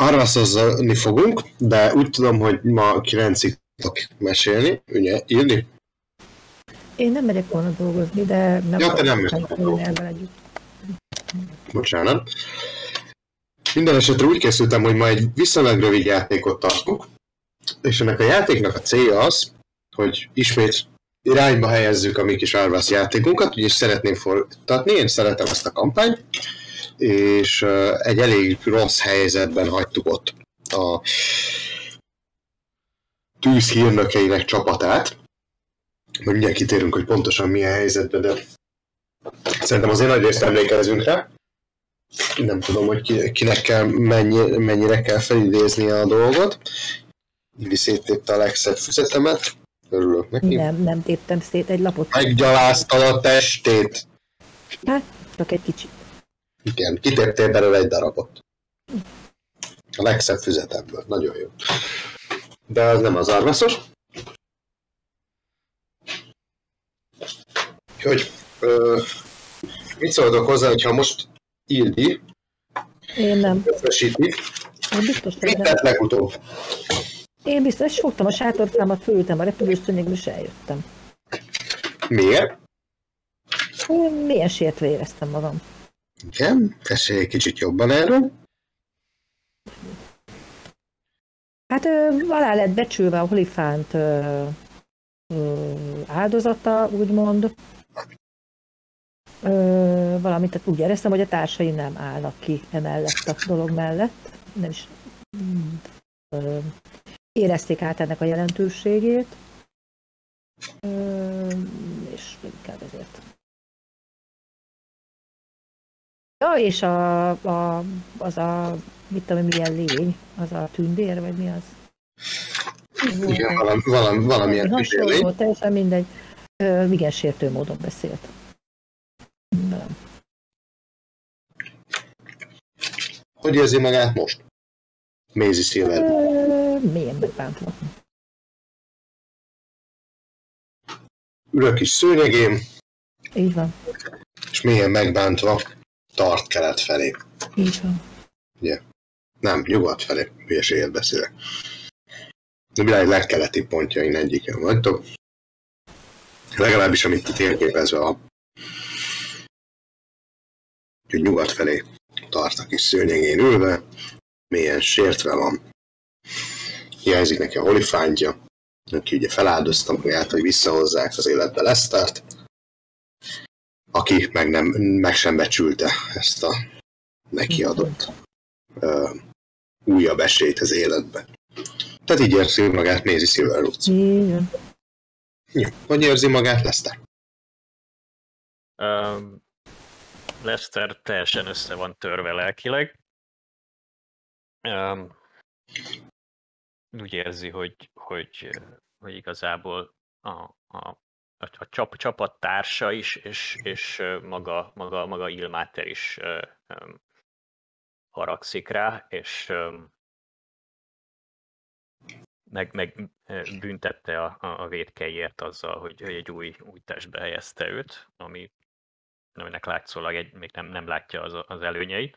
arraszozni fogunk, de úgy tudom, hogy ma 9-ig tudok mesélni, ugye, írni? Én nem megyek volna dolgozni, de nem te nem megyek. Bocsánat. Minden esetre úgy készültem, hogy ma egy viszonylag rövid játékot tartunk, és ennek a játéknak a célja az, hogy ismét irányba helyezzük a mi kis Arvasz játékunkat, úgyis szeretném folytatni, én szeretem ezt a kampányt, és egy elég rossz helyzetben hagytuk ott a tűz hírnökeinek csapatát. Majd mindjárt kitérünk, hogy pontosan milyen helyzetben, de szerintem azért nagy részt emlékezünk rá. Nem tudom, hogy kinek kell, mennyire kell felidézni a dolgot. Illi széttépte a legszebb füzetemet. Örülök neki. Nem téptem szét egy lapot. Meggyaláztad a testét. Hát, csak egy kicsit. Igen, kitéptél belőle egy darabot. A legszebb füzetemből. Nagyon jó. De az nem az arvaszos. Úgyhogy, mit szóltok hozzá, hogyha most Ildi én nem. Összesíti. Mit tett legutóbb? Én biztos fogtam a sátorszámat, fölültem a repülős szőnyegből, és eljöttem. Miért? Milyen sértve éreztem magam. Igen, mesélj egy kicsit jobban erről. Hát alá lett becsülve a Holifánt áldozata, úgymond. Valamint úgy éreztem, hogy a társai nem állnak ki emellett a dolog mellett. Nem is érezték át ennek a jelentőségét. És inkább ezért. Ja, és az a, mit tudom, milyen lény, az a tündér, vagy mi az? Igen, valamilyen tündérlény. Teljesen mindegy. Igen, sértő módon beszélt. Velem. Hogy érzi magát most? Maisie Silver. Milyen megbántva. Ül a kis szőnyegén. Így van. És mélyen megbántva tart kelet felé. Így van. Ugye? Nem, nyugat felé. Hülyeséget beszélek. A világ legkeleti pontjain egyiken vagytok. Legalábbis amit itt térképezve van. Úgyhogy nyugat felé tart a kis szőnyegén ülve. Mélyen sértve van. Hiányzik neki a holifántja, aki ugye feláldozta magát, hogy visszahozzák az életbe Lestert, aki meg sem becsülte ezt a neki adott újabb esélyt az életbe. Tehát így érzi magát Maisie Silverroots. Igen. Ja, hogy érzi magát Lester? Lester teljesen össze van törve lelkileg. Úgy érzi, hogy igazából a csapattársa is, és maga Ilmáter is haragszik rá, és meg büntette a vétkeiért azzal, hogy egy új testbe helyezte őt, aminek látszólag még nem látja az előnyeit.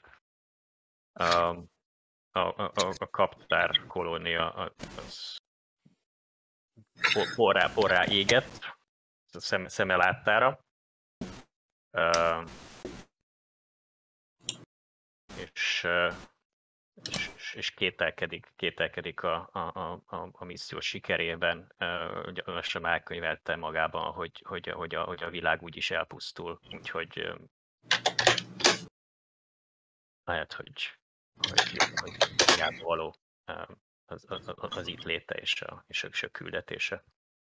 A kaptár kolónia az porrá égett a szeme láttára. És kételkedik a misszió sikerében. Lassan elkönyvelte magában, hogy a világ úgyis elpusztul. Úgyhogy lehet, hogy hiába való az itt léte és a küldetése.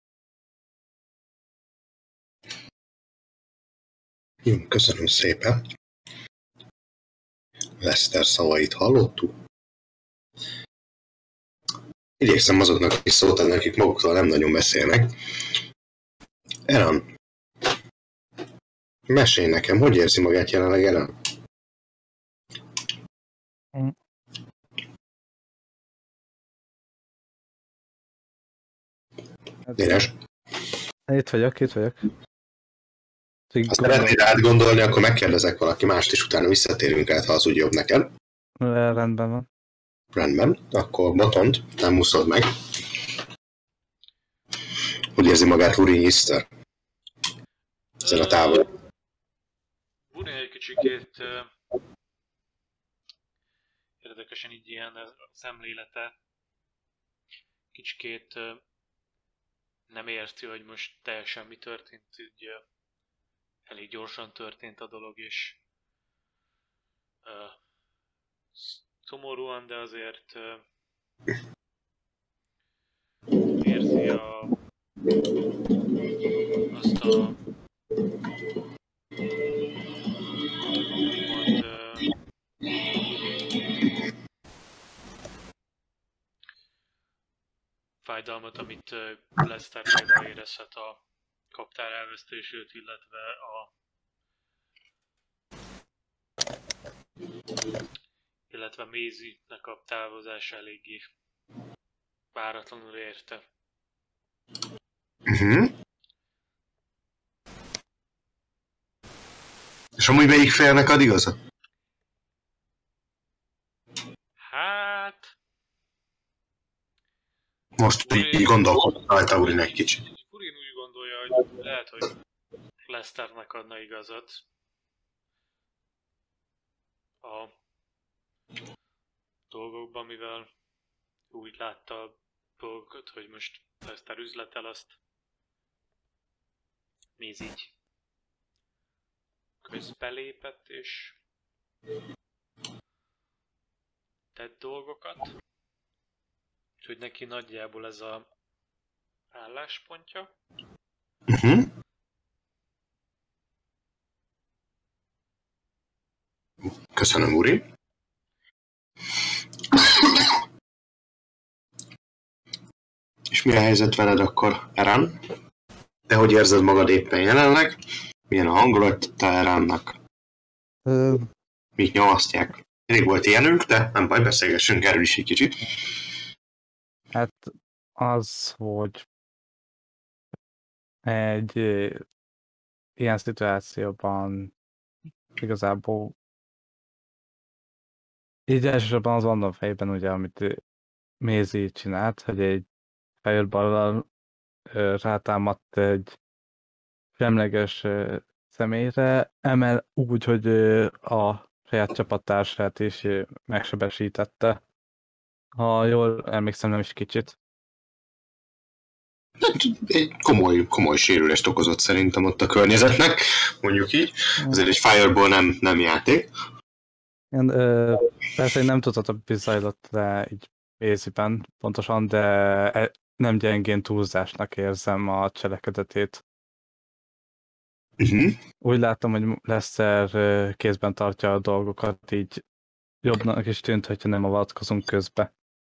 Jó, köszönöm szépen. Lester szavait hallottuk. Igyekszem azoknak, akik szót adnak, akik maguktól nem nagyon beszélnek. Eran, mesélj nekem, hogy érzi magát jelenleg Eran? Éres? Itt vagyok. Ha szeretnéd átgondolni, akkor megkérdezek valaki mást, és utána visszatérünk át, ha az úgy jobb neked. Rendben van. Rendben, akkor Botont nem úszod meg. Hogy érzi magát Urin Iszter? Ezen a távol. Urin egy kicsikét érdekesen így ilyen szemlélete. Kicsikét nem érti, hogy most teljesen mi történt, így elég gyorsan történt a dolog, és szomorúan, de azért érzi azt a úgymond fájdalmat, amit Lester például érezhet a kaptár elvesztését, illetve Maisie-nek a távozása eléggé váratlanul érte. És amúgy melyik félnek ad igazat? Hát... Most így gondolkodom rajta Urin egy kicsit. Urin úgy gondolja, hogy lehet, hogy Lesternek adna igazat a dolgokban, mivel úgy látta a dolgot, hogy most Lester üzletel, azt Maisie így közbelépett és tett dolgokat. Úgyhogy neki nagyjából ez a álláspontja. Köszönöm, Uri. És mi a helyzet veled akkor, Eren? Te hogy érzed magad éppen jelenleg? Milyen a hangulat te Erennak? Mik nyomasztják? Elég volt ilyenünk, de nem baj, beszélgessünk erről is egy kicsit. Hát az, hogy egy ilyen szituációban igazából így elsősorban az van a fejben, ugye, amit Maisie csinált, hogy egy fireball-al rátámadt egy semleges személyre, emel úgy, hogy a saját csapattársát is megsebesítette. Ha jól emlékszem, nem is kicsit. Egy komoly sérülést okozott szerintem ott a környezetnek, mondjuk így. Azért egy fireball nem játék. Igen, persze én nem tudhatom, hogy zajlott le így Maisie-ben pontosan, de nem gyengén túlzásnak érzem a cselekedetét. Úgy láttam, hogy Lester kézben tartja a dolgokat, így jobbnak is tűnt, hogyha nem avatkozunk közbe.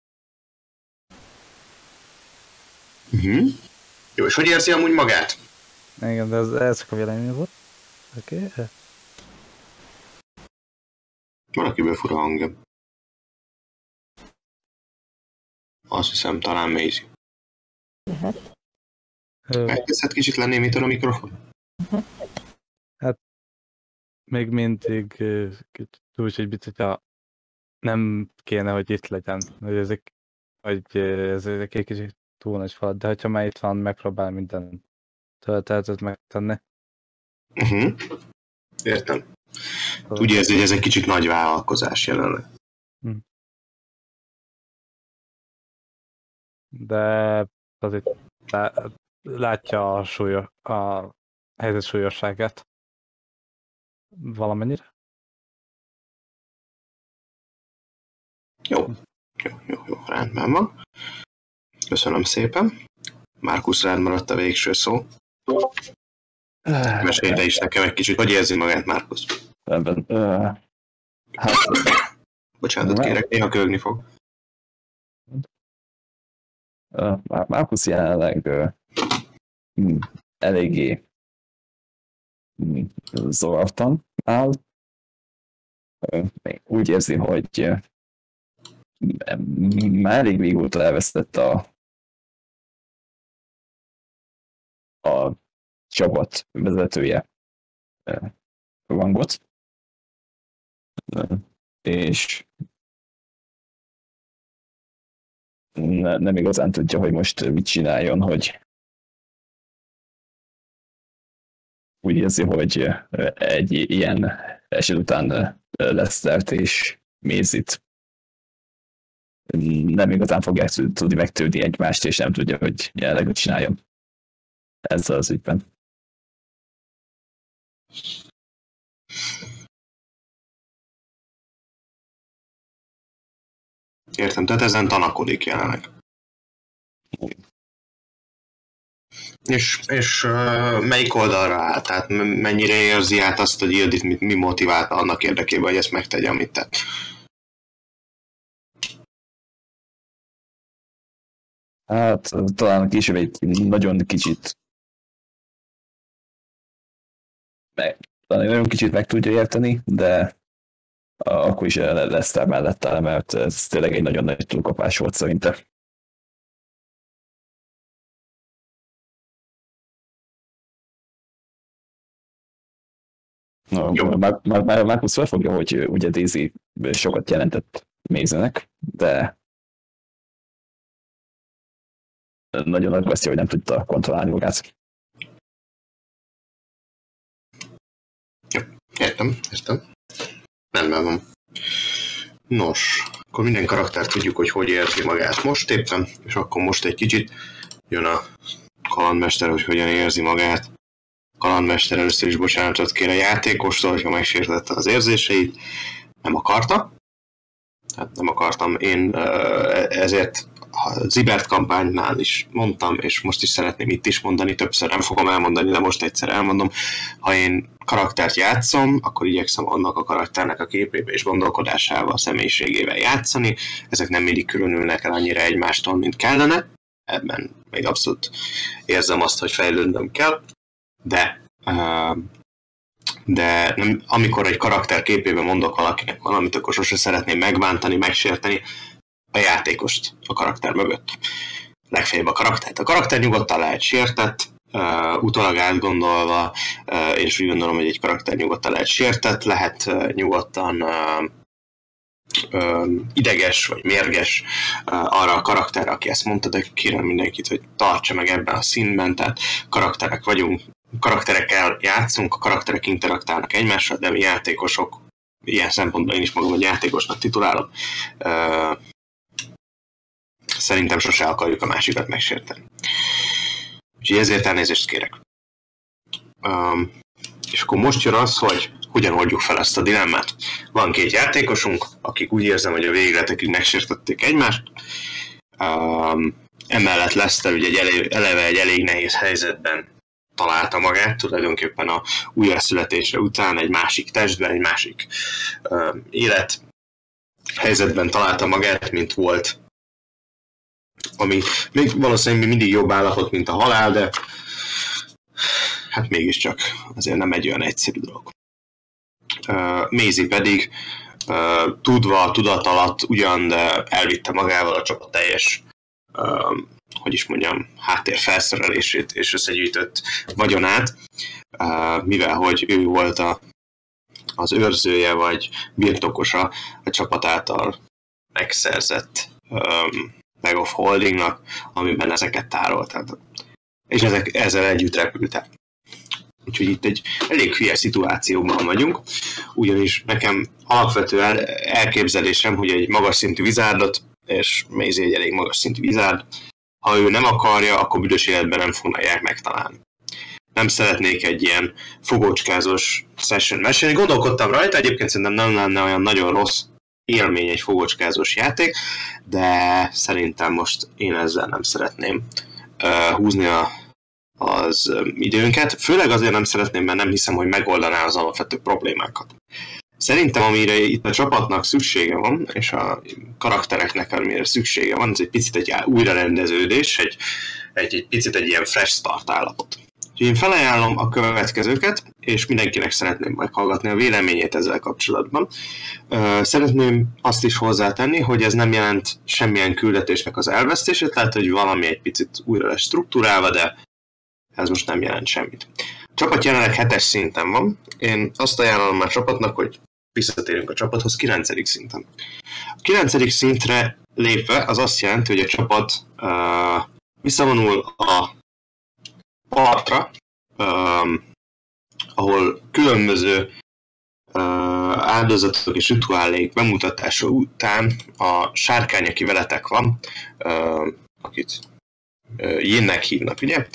Jó, és hogy érzi amúgy magát? Igen, de ez a vélemény volt. Oké. Valakiből fura hangja. Azt hiszem, talán Maisie. Lehet. Elkezdhet kicsit lennémítani a mikrofon? Hát még mindig úgy, hogy hogyha nem kéne, hogy itt legyen. Hogy ezek egy kicsit túl nagy falat, de hogyha már itt van, megpróbál minden töltetet megtenni. Értem. Úgy érzi, hogy ez egy kicsit nagy vállalkozás jelenleg. De azért látja a helyzet súlyosságát. Valamennyire? Jó, rendben van. Köszönöm szépen. Márkusz, rád maradt a végső szó. Mesélj te is nekem egy kicsit, hogy érzi magát, Márkusz? Ebben, hát... Bocsánatot kérek, néha köhögni fog. Márkusz jelenleg eléggé zavartan áll. Úgy érzi, hogy már elég régóta elvesztett a csapat vezetője rangot, és nem igazán tudja, hogy most mit csináljon, hogy úgy érzi, hogy egy ilyen eset után Lestert és Mézit nem igazán fogják tudni megtűrni egymást, és nem tudja, hogy jelenleg mit csináljon ezzel az ügyben. Értem, tehát ezen tanakodik jelenleg. És melyik oldalra áll? Tehát mennyire érzi át azt, hogy Ildit mi motiválta annak érdekében, hogy ezt megtegye, amit tett? Hát talán később egy nagyon kicsit meg tudja érteni, de akkor is Lester mellett áll, mert ez tényleg egy nagyon nagy túlkapás volt szerintem. Marcus felfogja, hogy ugye Daisy sokat jelentett Maze-nek, de nagyon aggasztja, hogy nem tudta kontrollálni magát. Értem. Rendben van. Nos, akkor minden karakter tudjuk, hogy érzi magát most éppen, és akkor most egy kicsit jön a kalandmester, hogy hogyan érzi magát. A kalandmester először is bocsánatot kér a játékostól, hogyha megsértette az érzéseit. Nem akarta. Hát nem akartam. Én ezért a Zibert kampánynál is mondtam, és most is szeretném itt is mondani, többször nem fogom elmondani, de most egyszer elmondom. Ha én karaktert játszom, akkor igyekszem annak a karakternek a képébe és gondolkodásával, a személyiségével játszani. Ezek nem mindig különülnek el annyira egymástól, mint kellene. Ebben még abszolút érzem azt, hogy fejlődnöm kell. De nem, amikor egy karakter képében mondok valakinek valamit, akkor sose szeretném megbántani, megsérteni a játékost a karakter mögött. Legfeljebb a karaktert. A karakter nyugodtan lehet sértett, utólag átgondolva, és úgy gondolom, hogy egy karakter nyugodtan lehet sértett, lehet nyugodtan ideges vagy mérges arra a karakterre, aki ezt mondta, de kérem mindenkit, hogy tartsa meg ebben a színben, tehát karakterek vagyunk, karakterekkel játszunk, a karakterek interaktálnak egymással, de mi játékosok, ilyen szempontból én is magam egy játékosnak titulálom, szerintem sose akarjuk a másikat megsérteni. Úgyhogy ezért elnézést kérek. És akkor most jön az, hogy hogyan oldjuk fel ezt a dilemmát. Van két játékosunk, akik úgy érzem, hogy a végletekig megsértették egymást. Emellett Lester ugye eleve egy elég nehéz helyzetben találta magát, tulajdonképpen a újjászületése után egy másik testben, egy másik élet helyzetben találta magát, mint volt, ami még valószínűleg mindig jobb állapot, mint a halál, de hát mégiscsak azért nem egy olyan egyszerű dolog. Maisie pedig tudva, tudat alatt ugyan, de elvitte magával a csapat teljes háttér felszerelését és összegyűjtött vagyonát, mivel hogy ő volt az őrzője vagy birtokosa a csapat által megszerzett Bag of Holdingnak, amiben ezeket tárolták. És ezzel együtt repültek. Úgyhogy itt egy elég hülye szituációban vagyunk, ugyanis nekem alapvető elképzelésem, hogy egy magas szintű vizárdot, és Maisie egy elég magas szintű vizárd, ha ő nem akarja, akkor büdös életben nem fogják megtalálni. Nem szeretnék egy ilyen fogócskázós session mesélni. Gondolkodtam rajta, egyébként szerintem nem lenne olyan nagyon rossz élmény egy fogócskázós játék, de szerintem most én ezzel nem szeretném húzni az időnket. Főleg azért nem szeretném, mert nem hiszem, hogy megoldaná az alapvető problémákat. Szerintem, amire itt a csapatnak szüksége van, és a karaktereknek, amire szüksége van, ez egy picit egy újrarendeződés, egy picit egy ilyen fresh start állapot. Úgyhogy én felajánlom a következőket, és mindenkinek szeretném meghallgatni a véleményét ezzel kapcsolatban. Szeretném azt is hozzátenni, hogy ez nem jelent semmilyen küldetésnek az elvesztését, tehát hogy valami egy picit újra lesz struktúrálva, de ez most nem jelent semmit. A csapat jelenleg 7-es szinten van. Én azt ajánlom már a csapatnak, hogy visszatérünk a csapathoz 9. szinten. A 9. szintre lépve, az azt jelenti, hogy a csapat visszavonul a partra, ahol különböző áldozatok és rituálék bemutatása után a sárkány, aki veletek van, akit Yinnek hívnak, ugye?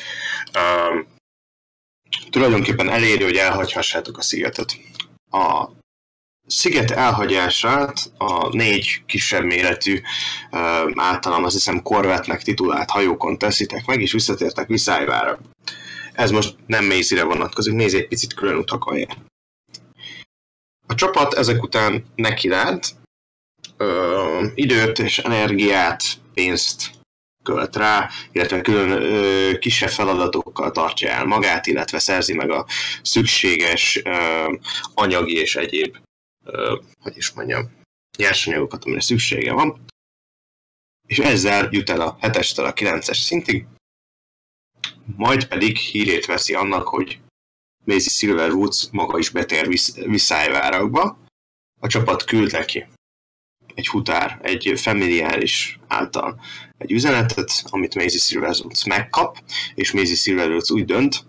Tulajdonképpen eléri, hogy elhagyhassátok a szigetet. A sziget elhagyását a 4 kisebb méretű, általán azt hiszem korvettnek titulált hajókon teszitek meg, és visszatértek Viszályvára. Ez most nem Maisie-re vonatkozik, Maisie egy picit külön utakon jár. A csapat ezek után nekiránt, időt és energiát, pénzt költ rá, illetve külön kisebb feladatokkal tartja el magát, illetve szerzi meg a szükséges anyagi és egyéb, nyersanyagokat, amire szüksége van. És ezzel jut el a 7-estől a 9-es szintig, majd pedig hírét veszi annak, hogy Maisie Silverwoods maga is betér Viszályvárakba. A csapat küld neki egy futár, egy familiáris által egy üzenetet, amit Maisie Silverwoods megkap, és Maisie Silverwoods úgy dönt,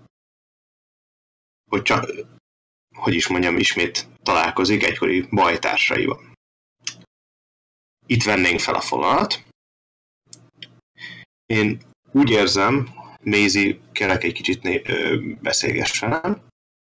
hogy ismét találkozik egykori bajtársaival. Itt vennénk fel a fonalat. Én úgy érzem, Maisie, kérlek egy kicsit beszélgess velem.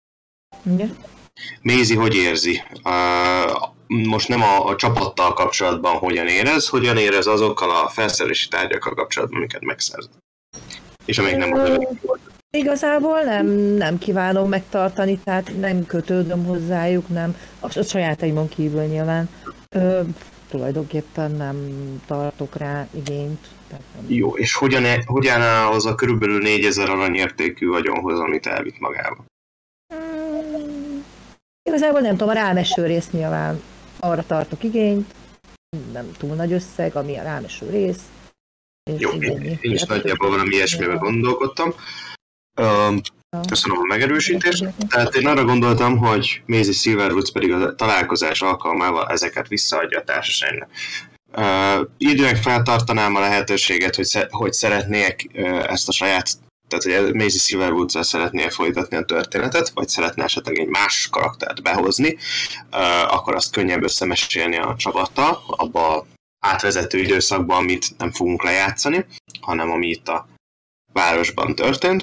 Maisie, hogy érzi? Most nem a csapattal kapcsolatban hogyan érez azokkal a felszerelési tárgyakkal kapcsolatban, amiket megszerzett. És amelyik nem volt. Igazából nem kívánom megtartani, tehát nem kötődöm hozzájuk, nem. A sajátaimon kívül nyilván. Tulajdonképpen nem tartok rá igényt. Jó, és hogyan áll az a körülbelül 4000 aranyértékű vagyonhoz, amit elvitt magába? Igazából nem tudom, a rámeső rész nyilván arra tartok igényt, nem túl nagy összeg, ami a rámeső rész. Jó, én is nagyjából valami ilyesmivel gondolkodtam. Köszönöm a megerősítést. Tehát én arra gondoltam, hogy Maisie Silverwoods pedig a találkozás alkalmával ezeket visszaadja a társaságnak. Időnek feltartanám a lehetőséget, hogy szeretnék ezt a saját, tehát hogy Maisie Silverwoods-zal szeretnél folytatni a történetet, vagy szeretne esetleg egy más karaktert behozni, akkor azt könnyebb összemesélni a csapattal, abba a átvezető időszakban, amit nem fogunk lejátszani, hanem ami itt a városban történt.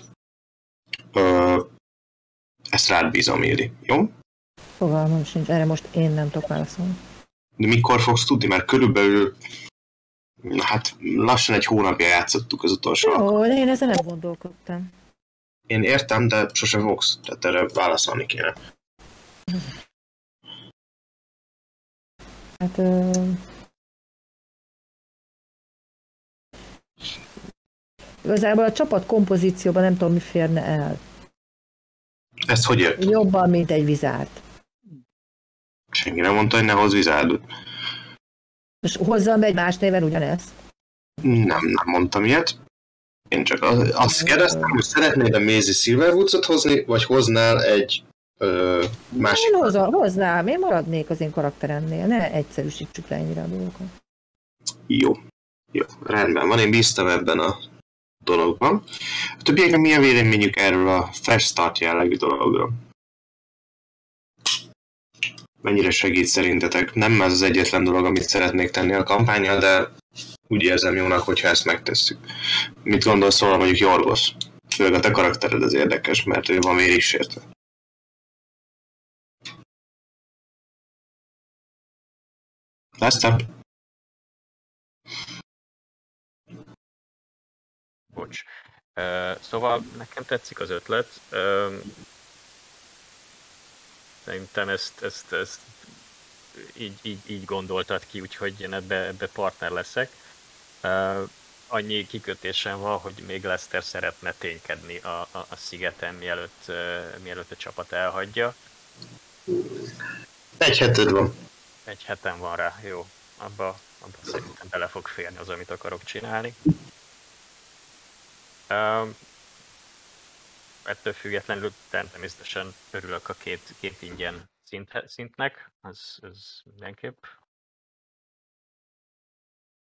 Ezt rád bízom, Ildi, jó? Fogalmam sincs, erre most én nem tudok válaszolni. De mikor fogsz tudni? Mert körülbelül lassan egy hónapja játszottuk az utolsó. Jó, de én ezen nem gondolkodtam. Én értem, de sose fogsz, tehát erre válaszolni kéne. Hát... Igazából a csapat kompozícióban nem tudom, mi férne el. Ezt hogy ért? Jobban, mint egy vizárt. Senki nem mondta, hogy ne hozz vizárdot. És hozzam be egy más néven ugyanezt? Nem mondtam ilyet. Én csak azt kérdeztem, hogy szeretnéd a Maisie Silverwoods-ot hozni, vagy hoznál egy másik... Én hoznám, én maradnék az én karakteremnél, ne egyszerűsítsük le ennyire a dolgokat. Jó, rendben van, én bíztam ebben a dologban. A többieknek mi a véleményük erről a fresh start jellegű dologról? Mennyire segít szerintetek? Nem ez az egyetlen dolog, amit szeretnék tenni a kampánnyal, de úgy érzem jónak, hogyha ezt megtesszük. Mit gondolsz róla mondjuk Jorgos? Főleg a te karaktered az érdekes, mert ő van vérig sértve. Lesztem? Bocs. Szóval nekem tetszik az ötlet. Szerintem ezt így gondoltad ki, úgyhogy én ebbe partner leszek. Annyi kikötésem van, hogy még Lester szeretne ténykedni a szigeten, mielőtt a csapat elhagyja. Egy heted van. Egy hetem van rá, jó. Abba szerintem bele fog férni az, amit akarok csinálni. Ettől függetlenül természetesen örülök a két ingyen szintnek, ez mindenképp.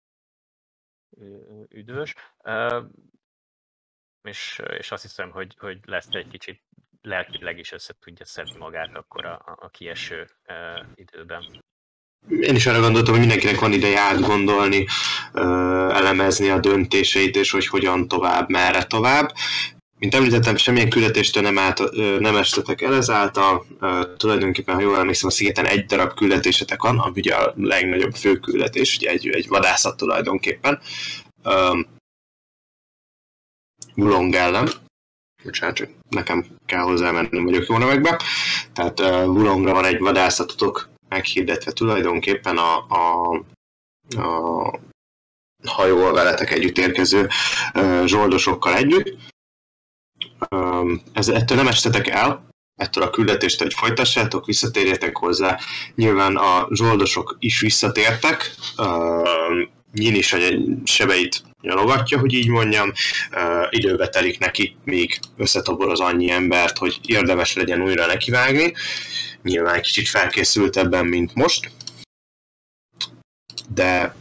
üdvös. És azt hiszem, hogy lesz egy kicsit lelkileg is össze tudja szedni magát akkor a kieső időben. Én is arra gondoltam, hogy mindenkinek van ideje átgondolni, elemezni a döntéseit, és hogy hogyan tovább, merre tovább. Mint említettem, semmilyen küldetéstől nem estetek el ezáltal. Tulajdonképpen, ha jól emlékszem, a szigeten egy darab küldetésetek van, ami ugye a legnagyobb főküldetés, ugye egy vadászat tulajdonképpen. Wulong ellen. Bocsánat, csak nekem kell hozzá mennem, vagyok jó nevekbe. Tehát Wulongra van egy vadászatotok meghirdetve tulajdonképpen a hajóval veletek együtt érkező zsoldosokkal együtt. Ettől nem estetek el, ettől a küldetést, hogy folytassátok, visszatérjetek hozzá. Nyilván a zsoldosok is visszatértek, Nyin is a sebeit nyalogatja, hogy így mondjam, időbe telik neki, míg összetoboroz annyi embert, hogy érdemes legyen újra nekivágni. Nyilván kicsit felkészültebben, mint most, de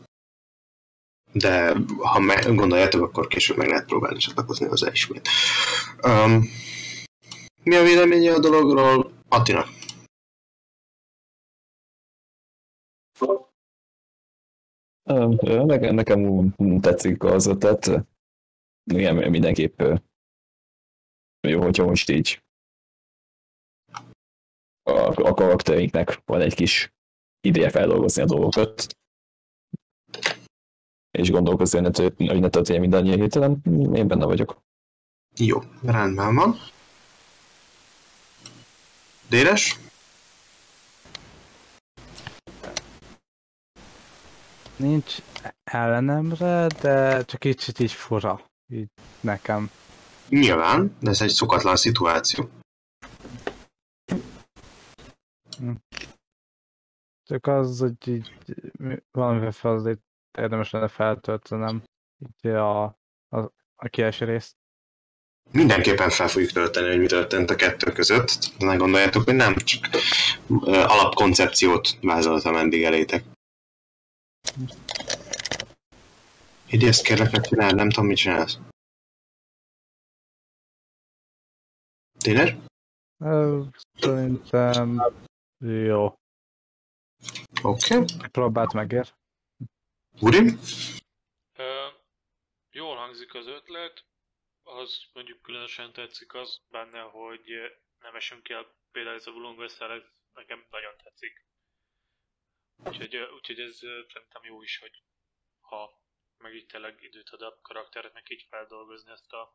ha gondoljátok, akkor később meg lehet próbálni csatlakozni hozzá ismét. Mi a véleménye a dologról, Attina? Nekem tetszik az ötlet. Igen, mindenképp jó, hogyha most így a karakterinknek van egy kis ideje feldolgozni a dolgokat, és gondolkozni, hogy ne történjen mindannyian hirtelen. Én benne vagyok. Jó, rendben van. Dénes? Nincs ellenemre, de csak kicsit így fura. Így nekem. Nyilván, de ez egy szokatlan szituáció. Csak az, hogy így valamivel fel érdemes lenne feltöltenem így a kieső részt. Mindenképpen fel fogjuk tölteni, hogy mi történt a kettő között. De ne gondoljátok, hogy nem, csak alapkoncepciót vázoltam eddig elétek. Idézt kérlek, ne csinálj, nem tudom, mit csinálsz. Dénes? Szerintem jó. Oké. Próbált megér. Urim? Jól hangzik az ötlet, az mondjuk különösen tetszik az benne, hogy nem esünk el például ez a Wulong össze, ez nekem nagyon tetszik. Úgyhogy ez szerintem jó is, hogy ha meg így tényleg időt ad a karakternek így feldolgozni ezt a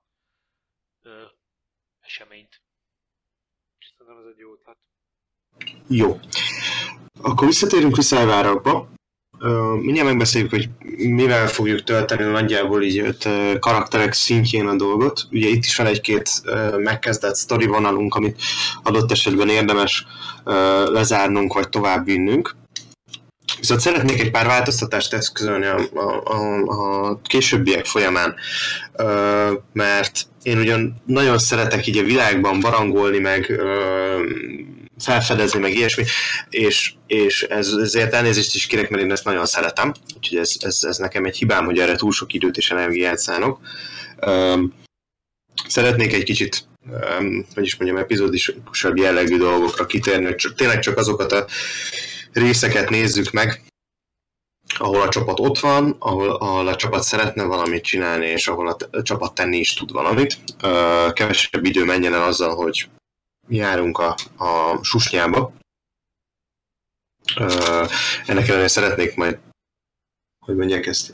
eseményt. Szerintem ez egy jó ötlet. Jó. Akkor visszatérünk Viszályvárosba. Mindjárt megbeszéljük, hogy mivel fogjuk tölteni nagyjából így karakterek szintjén a dolgot. Ugye itt is van egy-két megkezdett sztori vonalunk, amit adott esetben érdemes lezárnunk vagy továbbvinnünk. Viszont szeretnék egy pár változtatást eszközölni a későbbiek folyamán, mert én ugyan nagyon szeretek így a világban barangolni, meg felfedezni, meg ilyesmi, és ezért elnézést is kérek, mert én ezt nagyon szeretem, úgyhogy ez nekem egy hibám, hogy erre túl sok időt és energiát szánok. Szeretnék egy kicsit, hogy is mondjam, epizódikusabb jellegű dolgokra kitérni, hogy tényleg csak azokat a részeket nézzük meg, ahol a csapat ott van, ahol a csapat szeretne valamit csinálni, és ahol a csapat tenni is tud valamit. Kevesebb idő menjen el azzal, hogy járunk a susnyába. Ennek ellenére szeretnék majd, hogy mondják ezt,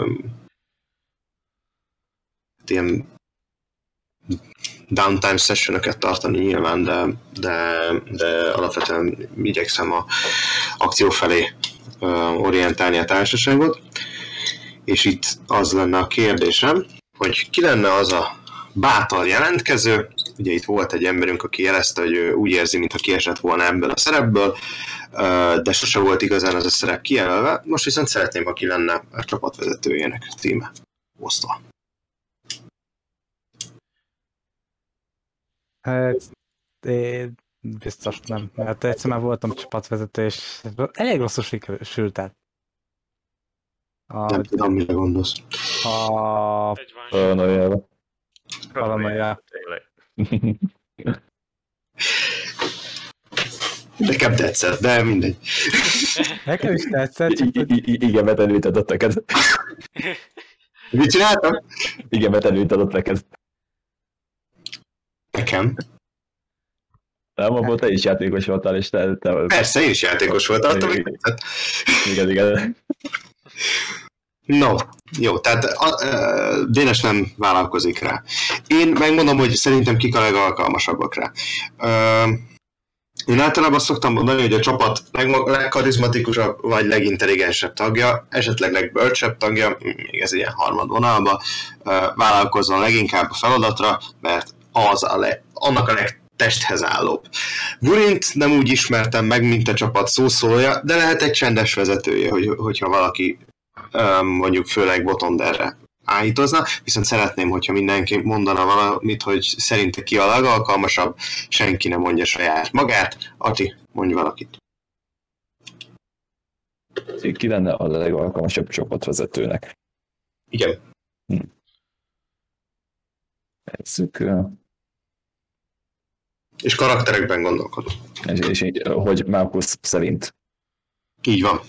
ilyen downtime sessionöket tartani nyilván, de alapvetően igyekszem a akció felé orientálni a társaságot. És itt az lenne a kérdésem, hogy ki lenne az a bátor jelentkező. Ugye itt volt egy emberünk, aki jelezte, hogy ő úgy érzi, mintha kiesett volna ebből a szerepből, de sose volt igazán az a szerep kijelölve. Most viszont szeretném, ha ki lenne a csapatvezetőjének címe osztva. Hát, én biztos nem, mert egyszer már voltam csapatvezető, és elég rosszul sikerült át. Nem tudom, mire gondolsz. A Egy van. Paranoiával. paranoia. Tényleg. Nekem tetszett, de mindegy. Nekem is tetszett, csak hogy Igen, mert előtt adott neked. Mit csináltam? Igen, mert előtt adott neked. Nekem. Nem, abból te is játékos voltál, és te... Persze, én is játékos voltam, attól még tetszett. Igen. No, jó, tehát Dénes nem vállalkozik rá. Én megmondom, hogy szerintem kik a legalkalmasabbak rá. Én általában szoktam mondani, hogy a csapat legkarizmatikusabb vagy legintelligensebb tagja, esetleg legbölcsebb tagja, még ez ilyen harmadvonalba, vállalkozzon leginkább a feladatra, mert az annak a legtesthez állóbb. Burint nem úgy ismertem meg, mint a csapat szószólja, de lehet egy csendes vezetője, hogyha valaki mondjuk főleg Botonderre állítozna, viszont szeretném, hogyha mindenki mondana valamit, hogy szerinte ki a legalkalmasabb, senki nem mondja saját magát. Ati, mondj valakit. Ki lenne a legalkalmasabb csapatvezetőnek? Igen. Perszük, És karakterekben gondolkodom. és így, hogy Marcus szerint. Így van.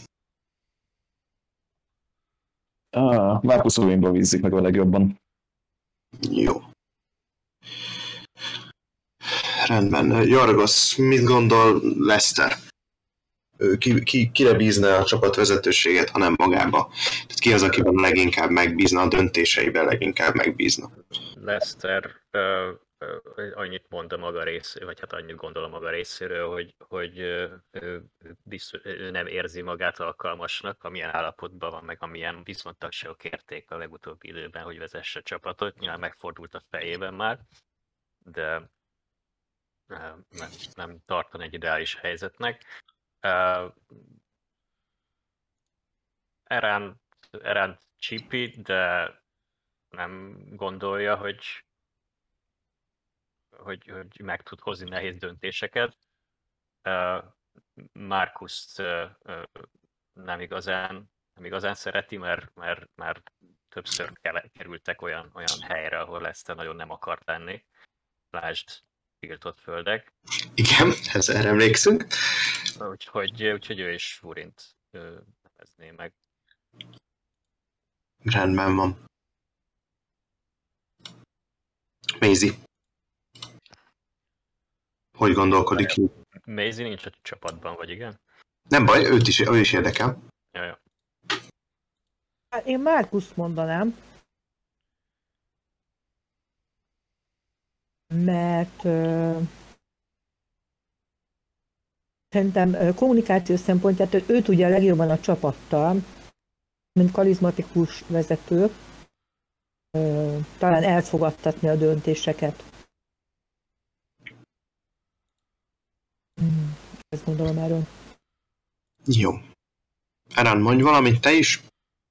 Marcus Owinba bízik meg a legjobban. Jó. Rendben. Jorgos, mit gondol Lester? Kire bízna a csapatvezetőséget, ha nem magába? Tehát ki az, akiben leginkább megbízna, a döntéseiben leginkább megbízna? Lester annyit mond a maga részéről, vagy hát annyit gondol a maga részéről, hogy ő nem érzi magát alkalmasnak, amilyen állapotban van, meg amilyen viszontagságok kérték a legutóbbi időben, hogy vezesse a csapatot. Nyilván megfordult a fejében már, de nem tartan egy ideális helyzetnek. Erán csípi, de nem gondolja, hogy meg tud hozni nehéz döntéseket. Marcust nem igazán szereti, mert már többször kerültek olyan helyre, ahol Lester nagyon nem akart lenni. Lásd, Tiltott földek. Igen, erre emlékszünk. Úgyhogy ő is Burint nevezné meg. Rendben van. Maisie. Hogy gondolkodik? Maisie nincs a csapatban, vagy igen? Nem baj, ő is érdekel. Ja. Hát én Marcust mondanám, mert szerintem kommunikációs szempontjától ő tudja legjobban a csapattal, mint karizmatikus vezető, talán elfogadtatni a döntéseket. Ezt gondolom erről. Jó. Erán, mondj valamit te is?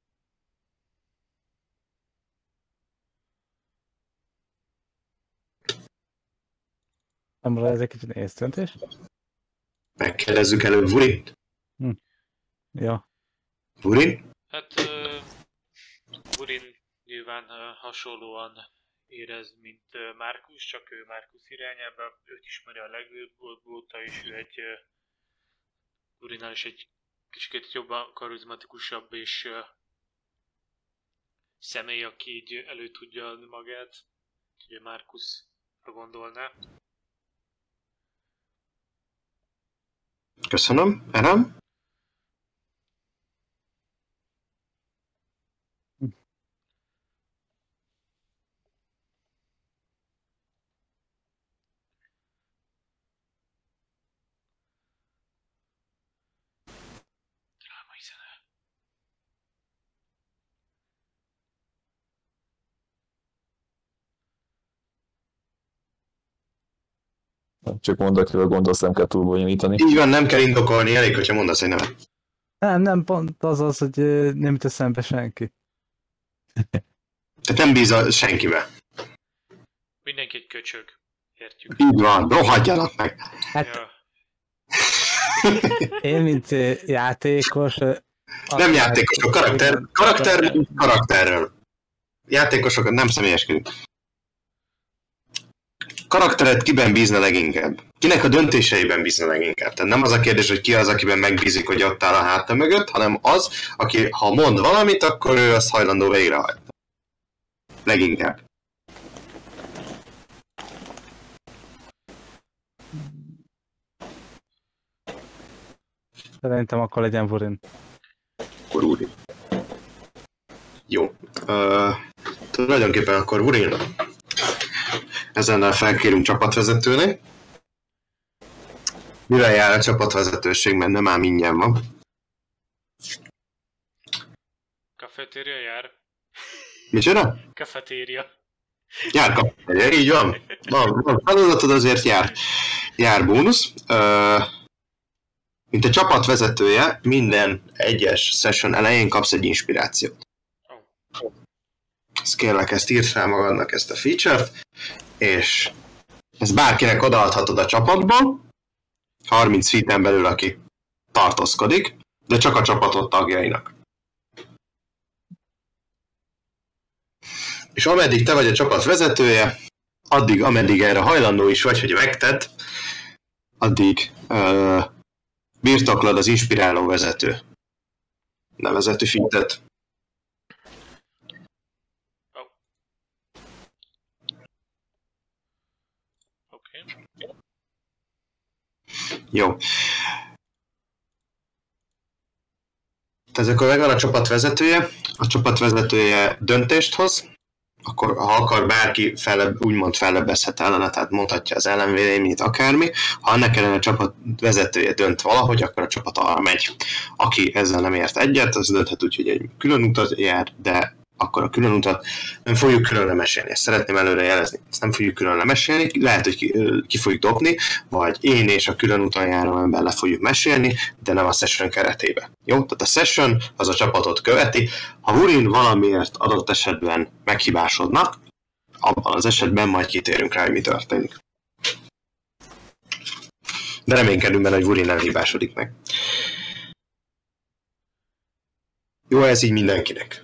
nem ez egy kicsit nehéz döntés. Megkérdezzük előbb Burint. Ja. Burin? Hát Burin nyilván hasonlóan érez, mint Marcus, csak ő Marcus irányába, őt ismeri a legjobb óta, és ő egy Burinál is egy kicsit jobban karizmatikusabb és személy, aki így elő tudja adni magát, úgyhogy Marcusra gondolná. Köszönöm. Erán? Drámai zene. Csak mondatról gondolsz, nem kell túl bonyolítani. Így van, nem kell indokolni, elég, hogyha mondasz egy nevet. Nem, pont az, hogy nem jut eszembe senki. Tehát nem bíz senkibe. Mindenki egy köcsög. Értjük. Így van, rohadjanak meg. Hát Ja. én, mint játékos, Nem játékosok, karakterről. Játékosokat nem személyeskedünk. Karakteret kiben bízna leginkább? Kinek a döntéseiben bízna leginkább? Tehát nem az a kérdés, hogy ki az, akiben megbízik, hogy ott áll a háta mögött, hanem az, aki ha mond valamit, akkor ő azt hajlandó végrehajtani. Leginkább. Szerintem akkor legyen Vurin. Akkor Vurin. Jó. Tulajdonképpen akkor Vurin. Ezennel felkérünk csapatvezetőnek. Mivel jár a csapatvezetőség, mert nem ám ingyen van. Kafetéria jár. Micsoda? Kafetéria. Jár kafetéria, így van. Van feladatod, azért jár bónusz. Mint a csapatvezetője, minden egyes session elején kapsz egy inspirációt. Ezt kérlek, ezt írd fel magadnak, ezt a feature-t, és ezt bárkinek odaadhatod a csapatból, 30 feet-en belül, aki tartózkodik, de csak a csapatot tagjainak. És ameddig te vagy a csapat vezetője, addig, ameddig erre hajlandó is vagy, hogy megtedd, addig birtoklod az inspiráló vezető nevezetű featet. Jó. Tehát akkor megvan a csapatvezetője döntést hoz, akkor ha akar bárki úgymond fellebbezhet ellene, tehát mondhatja az ellenvéleményét akármi, ha ennek ellen a csapatvezetője dönt valahogy, akkor a csapat arra megy. Aki ezzel nem ért egyet, az dönthet úgy, hogy egy külön utat jár, de akkor a külön utat nem fogjuk külön lemesélni. Ezt szeretném előre jelezni. Ezt nem fogjuk külön lemesélni, lehet, hogy ki fogjuk dobni, vagy én és a külön úton járó ember le fogjuk mesélni, de nem a session keretében. Jó? Tehát a session az a csapatot követi. Ha Vurin valamiért adott esetben meghibásodnak, abban az esetben majd kitérünk rá, hogy mi történik. De reménykedünk benne, hogy Vurin nem hibásodik meg. Jó, ez így mindenkinek.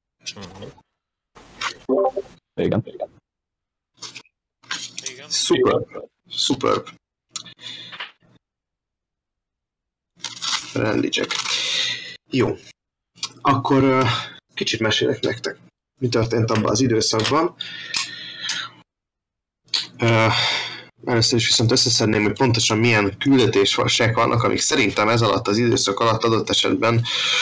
Igen. Superb. Rendicsek. Jó. Akkor kicsit mesélek nektek, mi történt abban az időszakban. Először is viszont összeszedném, hogy pontosan milyen küldetések vannak, amik szerintem ez alatt az időszak alatt adott esetben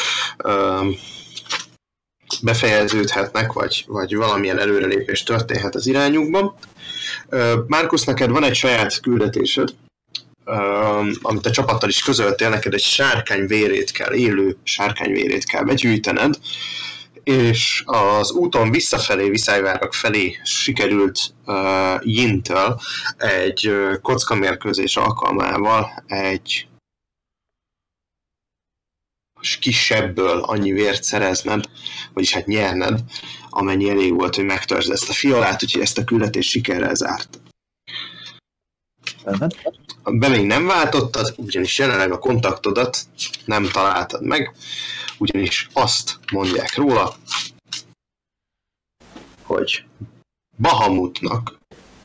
befejeződhetnek, vagy valamilyen előrelépés történhet az irányukban. Márkusz, neked van egy saját küldetésed, amit a csapattal is közöltél, neked egy élő sárkányvérét kell begyűjtened, és az úton visszafelé, Viszályvárak felé sikerült Yintől egy kockamérkőzés alkalmával egy kisebből annyi vért szerezned, vagyis hát nyerned, amennyi elég volt, hogy megtartsd ezt a fiolát, úgyhogy ezt a küldetést sikerrel zárt. Be még nem váltottad, ugyanis jelenleg a kontaktodat nem találtad meg, ugyanis azt mondják róla, hogy Bahamutnak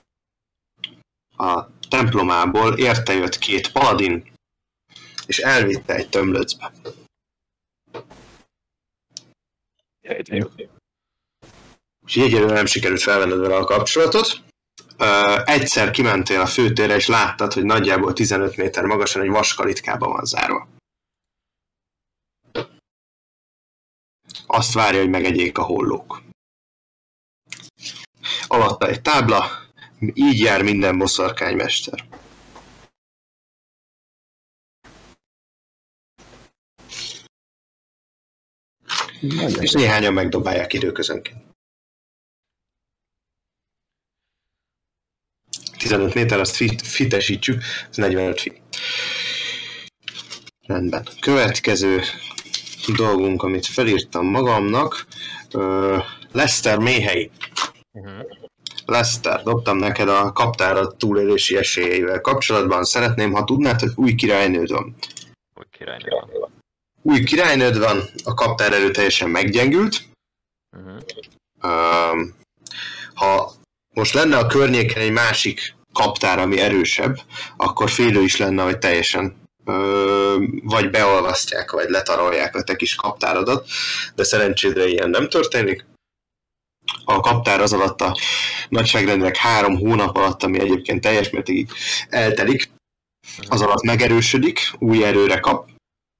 a templomából értejött 2 paladin, és elvitte egy tömlöcbe. És egyelőre nem sikerült felvenned vele a kapcsolatot. Egyszer kimentél a főtérre, és láttad, hogy nagyjából 15 méter magasan egy vaskalitkába van zárva. Azt várja, hogy megegyék a hollók. Alatta egy tábla, így jár minden boszorkánymester. És néhányan megdobálják időközönként. 15 méter, azt fitesítsük, ez 45 feet. Rendben. Következő dolgunk, amit felírtam magamnak, Lester méhei. Lester, dobtam neked a kaptárat túlélési esélyeivel kapcsolatban. Szeretném, ha tudnád, hogy új királynőd van. Új királynő van. új királynőd van, a kaptár erőteljesen meggyengült. Ha most lenne a környéken egy másik kaptár, ami erősebb, akkor félő is lenne, hogy teljesen vagy beolvasztják, vagy letarolják a te kis kaptárodat, de szerencsédre ilyen nem történik. A kaptár az alatt a nagyságrendileg 3 hónap alatt, ami egyébként teljes mértékig eltelik, az alatt megerősödik, új erőre kap,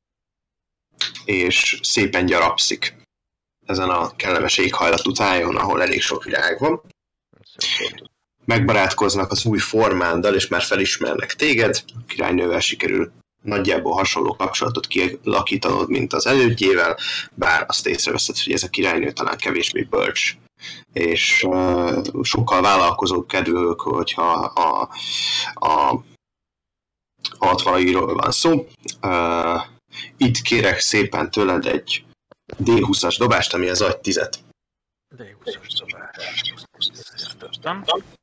és szépen gyarapszik ezen a kellemes éghajlatú tájon, ahol elég sok virág van. Megbarátkoznak az új formáddal, és már felismernek téged. A királynővel sikerül nagyjából hasonló kapcsolatot kialakítanod, mint az elődjével, bár azt észreveszed, hogy ez a királynő talán kevésbé bölcs, és sokkal vállalkozóbb kedvülők, hogyha a hatvalairól van szó. Itt kérek szépen tőled egy D20-as dobást, ami az agy 10-et. D20-as dobás. Értettem.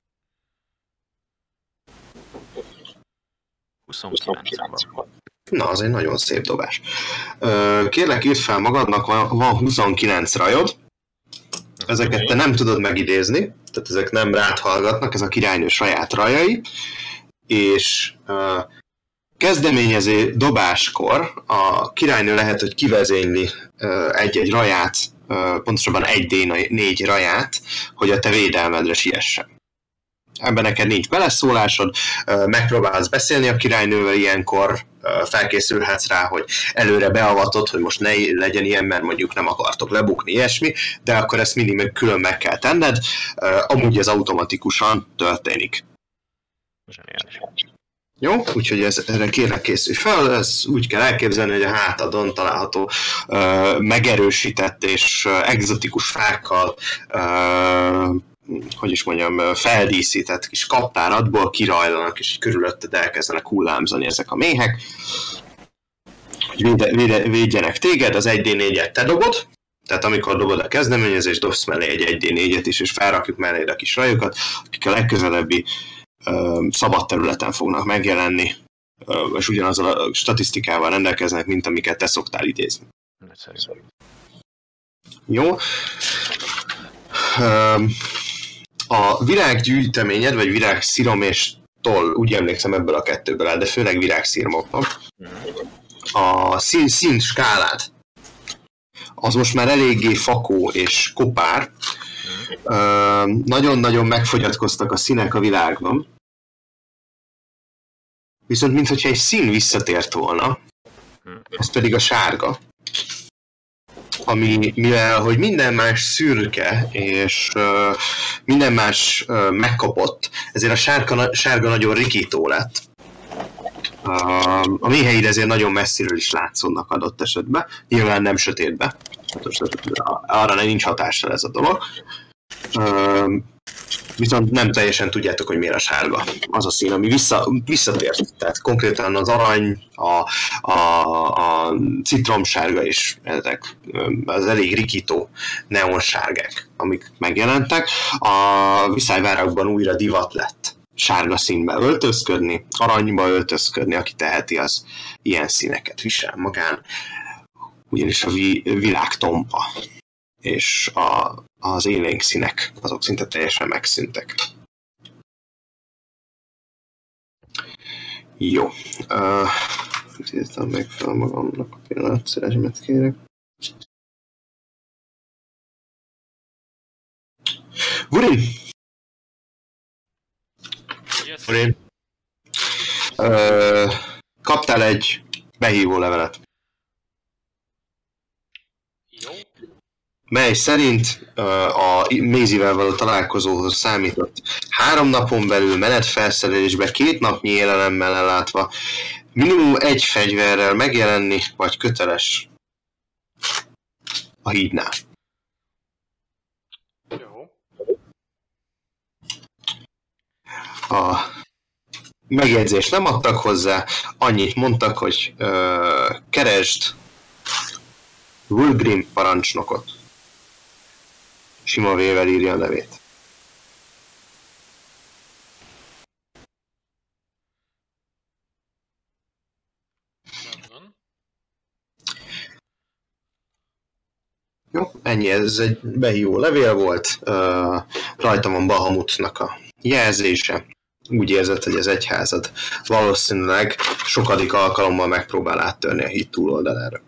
29 van. Na, az egy nagyon szép dobás. Kérlek, írd fel magadnak, van 29 rajod. Ezeket te nem tudod megidézni, tehát ezek nem rád hallgatnak, ez a királynő saját rajai. És kezdeményező dobáskor a királynő lehet, hogy kivezényli egy-egy raját, pontosabban egy D4 raját, hogy a te védelmedre siessen. Ebben neked nincs beleszólásod, megpróbálsz beszélni a királynővel ilyenkor, felkészülhetsz rá, hogy előre beavatod, hogy most ne legyen ilyen, mert mondjuk nem akartok lebukni, ilyesmi, de akkor ezt mindig külön meg kell tenned, amúgy ez automatikusan történik. Zseniális. Jó? Úgyhogy erre kérlek készülj fel, ez úgy kell elképzelni, hogy a hátadon található megerősített és egzotikus fákkal hogy is mondjam, feldíszített kis kaptáradból kirajlanak, és körülötted elkezdenek hullámzani ezek a méhek. Védjenek téged, az 1D4-et te dobod, tehát amikor dobod a kezdeményezést, dobsz mellé egy 1D4-et is, és felrakjuk mellé a kis rajokat, akik a legközelebbi szabad területen fognak megjelenni, és ugyanazzal a statisztikával rendelkeznek, mint amiket te szoktál idézni. Jó. A virággyűjteményed, vagy virágszírom és toll, úgy emlékszem ebből a kettőből áll, de főleg virágszírmokban. A szín skálád az most már eléggé fakó és kopár. Nagyon-nagyon megfogyatkoztak a színek a világban. Viszont mintha egy szín visszatért volna, ez pedig a sárga. Ami, mivel hogy minden más szürke, és minden más megkapott, ezért a sárga nagyon rikító lett. A méheid ezért nagyon messziről is látszódnak adott esetben, nyilván nem sötétbe, arra nincs hatással ez a dolog. Viszont nem teljesen tudjátok, hogy miért a sárga. Az a szín, ami visszatért. Tehát konkrétan az arany, a citromsárga is, ezek az elég rikító neonsárgák, amik megjelentek. A viszályvárakban újra divat lett sárga színbe öltözködni, aranyba öltözködni, aki teheti, az ilyen színeket visel magán, ugyanis a világ tompa. És az élénk színek, azok szinte teljesen megszűntek. Jó. Írtam meg fel magamnak a pillanat, szerezsemet kérek. Vurin! Yes. Vurin! Kaptál egy behívó levelet. Jó. Mely szerint a Mézivel való találkozóhoz számított 3 napon belül menetfelszerelésbe 2 napnyi élelemmel ellátva, minimum 1 fegyverrel megjelenni, vagy köteles a hídnál. Jó. A megjegyzést nem adtak hozzá, annyit mondtak, hogy keresd Wulgrim parancsnokot. Sima V-vel írja a nevét. ennyi, ez egy behívó levél volt, rajta van Bahamutnak a jelzése. Úgy érzed, hogy az egyházad valószínűleg sokadik alkalommal megpróbál áttörni a híd túloldalára.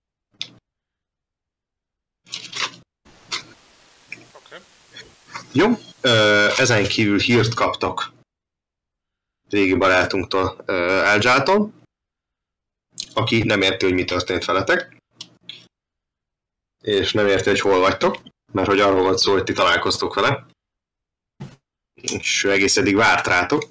Okay. Jó, ezen kívül hírt kaptak régi barátunktól, Elzsától, aki nem érti, hogy mi történt veletek, és nem érti, hogy hol vagytok, mert hogy arról volt szó, hogy ti találkoztok vele, és egész eddig várt rátok.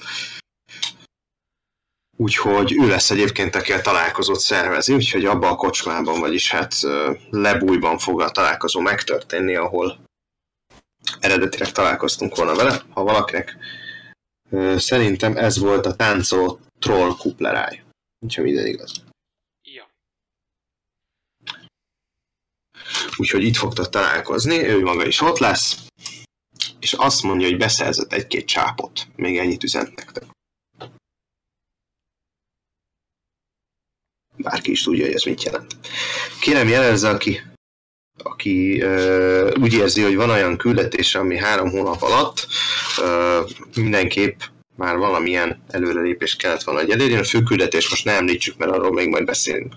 Úgyhogy ő lesz egyébként, aki a találkozót szervezi, úgyhogy abban a kocsmában, vagyis hát Lebújban fog a találkozó megtörténni, ahol eredetileg találkoztunk volna vele. Ha valakinek szerintem ez volt a táncoló troll kupleráj. Úgyhogy minden igaz. Ja. Úgyhogy itt fogtok találkozni, ő maga is ott lesz, és azt mondja, hogy beszerzett egy-két csápot. Még ennyit üzent nektek. Bárki is tudja, hogy ez mit jelent. Kérem jelezze, aki úgy érzi, hogy van olyan küldetése, ami 3 hónap alatt mindenképp már valamilyen előrelépést kellett volna, hogy elérjen. A fő küldetés most ne említsük, mert arról még majd beszélünk.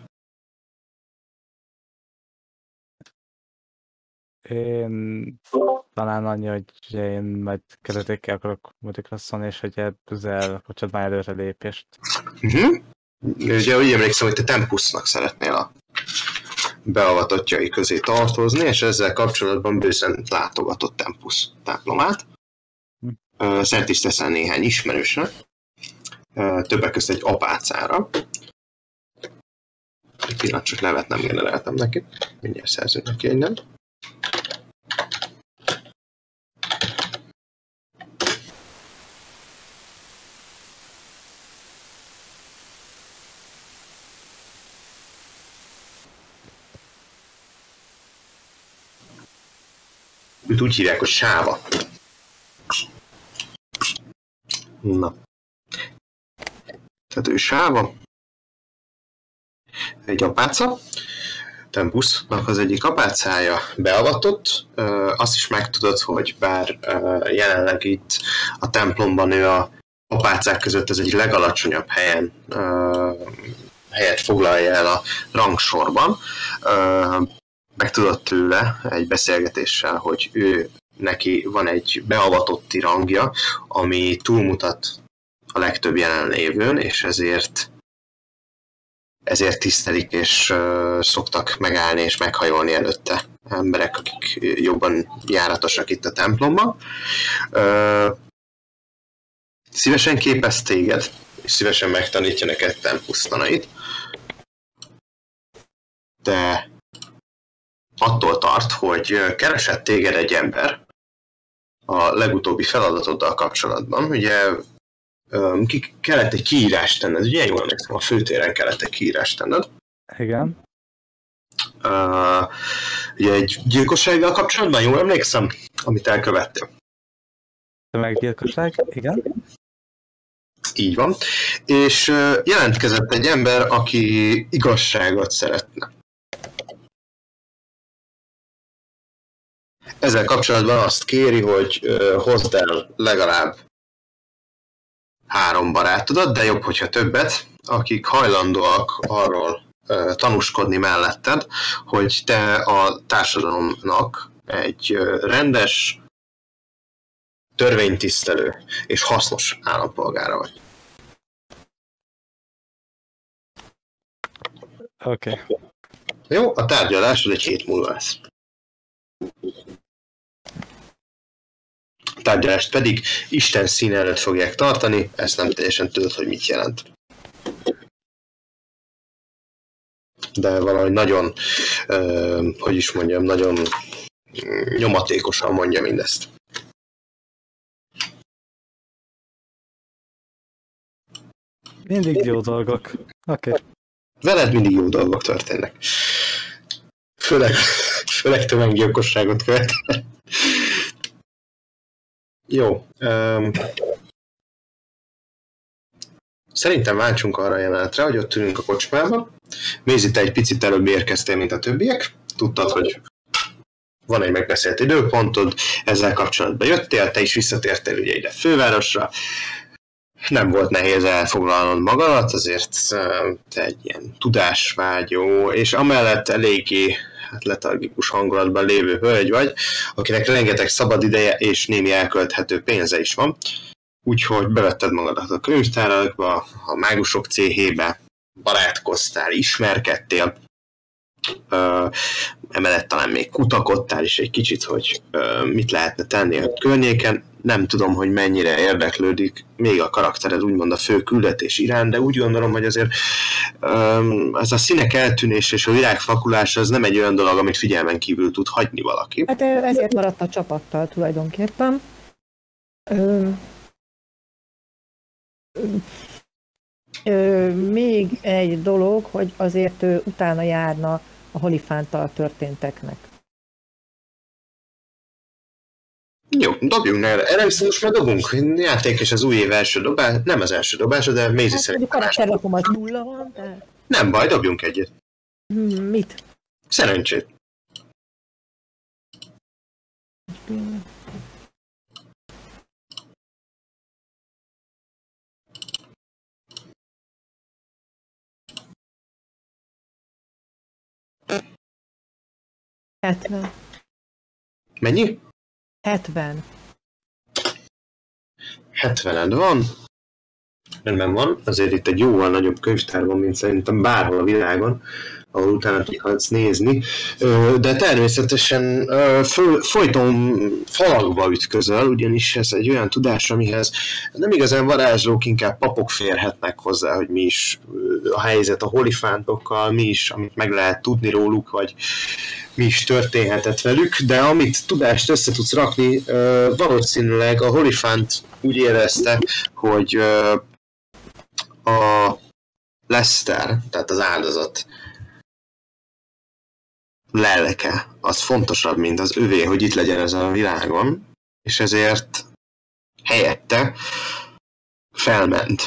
Én talán annyi, hogy én majd keretékkel akarok multiklasszolni, és hogy ezzel kapcsolatban előrelépést. Ugye úgy emlékszem, hogy te Tempusnak szeretnél a beavatottjai közé tartozni, és ezzel kapcsolatban bőszen látogatott Tempus templomát. Szert is teszel néhány ismerősre, többek között egy apácára. Egy pillanat, csak nevet nem generáltam neki. Mindjárt szerzünk neki egy nem. Őt úgy hívják, hogy Sáva. Na. Tehát ő Sáva. Egy apáca. Tempusnak az egyik apácája beavatott. Azt is megtudod, hogy bár jelenleg itt a templomban ő a apácák között az egy legalacsonyabb helyet foglalja el a rangsorban. Megtudott tőle egy beszélgetéssel, hogy neki van egy beavatotti rangja, ami túlmutat a legtöbb jelenlévőn, és ezért tisztelik, és szoktak megállni és meghajolni előtte emberek, akik jobban járatosak itt a templomban. Szívesen képez téged, és szívesen megtanítja neked Tempus tanait, de attól tart, hogy keresett téged egy ember a legutóbbi feladatoddal kapcsolatban. Ugye kellett egy kiírást tenned, ugye jól emlékszem, a főtéren kellett egy kiírást tenned. Igen. Ugye egy gyilkossággal kapcsolatban, jól emlékszem, amit elkövettél. Meggyilkosság, igen. Így van. És jelentkezett egy ember, aki igazságot szeretne. Ezzel kapcsolatban azt kéri, hogy hozd el legalább 3 barátodat, de jobb, hogyha többet, akik hajlandóak arról tanúskodni melletted, hogy te a társadalomnak egy rendes, törvénytisztelő és hasznos állampolgára vagy. Oké. Jó, a tárgyalás egy hét múlva lesz. A tárgyalást pedig Isten színe előtt fogják tartani, ezt nem teljesen tudod, hogy mit jelent. De valahogy nagyon, hogy is mondjam, nagyon nyomatékosan mondja mindezt. Mindig jó dolgok. Oké. Veled mindig jó dolgok történnek. Főleg tömeggyilkosságot követel. Jó. Szerintem váltsunk arra a jelenetre, hogy ott ülünk a kocsmában. Mézi, te egy picit előbb érkeztél, mint a többiek. Tudtad, hogy van egy megbeszélt időpontod, ezzel kapcsolatban jöttél, te is visszatértél ugye ide fővárosra, nem volt nehéz elfoglalnod magadat, azért te egy ilyen tudásvágyó, és amellett eléggé letargikus hangulatban lévő hölgy vagy, akinek rengeteg szabad ideje és némi elkölthető pénze is van. Úgyhogy bevetted magadat a könyvtárakba, a mágusok céhébe, barátkoztál, ismerkedtél, emellett talán még kutakodtál is egy kicsit, hogy mit lehetne tenni a környéken. Nem tudom, hogy mennyire érdeklődik még a karaktered úgymond a fő küldetés iránt, de úgy gondolom, hogy azért ez a színek eltűnése és a világ fakulása az nem egy olyan dolog, amit figyelmen kívül tud hagyni valaki. Hát ezért maradt a csapattal tulajdonképpen. Még egy dolog, hogy azért utána járna a Holifánttal történteknek. Jó, dobjunk ne erre. Erre viszont most már dobunk. Játék és az új év első dobása, nem az első dobása, de Maisie Hát szerint. a karakterlapom az 0 van, de... Nem baj, dobjunk egyet. Mit? Szerencsét. Hetven. Mennyi? 70. 70-ed van. Rendben van. Azért itt egy jóval nagyobb könyvtár van, mint szerintem bárhol a világon, ahol utána tudhatsz nézni. De természetesen folyton falakba ütközöl, ugyanis ez egy olyan tudás, amihez nem igazán varázslók, inkább papok férhetnek hozzá, hogy mi is a helyzet a holifántokkal, mi is, amit meg lehet tudni róluk, vagy mi is történhetett velük, de amit tudást össze tudsz rakni, valószínűleg a holifánt úgy érezte, hogy a Lester, tehát az áldozat lelke, az fontosabb, mint az övé, hogy itt legyen ezen a világon, és ezért helyette felment.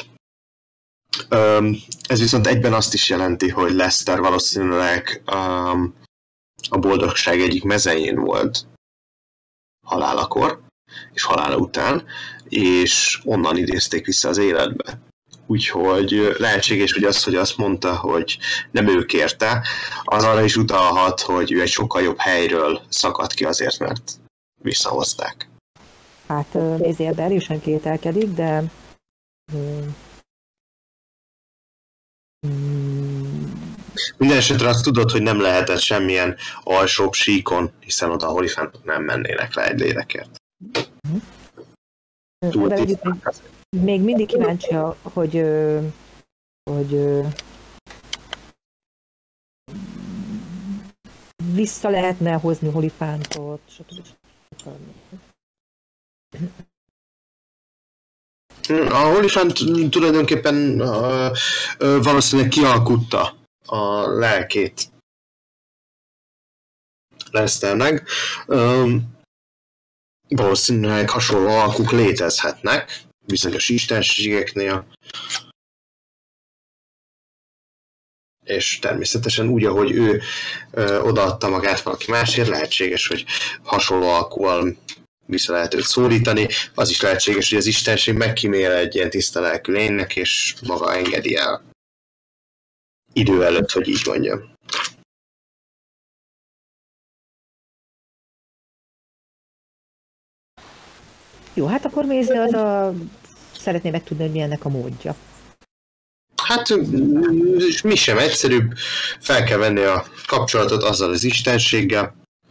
Ez viszont egyben azt is jelenti, hogy Lester valószínűleg a boldogság egyik mezején volt halálakor, és halála után, és onnan idézték vissza az életbe. Úgyhogy lehetséges, hogy azt mondta, hogy nem ő kérte, az arra is utalhat, hogy ő egy sokkal jobb helyről szakadt ki azért, mert visszahozták. Hát ezért erősen kételkedik, de Minden esetre azt tudod, hogy nem lehetett semmilyen alsóbb síkon, hiszen oda a holifántok nem mennének le egy lélekért. még mindig kíváncsi, hogy vissza lehetne hozni Holifántot, stb. A holifánt tulajdonképpen valószínűleg kialkutta a lelkét Lesternek. Valószínűleg hasonló alkuk létezhetnek bizonyos istenségeknél, és természetesen úgy, ahogy ő odaadta magát valaki másért, lehetséges, hogy hasonló alkúval vissza lehet őt szólítani. Az is lehetséges, hogy az istenség megkímél egy ilyen tiszta lelkű lénynek, és maga engedi el idő előtt, hogy így mondjam. Jó, hát akkor Maisie az szeretné megtudni, hogy mi ennek a módja. Hát mi sem egyszerűbb, fel kell venni a kapcsolatot azzal az istenséggel,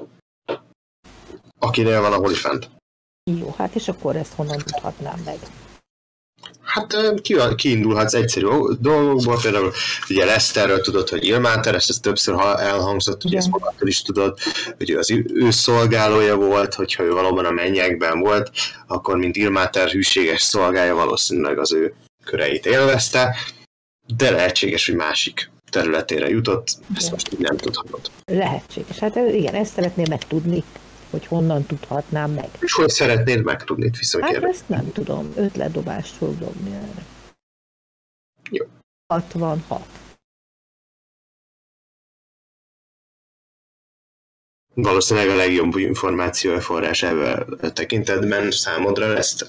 akinél van a holifánt. Jó, hát és akkor ezt honnan tudhatnám meg? Hát kiindulhatsz egyszerű dolgokból, például ugye Lesterről tudod, hogy Ilmater, ez többször elhangzott, ugye ezt magadtól is tudod, hogy ő szolgálója volt, hogyha ő valóban a mennyekben volt, akkor mint Ilmater hűséges szolgája valószínűleg az ő köreit élvezte, de lehetséges, hogy másik területére jutott, ezt most így nem tudhatod. Lehetséges, hát igen, ezt szeretném megtudni, hogy honnan tudhatnám meg. És hogy szeretnéd megtudni, viszont hát kérdez. ezt nem tudom, ötletdobást fog dobni erre. Jó. 66. valószínűleg a legjobb információforrás ebben tekintetben számodra lesz.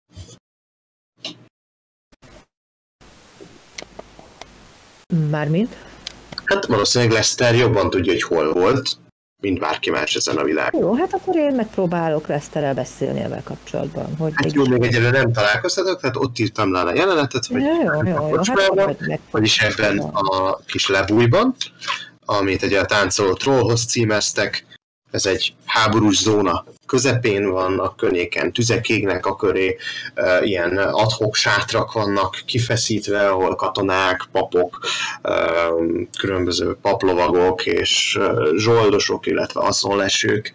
Mármint? Hát valószínűleg Lester jobban tudja, hogy hol volt, mint bárki más ezen a világon. Jó, hát akkor én megpróbálok Lesterrel beszélni ebben kapcsolatban. Hogy Hát jó, még egyelőre nem találkoztatok, tehát ott írtam le a jelenetet, hogy vagyis ebben a kis lebújban, amit egy a táncoló trollhoz címeztek. Ez egy háborús zóna közepén van, a környéken tüzek égnek a köré, ilyen ad-hoc sátrak vannak kifeszítve, ahol katonák, papok, különböző paplovagok és zsoldosok, illetve haszonlesők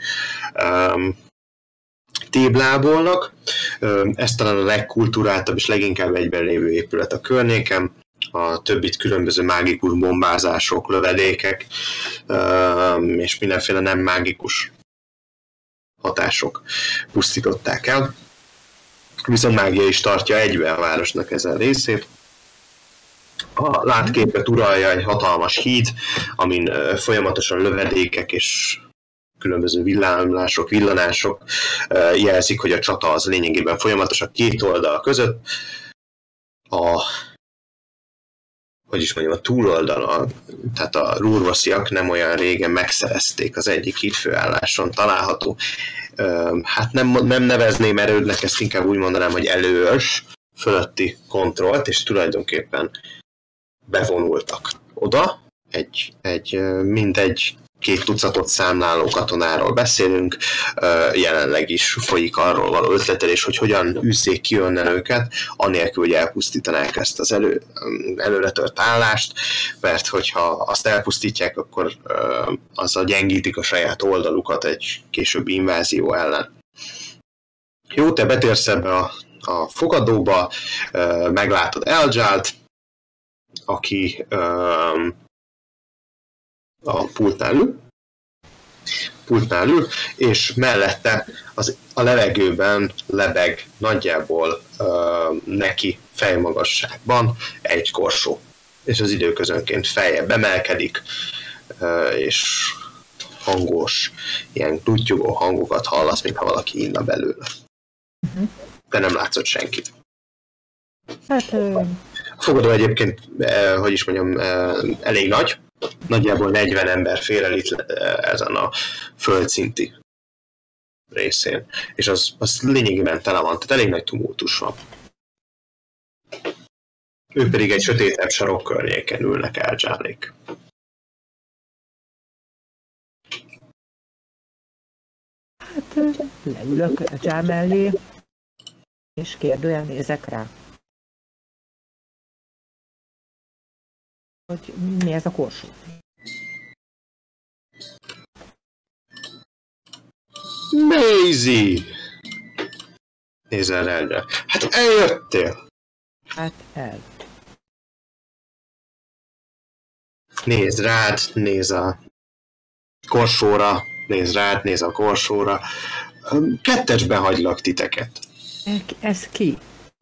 téblábolnak. Ez talán a legkulturáltabb és leginkább egyben lévő épület a környéken. A többit különböző mágikus bombázások, lövedékek és mindenféle nem mágikus hatások pusztították el. Viszont mágia is tartja egybe a városnak ezen részét. A látképet uralja egy hatalmas híd, amin folyamatosan lövedékek és különböző villanások jelzik, hogy a csata az lényegében folyamatosan két oldal között. A túloldalon, tehát a rúrvasziak nem olyan régen megszerezték az egyik hídfőálláson található. Hát nem nevezném erődnek, ezt inkább úgy mondanám, hogy előörs fölötti kontrollt, és tulajdonképpen bevonultak oda. Mindegy 2 tucatot számláló katonáról beszélünk, jelenleg is folyik arról való ötletelés, hogy hogyan űzzék ki onnan őket, anélkül, hogy elpusztítanák ezt az előre tört állást, mert hogyha azt elpusztítják, akkor azzal gyengítik a saját oldalukat egy későbbi invázió ellen. Jó, te betérsz ebbe a fogadóba, meglátod Eljált, aki a pultnál ül, és mellette a levegőben lebeg nagyjából neki fejmagasságban egy korsó. És az időközönként feljebb emelkedik, és hangos, ilyen tuttyogó hangokat hallasz, mintha valaki inna belőle. De nem látszott senkit. Hát... A fogadó egyébként, hogy is mondjam, elég nagy. Nagyjából 40 ember fér el itt ezen a földszinti részén. És az lényegében tele van, tehát elég nagy tumultus van. Ők pedig egy sötétebb sarok környéken ülnek Eljálék. Hát leülök Eljál mellé, és kérdően nézek rá. Hogy mi ez a korsó? Maisie! Nézel Eljál. Hát eljöttél! Hát el. Nézd rád, néz a korsóra, nézd rád, néz a korsóra. Kettesben hagylak titeket. Ez ki?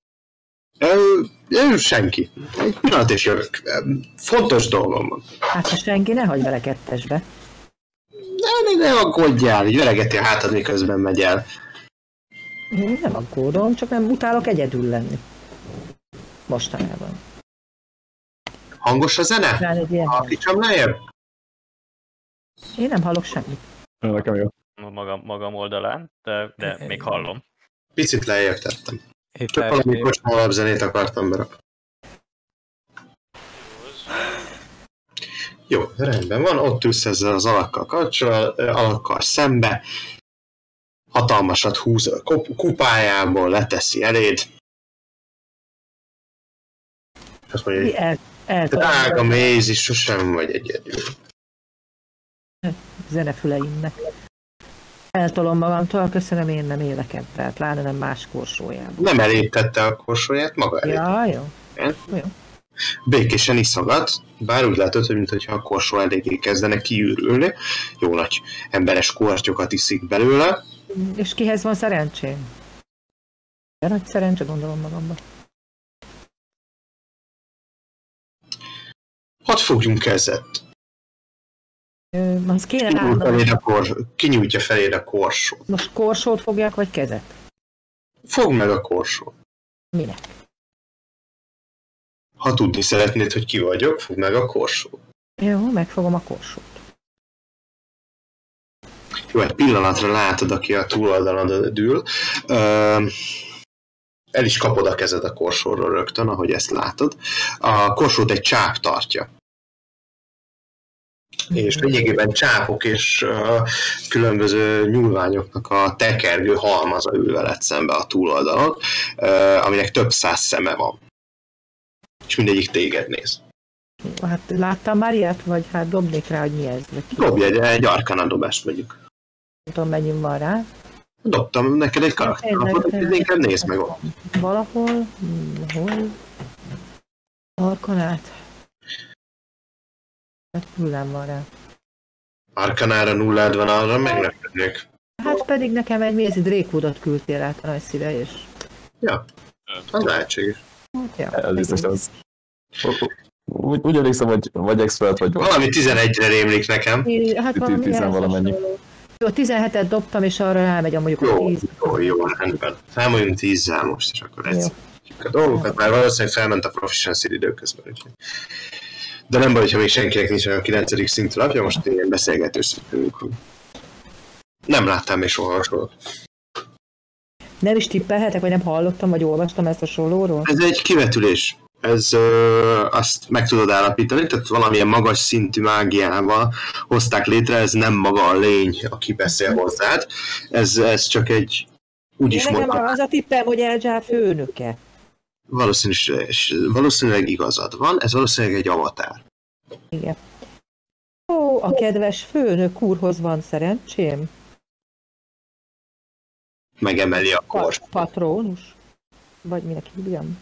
Senki. Egy pillanat és jövök. Fontos dolgom van. Hát ha senki, ne hagyj vele kettesbe. Ne aggódjál, így veregeti a hátad, miközben megy el. Én nem aggódom, csak nem utálok egyedül lenni. Mostanában. Hangos a zene? Hallgassam lejjebb? Én nem hallok semmit. Nekem jó. Magam oldalán, de még hallom. Picit lejjebb tettem. Csak valami kocsma alapzenét akartam berakni. Jó, rendben van, ott ülsz ezzel az alakkal szembe, hatalmasat húz a kupájából, leteszi eléd. Azt mondja, hogy drága Maisie, sosem vagy egyedül. Zenefüleimnek. Eltolom magamtól, köszönöm, én nem élek ebben, pláne nem más korsójában. Nem elé tette a korsóját, maga elé. Ja, jó. Békésen iszogat, bár úgy látod, hogy mintha a korsó eléggé kezdene kiürülni. Jó nagy emberes kortyokat iszik belőle. És kihez van szerencsém? De nagy szerencse, gondolom magamban. Hadd fogjunk kezet. Az kéne állnom. Kinyújtja feléd a korsót. Most korsót fogjak, vagy kezet? Fogd meg a korsót. Minek? Ha tudni szeretnéd, hogy ki vagyok, fogd meg a korsót. Jó, megfogom a korsót. Jó, egy pillanatra látod, aki a túloldalon ül. El is kapod a kezed a korsóról rögtön, ahogy ezt látod. A korsót egy csáp tartja. És lényegében csápok és különböző nyúlványoknak a tekergő halmaza ül veled szembe a túloldalon, aminek több száz szeme van. És mindegyik téged néz. Hát láttam már ilyet, vagy hát dobnék rá, hogy mi ez? Dobj egy arkana dobást mondjuk. Nem tudom, mennyim van rá. Dobtam neked egy karakterlapot, hogy inkább nézd meg ott. Valahol? Hol? Arkanát? Hát nullám van rá. Arkanára nullád van, arra meglepődnék. Hát pedig nekem egy Mézi Drékwoodot küldtél át a nagy szíve, és... Ja, az lehetséges. Ja, Elnézést, az... Úgy emlékszem, hogy vagy expert, vagy... Valami 11-re rémlik nekem. Hát valami 10 valamennyi. Jó, 17-et dobtam, és arra rámegy a mondjuk a 10. Jó, rendben. Számoljunk 10-zel most, és akkor egyszerűen a dolgokat, már valószínűleg felment a proficiency időközben. Úgyhogy. De nem baj, hogyha még senkinek nincs olyan 9. szintű lapja, most ilyen beszélgető szintűnk. Nem láttam még soha hasonlót. Nem is tippelhetek, vagy nem hallottam, vagy olvastam ezt a sólóról? Ez egy kivetülés. Ez azt meg tudod állapítani, tehát valamilyen magas szintű mágiával hozták létre, ez nem maga a lény, aki beszél hozzád. Ez csak egy, úgy is Nekem mondtam. az a tippem, hogy Elzsár főnöke. Valószínűleg igazad van, ez valószínűleg egy avatár. Igen. Ó, a kedves főnök úrhoz van szerencsém. Megemeli a kors. Patrónus? Vagy minek hívjam?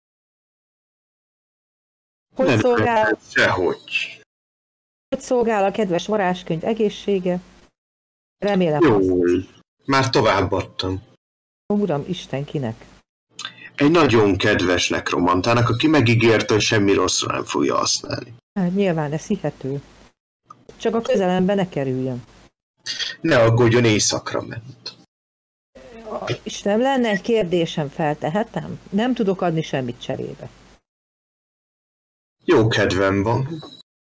Hogy szolgál? Sehogy. Hogy szolgál a kedves varázskönyv egészsége? Remélem. Jól. Már továbbadtam. Uram, Isten kinek? Egy nagyon kedves nekromantának, aki megígérte, hogy semmi rosszra nem fogja használni. Hát nyilván ez hihető. Csak a közelembe ne kerüljön. Ne aggódjon, éjszakra ment. Istenem, lenne egy kérdésem, feltehetem? Nem tudok adni semmit cserébe. Jó kedvem van.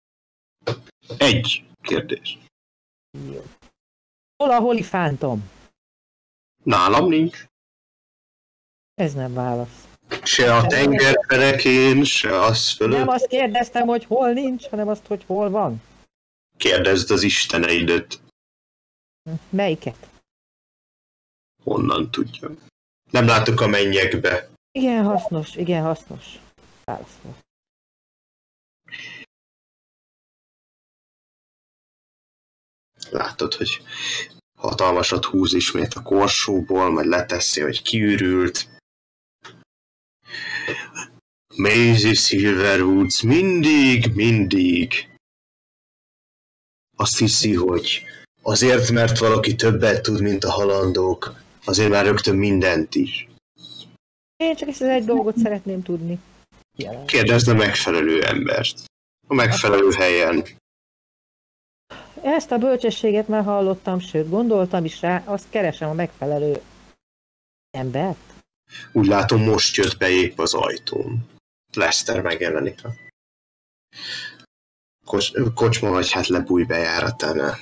Egy kérdés. Jó. Hol a holifántom? Nálam nincs. Ez nem válasz. Se a tengerperekén, se az fölött. Nem azt kérdeztem, hogy hol nincs, hanem azt, hogy hol van. Kérdezd az isteneidet. Melyiket? Honnan tudja. Nem látok a mennyekbe. Igen, hasznos, igen, hasznos. Válasz volt. Látod, hogy hatalmasat húz ismét a korsóból, majd leteszi, hogy kiürült. Maisie Silverwoods mindig azt hiszi, hogy azért, mert valaki többet tud, mint a halandók, azért már rögtön mindent is. Én csak ezt az egy dolgot szeretném tudni. Jelen. Kérdezd a megfelelő embert. A megfelelő helyen. Ezt a bölcsességet már hallottam, sőt, gondoltam is rá, azt keresem a megfelelő embert. Úgy látom, most jött be épp az ajtón. Lester megjelenik. Kocsma vagy hát lebúj bejáratánál.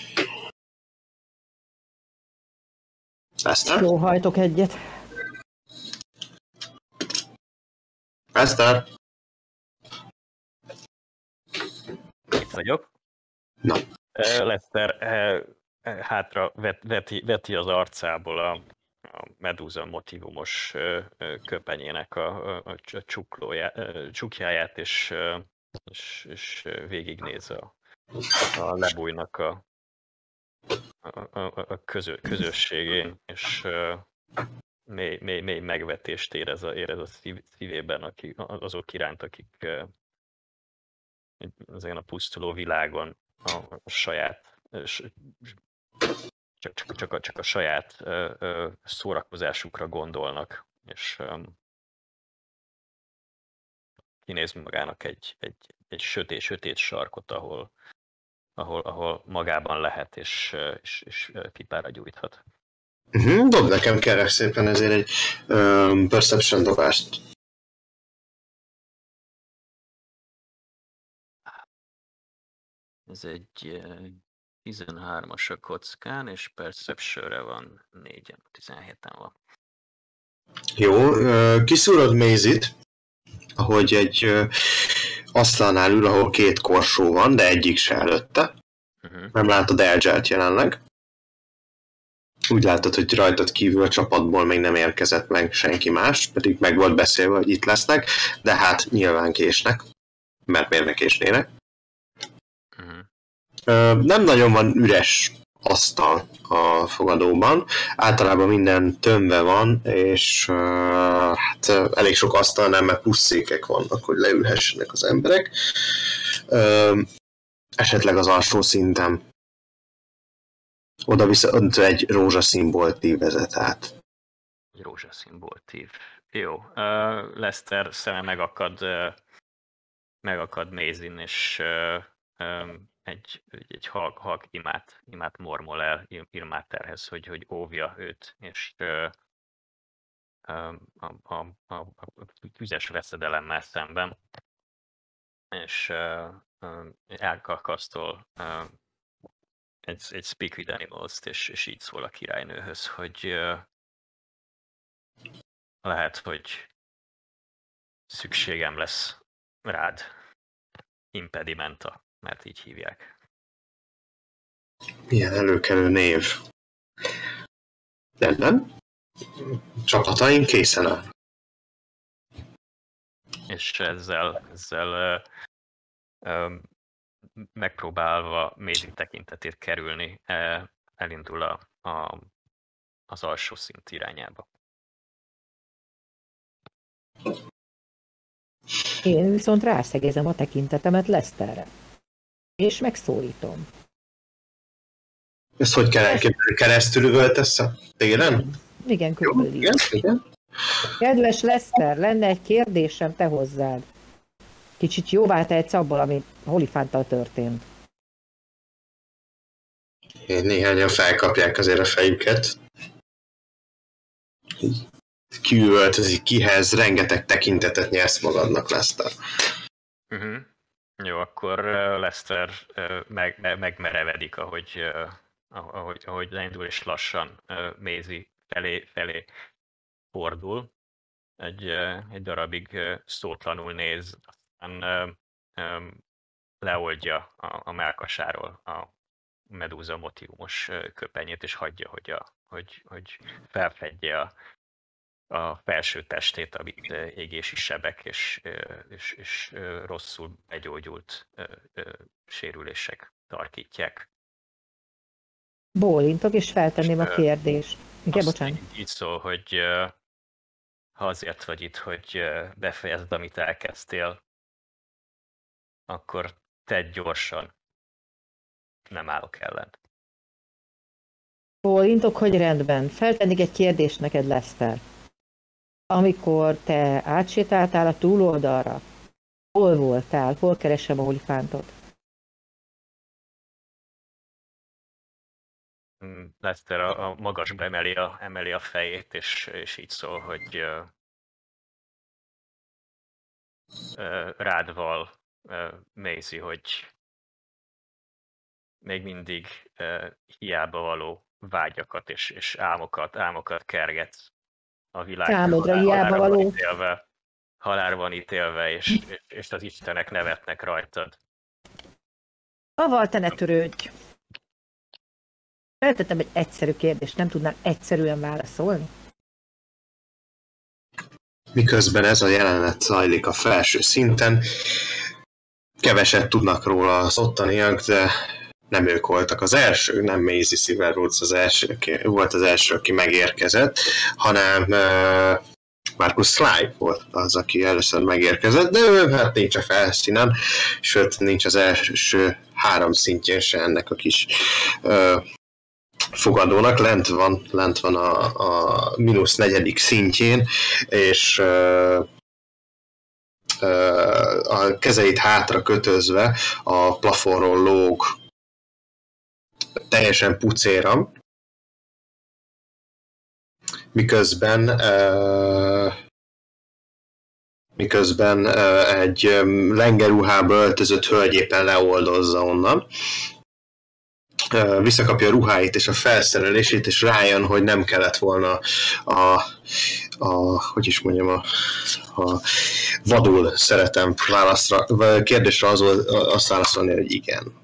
Lester? Jó, hajtok egyet. Lester? Itt vagyok. Na. Lester hátra veti az arcából a medúza motivumos köpenyének a csukjáját, és végignéz a lebújnak a közösségén, és mély megvetést érez a szívében azok iránt, akik ezen a pusztuló világon a saját csak a saját szórakozásukra gondolnak, és kinéz magának egy sötét sarkot, ahol ahol magában lehet, és pipára gyújthat. Dob nekem kérlek szépen ezért egy perception dobást. Ez egy 13-as a kockán, és perception-re van 4-en, 17-en van. Jó, kiszúrod Maisie-t, ahogy egy asztalnál ül, ahol 2 korsó van, de egyik se előtte. Nem látod Elgyelt jelenleg. Úgy látod, hogy rajtad kívül a csapatból még nem érkezett meg senki más, pedig meg volt beszélve, hogy itt lesznek, de hát nyilván késnek, mert miért ne késnének. Nem nagyon van üres asztal a fogadóban, általában minden tömve van, és hát elég sok asztal nem, mert plusz székek vannak, hogy leülhessenek az emberek. Esetleg az alsó szinten. Oda viszont egy rózsaszín boltív vezet át. Egy rózsaszín boltív. Jó. Lester szeme megakad Maisie-n, és egy halk imát mormol el Ilmáterhez, hogy óvja őt, és a tüzes veszedelemmel szemben, és elkakasztol egy Speak with Animals-t, és így szól a királynőhöz, hogy lehet, hogy szükségem lesz rád, Impedimenta, mert így hívják. Milyen előkelő név. Nem? Csapataink készen áll. És ezzel megpróbálva Maisie tekintetét kerülni, elindul az alsó szint irányába. Én viszont rászegezem a tekintetemet Lesterre. És megszólítom. Ezt hogy keresztül üvöltesz téren? Igen, körülbelül. Igen. Kedves Lester, lenne egy kérdésem te hozzád. Kicsit jóvá tehetsz abból, ami Holifánttal történt. Néhányan felkapják azért a fejüket. Kiüvöltözik, kihez, rengeteg tekintetet nyersz magadnak, Lester. Jó, akkor Lester megmerevedik, ahogy leindul, és lassan Maisie felé fordul. Egy darabig szótlanul néz, aztán leoldja a mellkasáról a medúza motivumos köpenyét, és hagyja, hogy felfedje a felső testét, amit égési sebek és rosszul begyógyult sérülések tarkítják. Bólintok, és feltenném a kérdést. Igen, bocsánat. Így szól, hogy ha azért vagy itt, hogy befejezd, amit elkezdtél, akkor tedd gyorsan. Nem állok ellen. Bólintok, hogy rendben. Feltennék egy kérdést neked, Lester. Amikor te átsétáltál a túloldalra, hol voltál? Hol keresem a Holifántot? Lester a magasba emeli a fejét, és így szól, hogy rád val, Maisie, hogy még mindig hiába való vágyakat és álmokat kergetsz a világ. Számodra hiába való. Halálban ítélve, és az istenek nevetnek rajtad. Aval te ne törődj! Feltettem egy egyszerű kérdést, nem tudnál egyszerűen válaszolni? Miközben ez a jelenet zajlik a felső szinten, keveset tudnak róla az ottaniak, de nem ők voltak az elsők, nem Maisie Silverwoods volt az első, aki megérkezett, hanem Marcus Sly volt az, aki először megérkezett, de ő hát nincs a felszínen, sőt nincs az első 3 szintjén se ennek a kis fogadónak, lent van a -4. szintjén, és a kezeit hátra kötözve a plafonról lóg teljesen pucéra, miközben egy lengerruhába öltözött hölgy éppen leoldozza onnan. Visszakapja a ruháit és a felszerelését, és rájön, hogy nem kellett volna hogy is mondjam, a vadul szeretem kérdésre azt válaszolni, hogy igen.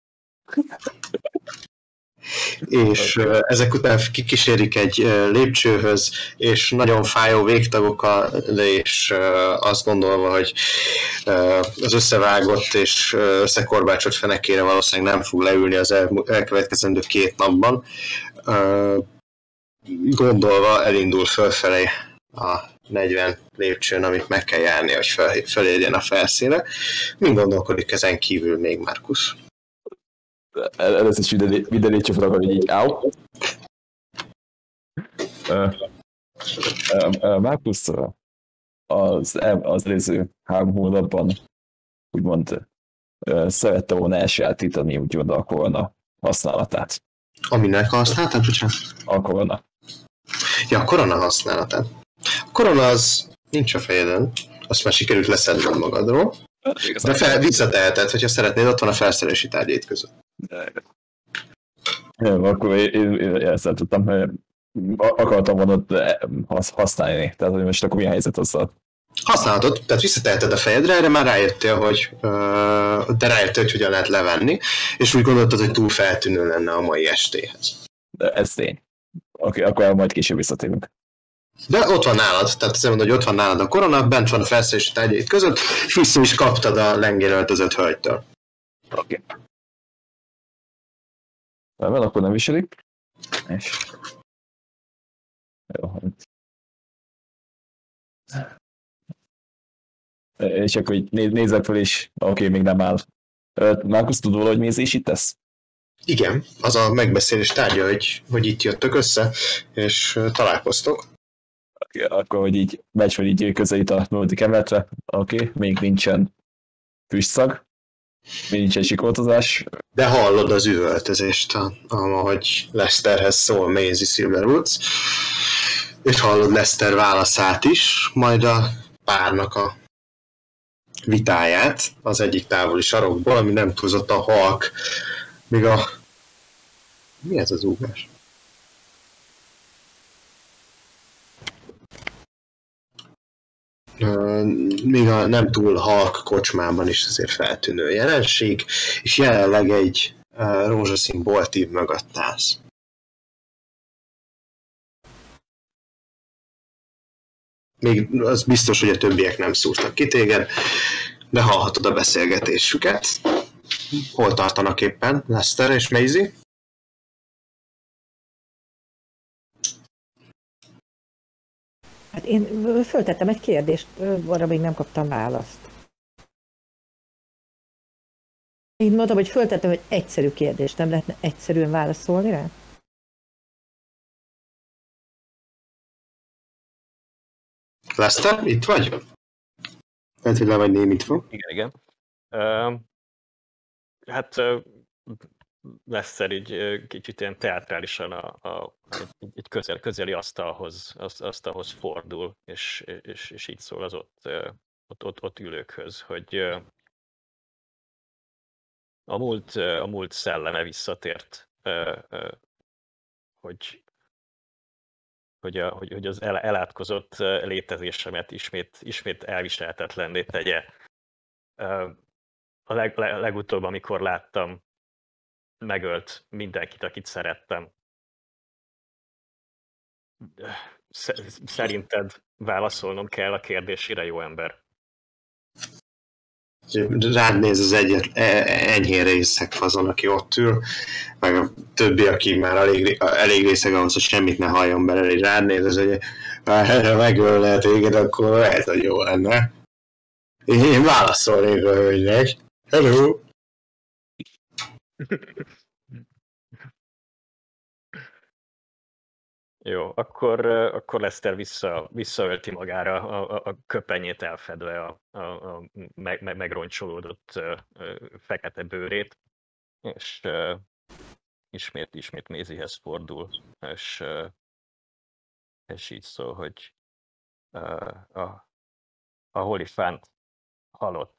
És ezek után kikísérik egy lépcsőhöz, és nagyon fájó végtagokkal, és azt gondolva, hogy az összevágott és összekorbácsolt fenekére valószínűleg nem fog leülni az elkövetkezendő 2 napban, gondolva elindul fölfelé a 40 lépcsőn, amit meg kell járni, hogy felérjen a felszínre. Mind gondolkodik ezen kívül még Markus? Először is minden lépcsőfokon, hogy így áll. Markus az előző 3 hónapban úgymond szerette volna elsajátítani úgymond a korona használatát. Aminek a használatát, bocsánat? A korona. Ja, a korona használatát. A korona az nincs a fejeden, azt már sikerült leszedned magadról. De visszateheted, hogyha szeretnéd, ott van a felszerelési tárgyait között. Akkor én ezt nem tudtam, hogy akartam volna használni. Tehát, hogy most akkor mi a helyzet azzal? Használhatod, tehát visszateheted a fejedre, erre már rájöttél, hogy hogyan lehet levenni, és úgy gondoltad, hogy túl feltűnő lenne a mai estéhez. De ez tény. Oké, akkor majd később visszatérünk. De ott van nálad, tehát azt mondod, hogy ott van nálad a korona, bent van a felszerelési tárgyait között, és vissza is kaptad a lengéröltözött hölgytől. Oké. Mert akkor nem viselik. Jó. És akkor így nézek fel is, oké, még nem áll. Markus, tudod valahogy mézésítesz? Igen, az a megbeszélés tárgya, hogy itt jöttök össze, és találkoztok. Oké, akkor, hogy így megy fel így közelít a 0. emeletre, oké, még nincsen füstszag, még nincsen sikoltozás. De hallod az üvöltözést, ahogy Lesterhez szól Maisie Silverwoods, és hallod Lester válaszát is, majd a párnak a vitáját az egyik távoli sarokból, ami nem túlzottan halk, még a... Mi ez az úgás? Még a nem túl halk kocsmában is azért feltűnő jelenség, és jelenleg egy rózsaszín boltív mögött állsz. Még az biztos, hogy a többiek nem szúrtak ki téged, de hallhatod a beszélgetésüket. Hol tartanak éppen Lester és Maisie? Hát én föltettem egy kérdést, arra még nem kaptam választ. Én mondtam, hogy föltettem egy egyszerű kérdést, nem lehetne egyszerűen válaszolni rá? Lester, itt vagy? Lehet, hogy le vagy némítva. Igen. Hát Lester így kicsit ilyen teátrálisan egy közeli asztalhoz fordul, és így szól az ott ülőkhöz, hogy a múlt szelleme visszatért, hogy az elátkozott létezésemet ismét elviselhetetlenné tegye. A legutóbb, amikor láttam, megölt mindenkit, akit szerettem. Szerinted válaszolnom kell a kérdésére, jó ember? Rád néz az enyhén részeg fazon, aki ott ül, meg a többi, aki már elég részeg ahhoz, hogy semmit ne halljon belőle, és rád néz, hogy ha megölne téged, akkor lehet, hogy jó lenne. Én válaszolnék a hölgynek. Hello! Jó, akkor Lester visszaölti magára a köpenyét elfedve a megroncsolódott fekete bőrét, és ismét Mézihez fordul, és így szól, hogy a Holifánt halott.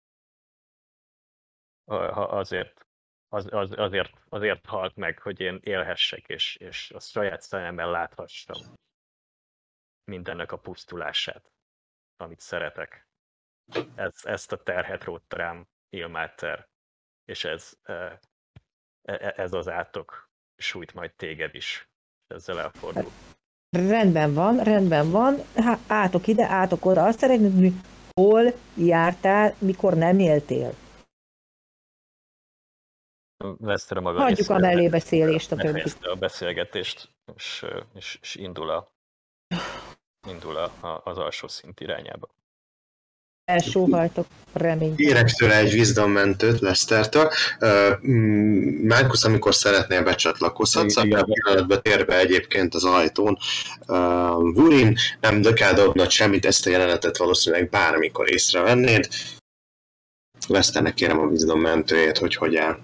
Azért halt meg, hogy én élhessek, és a saját szememmel láthassam mindennek a pusztulását, amit szeretek. Ezt a terhet rótta rám Ilmáter, és ez az átok sújt majd téged is. Ezzel elfordul. Rendben van. Átok ide, átok oda. Azt szeretném tudni, hol jártál, mikor nem éltél. Vesztere maga Hagyjuk a mellébeszélést a többit. Megnézte a beszélgetést, és indul az alsó szint irányába. Elsóhajtok, remény. Kérek tőle egy wisdom mentőt Lestertől. Márkusz, amikor szeretnél becsatlakozhatsz, akkor a pillanatban tér be egyébként az ajtón. Vurin, nem kell dobnod semmit, ezt a jelenetet valószínűleg bármikor észrevennéd. Lesternek kérem a wisdom mentőjét, hogy áll.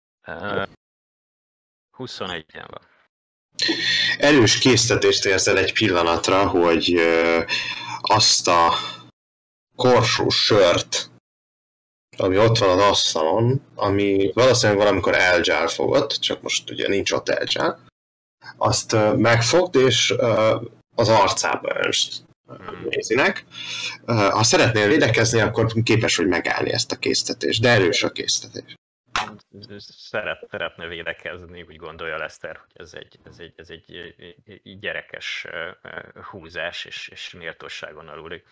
21-en van. Erős késztetést érzel egy pillanatra, hogy azt a korsós sört, ami ott van az asztalon, ami valószínűleg valamikor Elgyál fogott, csak most ugye nincs ott Elgyál, azt megfogd, és az arcába önst Mézinek. Ha szeretnél védekezni, akkor képes vagy megállni ezt a késztetést, de erős a késztetés. Szeretne védekezni, úgy gondolja Lester, hogy ez egy gyerekes húzás, és méltóságon aluli.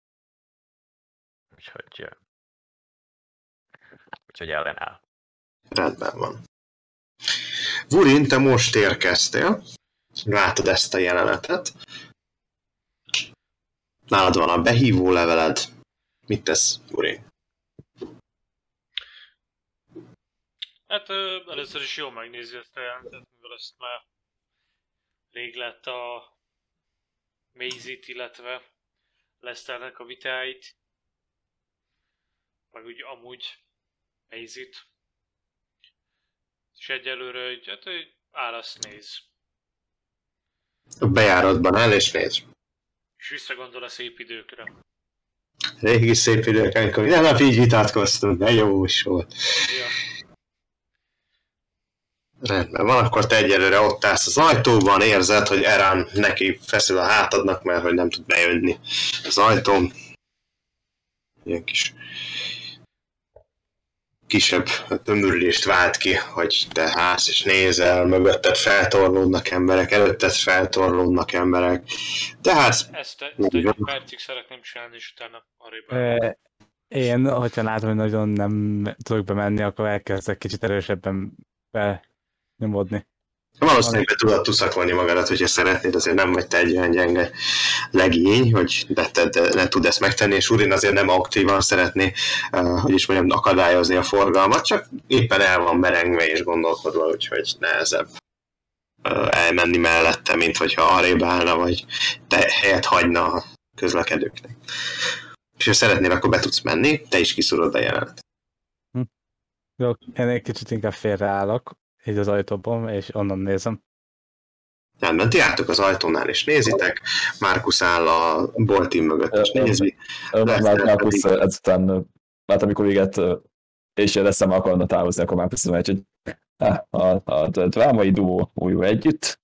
Úgyhogy ellenáll. Rendben van. Vurin, te most érkeztél. Látod ezt a jelenetet. Nálad van a behívó leveled. Mit tesz, Vurin? Hát először is jól megnézi ezt a jelentet, mivel ezt már rég lett a Maisie-t, illetve Lesternek a vitáit. Meg úgy amúgy Maisie-t. És egyelőre hogy áll, azt néz. A bejáratban áll és néz. És visszagondol a szép időkre. Régi szép idők, amikor minden nap így vitatkoztunk, de jó is volt. Ja. Rendben van, akkor te egyelőre ott állsz az ajtóban, érzed, hogy Erán neki feszül a hátadnak, mert hogy nem tud bejönni az ajtón. Ilyen kisebb tömörülést vált ki, hogy te állsz és nézel, mögötted feltorlódnak emberek, előtted feltorlódnak emberek. Tehát... Ezt egy percig szeretném csinálni, és utána arrébb. Én, hogyha látom, hogy nagyon nem tudok bemenni, akkor elkezdek kicsit erősebben benyomodni. Valószínűleg be tudod tuszakolni magadat, hogyha szeretnéd, azért nem vagy te egy olyan gyenge legény, hogy ne tud ezt megtenni, és Urin azért nem aktívan szeretné, hogy is mondjam, akadályozni a forgalmat, csak éppen el van merengve és gondolkodva, úgyhogy nehezebb elmenni mellette, mint hogyha arrébb állna, vagy te helyet hagyna a közlekedőknek. És ha szeretnél, akkor be tudsz menni, te is kiszúrod a jelenet. Jó, én egy kicsit inkább félreállok, így az ajtóban, és onnan nézem. Rendben, ti álltok az ajtónál és nézitek, Márkusz áll a boltin mögött és nézi. Márkusz ezután, amikor véget, és leszem akarna távozni, akkor Márkusz megy, hogy a drámai duó újul együtt.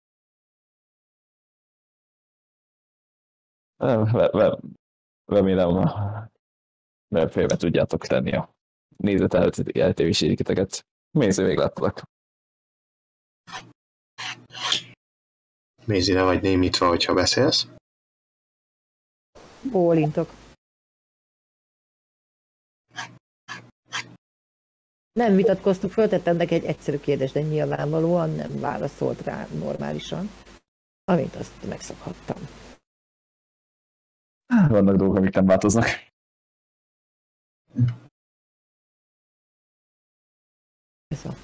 Remélem, félbe tudjátok tenni a nézet eltévéségeket. Méző még láttalak. Mézire vagy némítva, hogyha beszélsz. Bólintok. Nem vitatkoztuk, föltettem neki egy egyszerű kérdést, de nyilvánvalóan nem válaszolt rá normálisan, amint azt megszokhattam. Vannak dolgok, amik nem változnak. Ez van.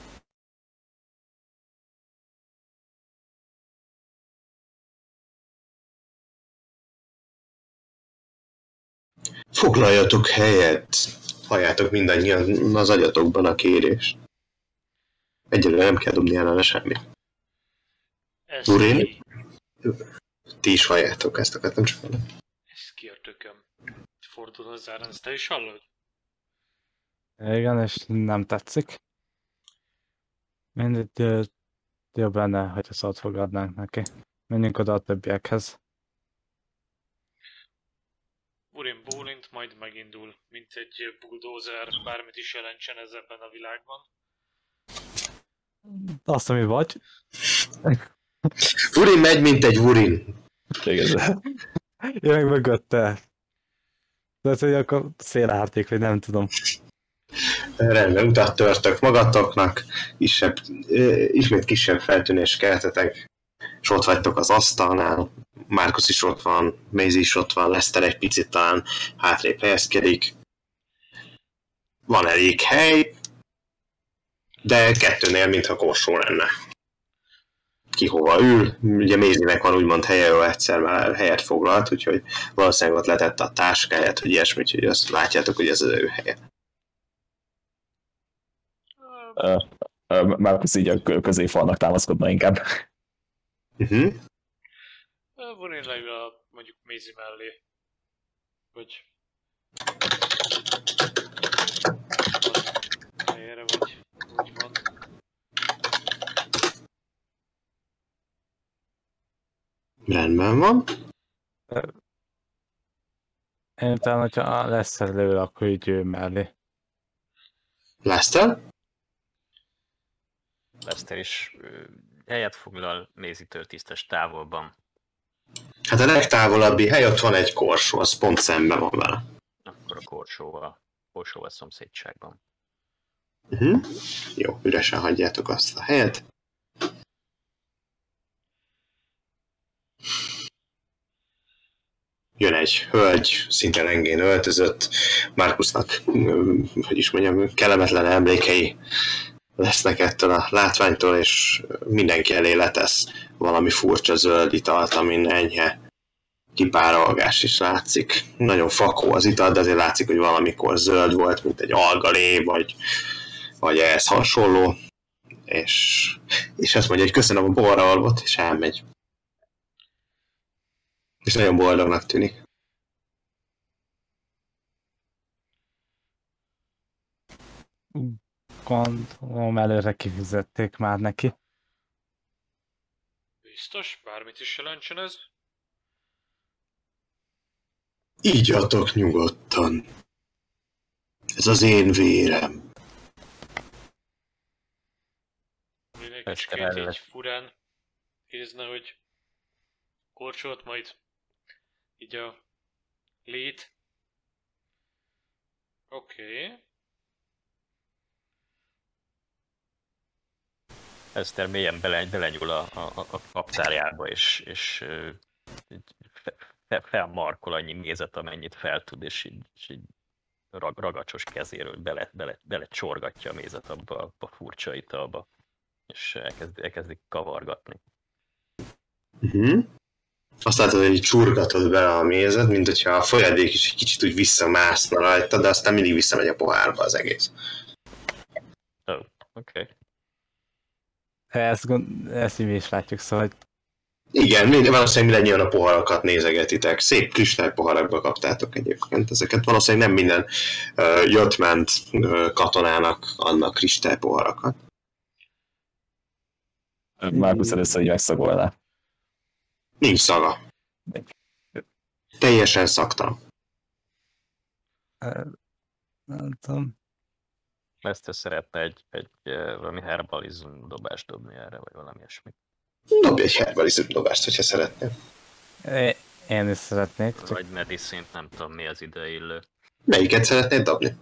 Foglaljatok helyet, halljátok mindannyian az agyatokban a kérést. Egyelőre nem kell dobni ellene semmit. Ez Urin? ki? Ti is halljátok ezt, akartam csak mondani. Ez ki a tököm? Fordul hozzá, ezt te is hallod? Igen, és nem tetszik. Mindegy, jobb lenne, hogyha szót fogadnánk neki. Menjünk oda a többiekhez. Urin bólint, majd megindul, mint egy bulldozer, bármit is jelentsen ez ebben a világban. Azt, ami vagy. Urin megy, mint egy Urin. Igen. Én meg mögötte. Tehát, hogy akkor szélárték, vagy nem tudom. Rendben, utat törtök magatoknak, ismét kisebb feltűnés keltetek, és ott vagytok az asztalnál, Marcus is ott van, Maisie is ott van, Lester egy picit talán hátrébb helyezkedik. Van elég hely, de kettőnél mintha korsó lenne. Ki hova ül, ugye Maisie-nek van úgymond helye, ő egyszer már helyet foglalt, úgyhogy valószínűleg ott letette a táskáját, hogy ilyesmit, hogy azt látjátok, hogy ez az ő helye. Marcus így a középfalnak támaszkodna inkább. Urin leül a mondjuk Maisie mellé. Hogy... Helyére vagy, hogy van. Rendben van. Én talán, hogyha lesz előle, akkor így ő mellé. Lester? Lester is helyet foglal Maisie-től tisztes távolban. Hát a legtávolabbi hely, ott van egy korsó, az pont szemben van vele. Akkor a korsóval szomszédságban. Jó, üresen hagyjátok azt a helyet. Jön egy hölgy, szinte lengén öltözött, Marcusnak, hogy is mondjam, kellemetlen emlékei lesznek ettől a látványtól, és mindenki elé letesz valami furcsa zöld italt, amin enyhe kipárolgás is látszik. Nagyon fakó az ital, de azért látszik, hogy valamikor zöld volt, mint egy algalé, vagy ehhez hasonló. És azt mondja, hogy köszönöm a borralvot, és elmegy. És nagyon boldognak tűnik. Gondolom előre kifizették már neki. Biztos? Bármit is jelentsen ez? Ígyatok nyugodtan. Ez az én vérem. Urinek kicsit így furán érzne, hogy korcsolt majd így a lét. Oké. Eszter mélyen belenyúl a kaptárjába, és felmarkol annyi mézet, amennyit fel tud, és így ragacsos kezéről bele csorgatja a mézet abba a furcsa italba, és elkezdik kavargatni. Azt látod, hogy csurgatod bele a mézet, mint hogyha a folyadék is egy kicsit úgy visszamászna rajta, de aztán mindig visszamegy a pohárba az egész. Oké. Ezt mi is látjuk, szóval... Igen, valószínűleg mindannyian a poharakat nézegetitek. Szép kristálypoharakba kaptátok egyébként. Ezeket valószínűleg nem minden jött-ment katonának adnak kristálypoharakat. Marcus először így megszagolná. Nincs szaga. Teljesen szagtalan. Nem tudom. Lester szeretne egy valami herbalizm dobást dobni erre, vagy valami ilyesmi. Dobj egy herbalizm dobást, hogyha szeretnél. Én is szeretnék. Csak... Vagy medicine, nem tudom mi az ideillő. Melyiket szeretnéd dobni?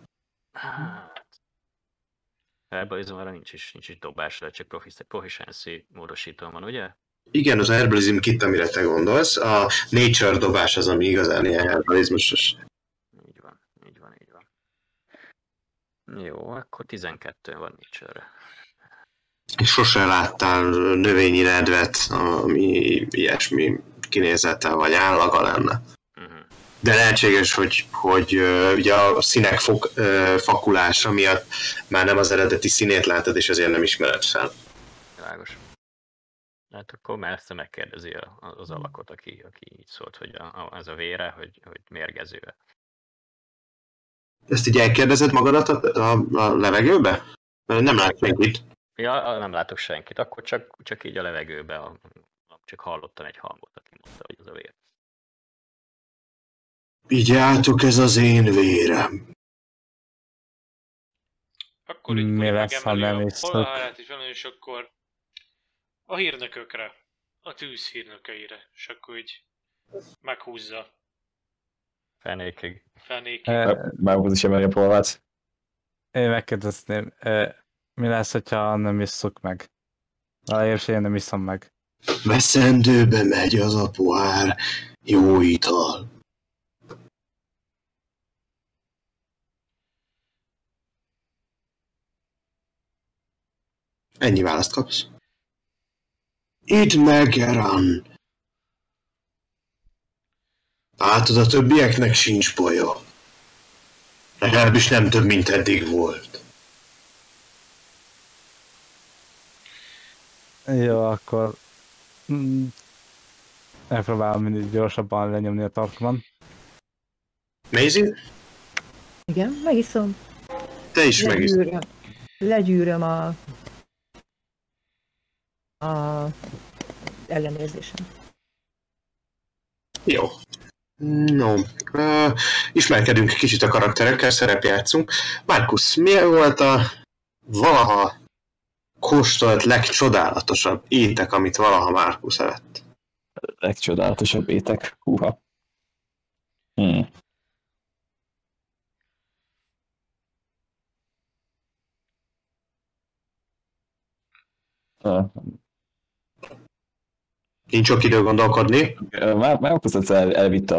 Herbalizmra nincs is dobás, de csak proficiency módosító van, ugye? Igen, az herbalizm kit, amire te gondolsz. A nature dobás az, ami igazán ilyen herbalizmusos. Így van. Jó, akkor 12 van nature-re. És sose láttál növényi nedvet, ami ilyesmi kinézete vagy állaga lenne. De lehetséges, hogy ugye a színek fakulása miatt már nem az eredeti színét látod, és ezért nem ismered fel. Világos. Hát akkor messze megkérdezi az alakot, aki így szólt, hogy ez a vére, hogy mérgező. Ezt így elkérdezed magadat a levegőbe? Nem lát senkit. Ja, nem látok senkit, akkor csak így a levegőbe, csak hallottam egy hangot, aki mondta, hogy ez a vér. Vigyátok, ez az én vérem. Akkor itt Mi Guri lesz, ha megemeli nem a iszok? halálát is velem, és akkor a hírnökökre, a tűz hírnökeire, és akkor így meghúzza Fenékig. fenékig. Márkusz is emeli a polvát. Én megkérdezném, mi lesz, hogyha nem isszuk meg? Valamiért én nem iszom meg. Veszendőbe megy az a pohár jó ital. Ennyi választ kapsz. Itt Megeran. Látod, a többieknek sincs baja. Legalábbis nem több, mint eddig volt. Jó, akkor megpróbálom mindig gyorsabban lenyomni a tartman. Maisie? Igen, megiszom. Te is megiszod. Legyűröm a ellenérzésem. Jó. No. Ismerkedünk kicsit a karakterekkel, szerepjátszunk. Markus, mi volt a valaha kóstolt legcsodálatosabb étek, amit valaha Markus evett? Legcsodálatosabb étek. Húha. Nincs sok idő gondolkodni. Márkusz egyszer elvitte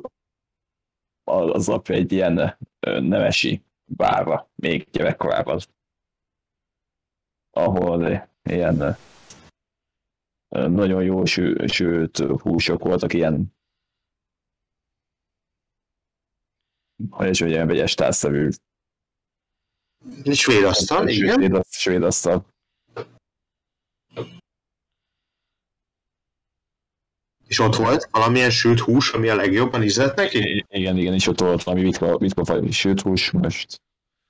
az apja egy ilyen nemesi bárra, még gyerekkorában, ahol ilyen nagyon jó sőt húsok voltak, ilyen hogy ilyen vegyes társzevű. Svéd asztal, igen. Svéd asztal. És ott volt valamilyen sült hús, ami a legjobban ízlett neki? Igen, és ott volt valami vitkafaj sült hús, most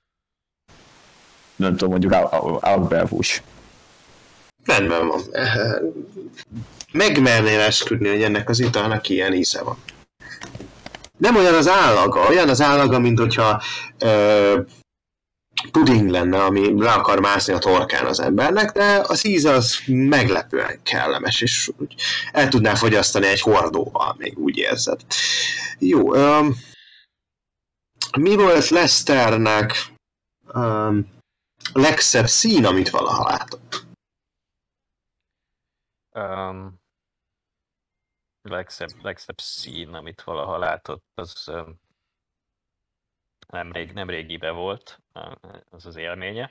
nem tudom, mondjuk állatbelhús. Rendben van. Megmernél esküdni, hogy ennek az italnak ilyen íze van. Nem olyan az állaga, mint hogyha puding lenne, ami le akar mászni a torkán az embernek, de az íze az meglepően kellemes, és el tudná fogyasztani egy hordóval, még úgy érzed. Jó, mi volt Lesternek a legszebb szín, amit valaha látott? Legszebb szín, amit valaha látott, az nem régiben volt, az élménye.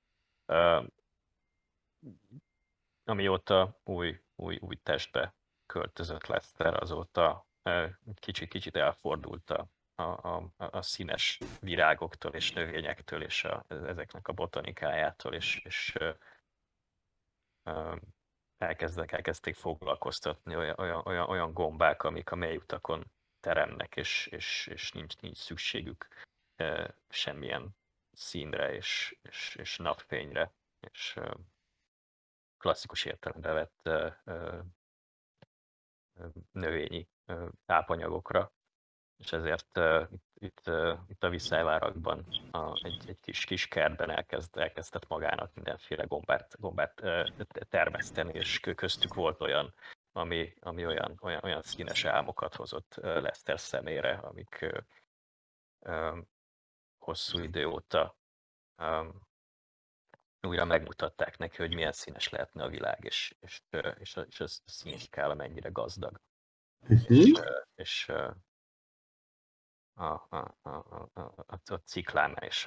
Amióta új testbe költözött Lester, azóta kicsit elfordult a színes virágoktól és növényektől, és ezeknek a botanikájától, és elkezdték foglalkoztatni olyan gombák, amik a mélyutakon teremnek, és nincs szükségük semmilyen színre és napfényre, és klasszikus értelembe vett növényi tápanyagokra, és ezért itt a Viszályvárakban egy kis kertben elkezdett magának mindenféle gombát termeszteni, és köztük volt olyan, ami olyan színes álmokat hozott Lester szemére, amik hosszú idő óta újra megmutatták neki, hogy milyen színes lehetne a világ, és a színskála mennyire gazdag. És a ciklámán és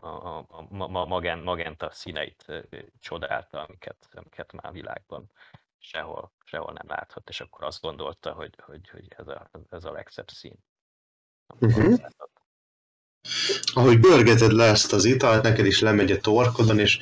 a magenta színeit csodálta, amiket már a világban sehol nem láthat, és akkor azt gondolta, hogy ez a legszebb szín. Ahogy görgeted le ezt az italt, neked is lemegy a torkodon, és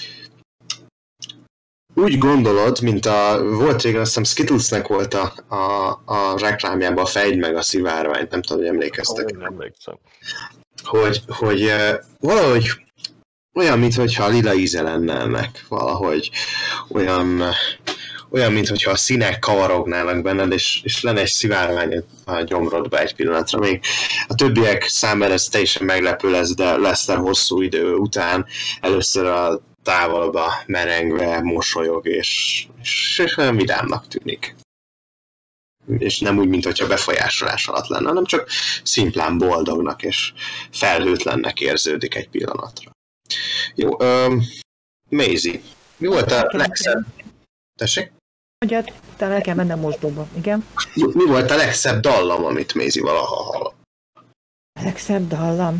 úgy gondolod, mint volt régen, azt hiszem Skittlesnek volt a reklámjában a Fejld meg a szivárványt, nem tudom, hogy emlékeztek. Nem emlékszem. Hogy valahogy olyan, mintha a lila íze lenne ennek, valahogy olyan, mintha a színek kavarognának benned, és lenne egy szivárvány a gyomrodba egy pillanatra. Még a többiek számára ez teljesen meglepő lesz, de Lester hosszú idő után először a távolba merengve mosolyog, és olyan vidámnak tűnik. És nem úgy, mintha befolyásolás alatt lenne, hanem csak szimplán boldognak és felhőtlennek érződik egy pillanatra. Jó, Maisie, mi volt a legszebb... Tessék? Mondjad, te el kell mennem mosdóba, igen? Mi volt a legszebb dallam, amit Maisie valaha hallott? A legszebb dallam?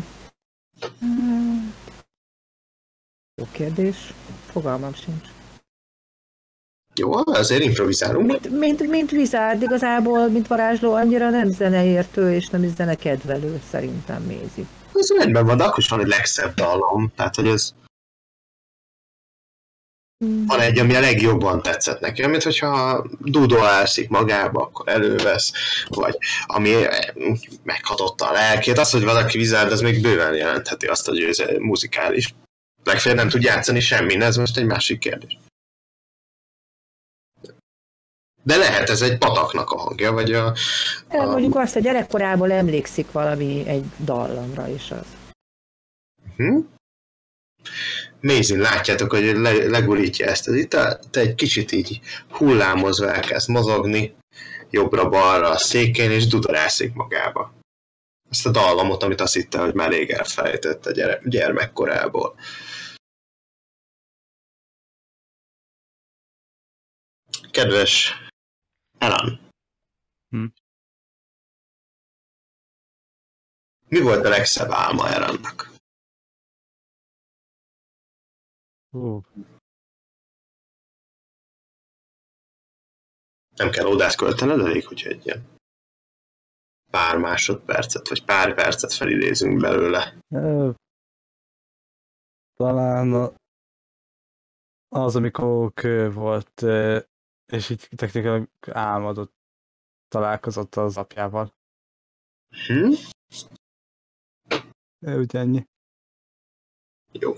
Jó kérdés. Fogalmam sincs. Jó, azért improvizálunk. Mint Wizard, igazából, mint varázsló, annyira nem zeneértő és nem is zenekedvelő, szerintem Maisie. Ez rendben van, de akkor is van egy legszebb dallam. Tehát, hogy ez... Van egy, ami a legjobban tetszett nekem, mint hogyha dúdol alszik magába, akkor elővesz, vagy ami meghatotta a lelkét. Az, hogy valaki Wizard, az még bőven jelentheti azt, hogy ő muzikális. Legfeljebb nem tud játszani semmin, ez most egy másik kérdés. De lehet ez egy pataknak a hangja, vagy Mondjuk azt, a gyerekkorából emlékszik valami egy dallamra is az. Maisie, látjátok, hogy legurítja ezt az italt, te egy kicsit így hullámozva elkezd mozogni, jobbra-balra a székén, és dudorászik magába. Ezt a dallamot, amit azt hitte, hogy már rég elfelejtett a gyermekkorából. Kedves Alan. Mi volt a legszebb álma Alannak? Nem kell odát költened, elég, hogyha egy ilyen pár másodpercet, vagy pár percet felidézünk belőle. Talán az, amikor kő volt, és így technikailag álmodott, találkozott az apjával. Úgy ennyi. Jó.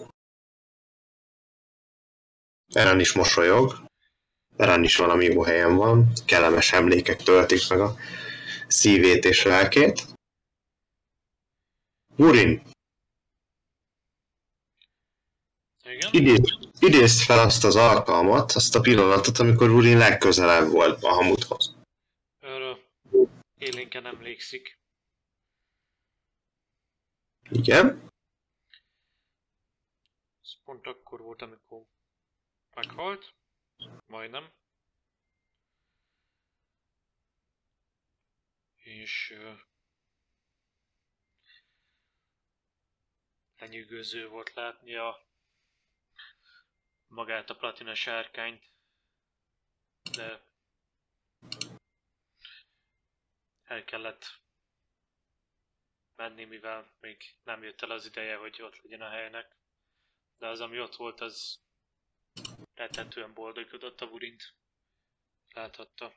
Eren is mosolyog. Eren is valami jó helyen van. Kellemes emlékek töltik meg a szívét és lelkét. Urin! Idézd fel azt az alkalmat, azt a pillanatot, amikor Urin legközelebb volt Bahamuthoz. Élénken emlékszik. Igen? Ez pont akkor volt, amikor meghalt. Majdnem. És lenyűgöző volt látni magát a platina sárkányt, de el kellett menni, mivel még nem jött el az ideje, hogy ott legyen a helynek. De az, ami ott volt, az rettentően boldogodott, a Urint láthatta.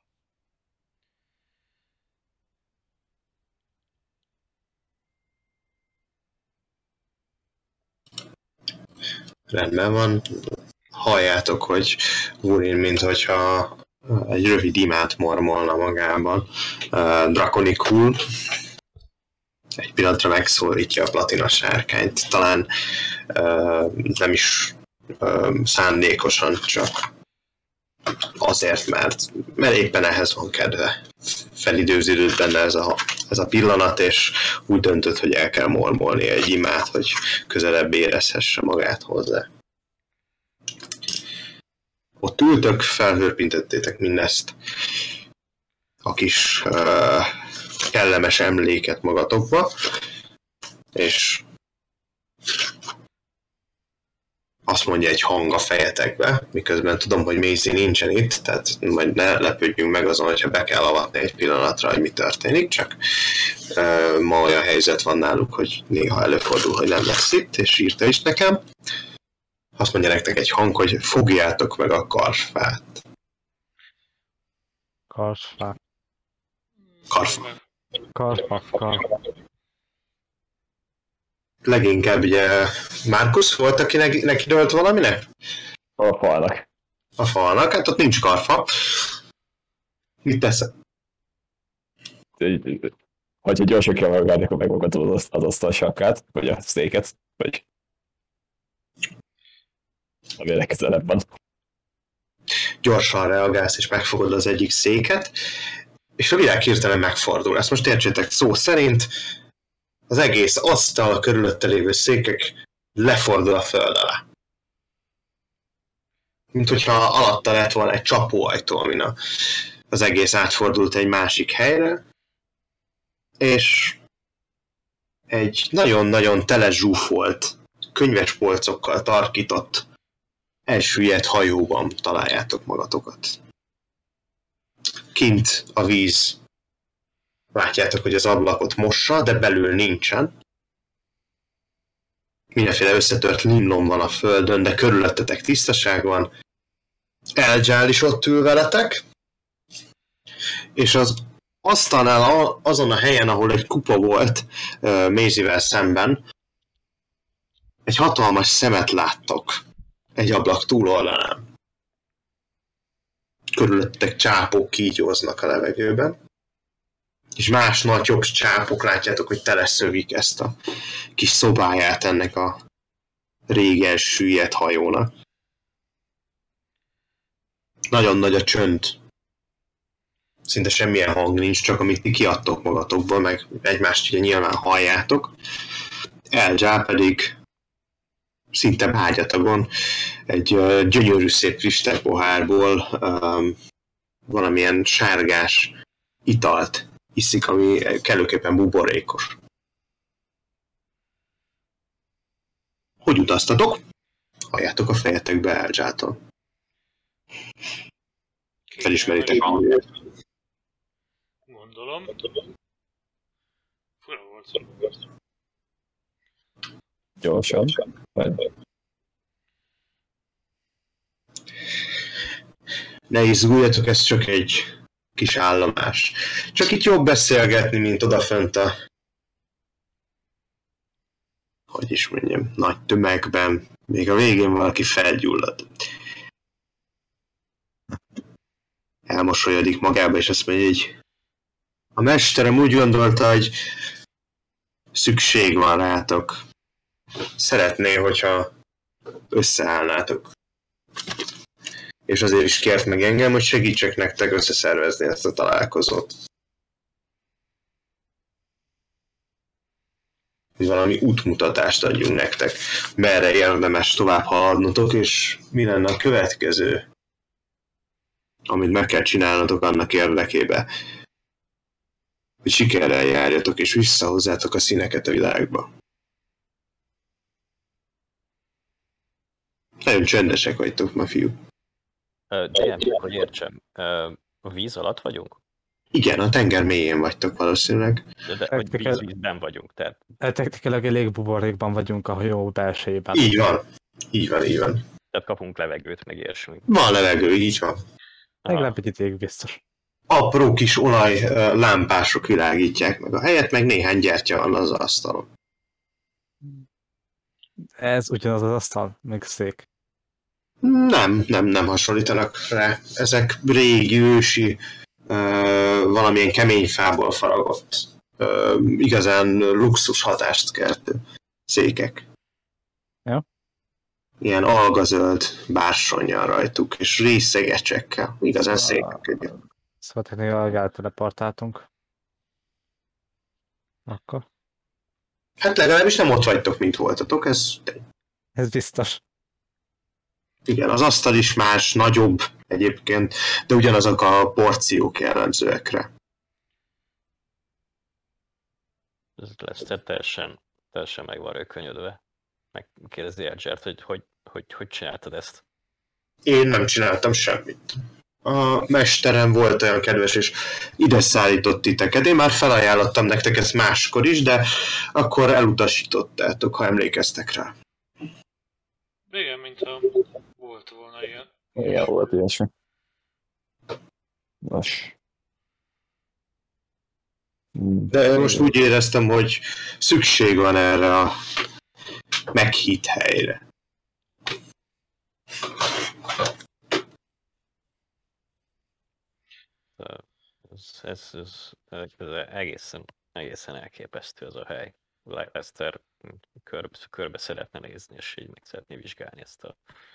Rendben van. Halljátok, hogy Urin, minthogyha egy rövid imát mormolna magában. Draconicul egy pillanatra megszólítja a platina sárkányt. Talán nem is szándékosan, csak azért, mert éppen ehhez van kedve. Felidőződött benne ez a pillanat, és úgy döntött, hogy el kell mormolni egy imát, hogy közelebb érezhesse magát hozzá. Ott ültök, felhörpintettétek mindezt, a kis kellemes emléket magatokba, és azt mondja egy hang a fejetekbe, miközben tudom, hogy Maisie nincsen itt, tehát majd ne lepődjünk meg azon, hogyha be kell avatni egy pillanatra, hogy mi történik, csak ma olyan helyzet van náluk, hogy néha előfordul, hogy nem lesz itt, és írta is nekem. Azt mondja nektek egy hang, hogy fogjátok meg a karfát. Karfák. Karfa. Leginkább ugye Markus volt, aki neki dölt valaminek? A falnak. A falnak, hát ott nincs karfa. Mit teszed? Hogyha gyorsan kell megállni, akkor megmagatom az asztal sakkát, vagy a széket, vagy ami legközelebb van. Gyorsan reagálsz, és megfogod az egyik széket, és a világ hirtelen megfordul. Ezt most értsétek szó szerint, az egész asztal, a körülötte lévő székek lefordul a föld alá. Mint hogyha alatta lett volna egy csapóajtó, amin az egész átfordult egy másik helyre, és egy nagyon-nagyon tele zsúfolt, könyves polcokkal tarkított, elsüllyedt hajóban találjátok magatokat. Kint a víz. Látjátok, hogy az ablakot mossa, de belül nincsen. Mindenféle összetört limlom van a földön, de körülöttetek tisztaság van. Elgyál is ott ül veletek, és az asztalnál azon a helyen, ahol egy kupa volt Maisie-vel szemben, egy hatalmas szemet láttok egy ablak túloldalán. Körülöttek csápok kígyóznak a levegőben, és más nagyobb csápok látjátok, hogy teleszövik ezt a kis szobáját ennek a régen süllyedt hajónak. Nagyon nagy a csönd. Szinte semmilyen hang nincs, csak amit ti kiadtok magatokból, meg egymást ugye nyilván halljátok. Elgyál pedig szinte bágyatagon egy gyönyörű szép kristálypohárból valamilyen sárgás italt iszik, ami kellőképpen buborékos. Hogy utaztatok? Halljátok a fejetekbe Elgyáltól. Felismeritek a hangját. Gondolom. Fura volt. Gyorsan. Ne izguljatok, ez csak egy kis állomás. Csak itt jobb beszélgetni, mint odafönt a... hogy is mondjam, nagy tömegben. Még a végén valaki felgyullad. Elmosolyodik magába, és azt mondja, hogy a mesterem úgy gondolta, hogy szükség van rátok. Szeretné, hogyha összeállnátok. És azért is kért meg engem, hogy segítsek nektek összeszervezni ezt a találkozót. Hogy valami útmutatást adjunk nektek, merre érdemes tovább haladnotok, és mi lenne a következő, amit meg kell csinálnotok annak érdekében, hogy sikerrel járjatok, és visszahozzátok a színeket a világba. Nagyon csendesek vagytok ma, fiú. De hogy értsem, a víz alatt vagyunk? Igen, a tenger mélyén vagytok valószínűleg. De hogy vízben vagyunk, tehát... Technikailag elég buborékban vagyunk a hajó belsejében. Így van. Így van, így van. Tehát kapunk levegőt, meg ilyesmi. Van levegő, így van. Legalább egy ideig biztos. Apró kis olaj lámpások világítják meg a helyet, meg néhány gyertya van az asztalon. Ez ugyanaz az asztal, meg szék. Nem hasonlítanak rá. Ezek régi, ősi, valamilyen kemény fából faragott, igazán luxus hatást keltő székek. Ja. Ilyen algazöld bársonnyal rajtuk, és részegecsekkel. Igazán székek. Szóval technikailag elteleportáltunk. Akkor? Hát legalábbis nem ott vagytok, mint voltatok, Ez biztos. Igen, az asztal is más, nagyobb egyébként, de ugyanazok a porciók jellemzőek rá. Ez Lester teljesen meg van rökönyödve. Megkérdezi Edgert, hogy csináltad ezt? Én nem csináltam semmit. A mesterem volt olyan kedves, és ide szállított titeket. Én már felajánlottam nektek ezt máskor is, de akkor elutasítottátok, ha emlékeztek rá. Igen, mintha volt volna ilyen. Igen, volt ilyesmi. Nos. De most úgy éreztem, hogy szükség van erre a meghitt helyre. Ez egészen elképesztő ez a hely. Lester körbe szeretne nézni, és így meg szeretné vizsgálni ezt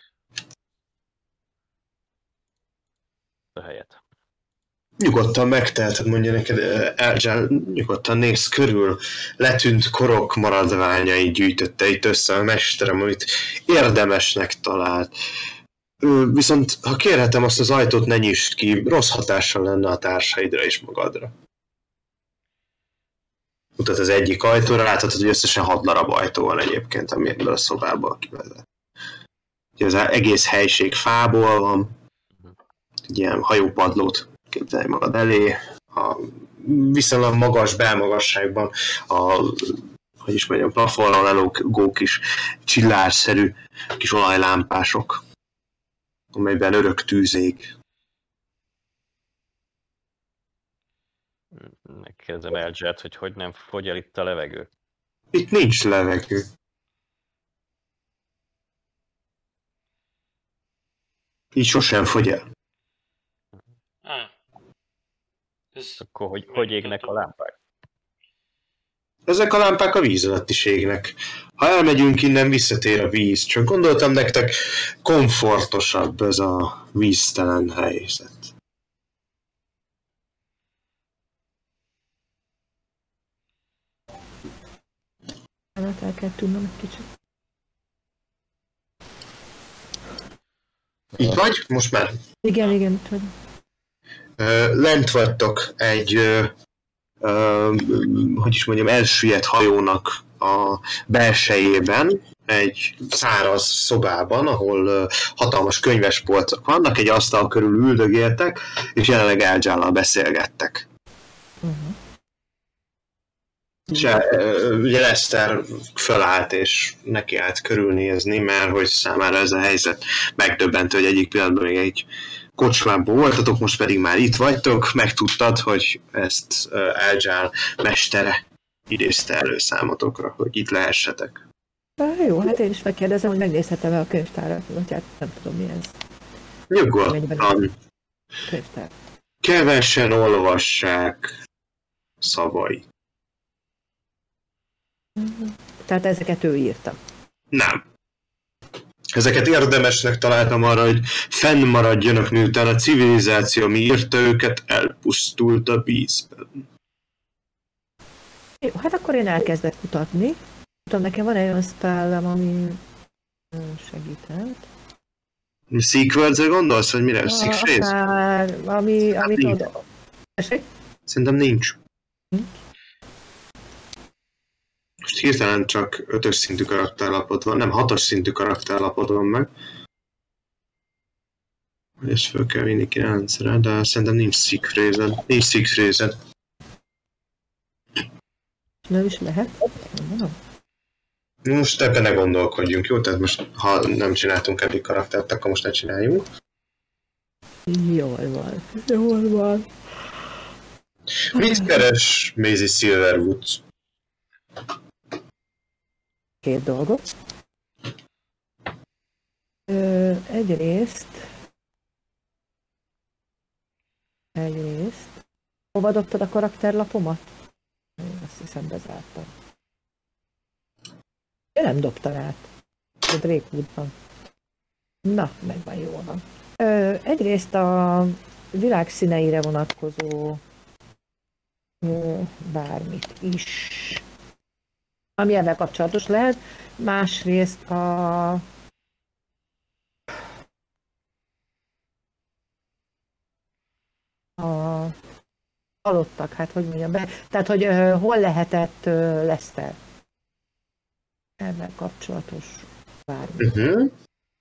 a helyet. Nyugodtan megteheted, mondja neked Elgyle, nyugodtan nézz körül. Letűnt korok maradványai gyűjtötte itt össze a mesterem, amit érdemesnek talált. Viszont, ha kérhetem, azt az ajtót ne nyisd ki, rossz hatással lenne a társaidra és magadra. Mutat az egyik ajtóra, láthatod, hogy összesen 6 darab ajtó van egyébként, ami ebből a szobából kivezet. Ugye az egész helység fából van, egy ilyen hajópadlót képzelj magad elé, a viszonylag magas belmagasságban hogy is mondjam, plafonra lelógó kis csillárszerű kis olajlámpások, amelyben örök tűz ég. Megkérdezem Elgylt, hogy nem fogy el itt a levegő. Itt nincs levegő. Így sosem fogy el. Akkor hogy égnek a lámpák? Ezek a lámpák a víz alatt is égnek. Ha elmegyünk innen, visszatér a víz. Csak gondoltam nektek, komfortosabb ez a víztelen helyzet. El kell tudnom egy kicsit. Itt vagy? Most már? Igen, itt vagy. Lent vagytok egy, hogy is mondjam, elsüllyedt hajónak a belsejében, egy száraz szobában, ahol hatalmas könyvespolcok vannak, egy asztal körül üldögéltek, és jelenleg Elgyllel beszélgettek. És ugye Lester fölállt és nekiállt körülnézni, mert hogy számára ez a helyzet megdöbbentő, hogy egyik pillanatban még egy kocsmában voltatok, most pedig már itt vagytok, megtudtad, hogy ezt Elgylle mestere idézte elő számotokra, hogy itt lehessetek. Jó, hát én is megkérdezem, hogy megnézhetem-e a könyvtárat, vagy hát nem tudom mi ez. Nyugodtan. Könyvtár. Kevesen olvassák szavait. Tehát ezeket ő írta. Nem. Ezeket érdemesnek találtam arra, hogy fennmaradjanak, miután a civilizáció, ami írta őket, elpusztult a vízben. Jó, hát akkor én elkezdek kutatni. Tudom, nekem van egy olyan spellem, ami segíthet. Secrets-re gondolsz, vagy mire? Secrets? Amit oda... Szerintem nincs. Most hirtelen csak 5-ös szintű karakterlapod van, nem 6-os szintű karakterlapod van meg. Ezt föl kell vinni 9-re, de szerintem nincs Secrets-ed. Nincs Secrets-ed. Nem is lehet? Most ebben ne gondolkodjunk, jó? Tehát most, ha nem csináltunk eddig karaktert, akkor most ne csináljunk. Jól van. Mit keres Maisie Silverwood? 2 dolgot. Egyrészt... Hova dobtad a karakterlapomat? Én azt hiszem bezártam. Én nem dobtam át. A Drakewoodban. Na, megvan, jól van. Egyrészt a világ színeire vonatkozó bármit is, ami ebben kapcsolatos lehet. Másrészt a halottak, hát hogy mondjam be, tehát hogy hol lehetett Lester ebben kapcsolatos bármi.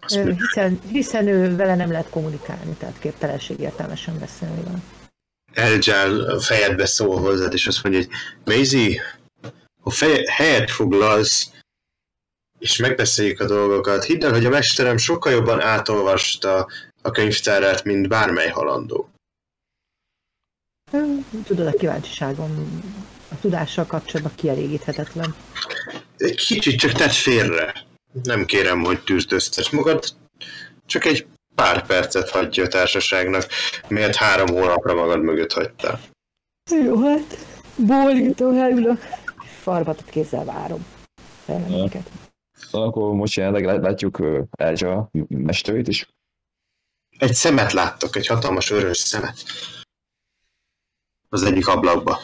Hiszen ő vele nem lehet kommunikálni, tehát képtelenség értelmesen beszélni vele. Elgyál fejedbe szól hozzád, és azt mondja, hogy Maisie, ha helyet foglalsz, és megbeszéljük a dolgokat, hidd el, hogy a mesterem sokkal jobban átolvasta a könyvtárát, mint bármely halandó. Tudod, a kíváncsiságom a tudással kapcsolatban kielégíthetetlen. Egy kicsit csak tedd félre. Nem kérem, hogy tűzd összes magad, csak egy pár percet hagyja a társaságnak, miért 3 hónapra magad mögött hagytál. Jó, hát bólintom, elülök. Farbatot kézzel várom. Fejleményeket. Akkor most jelenleg látjuk Elzsa mesterét is. Egy szemet láttok, egy hatalmas vörös szemet. Az egyik ablakba.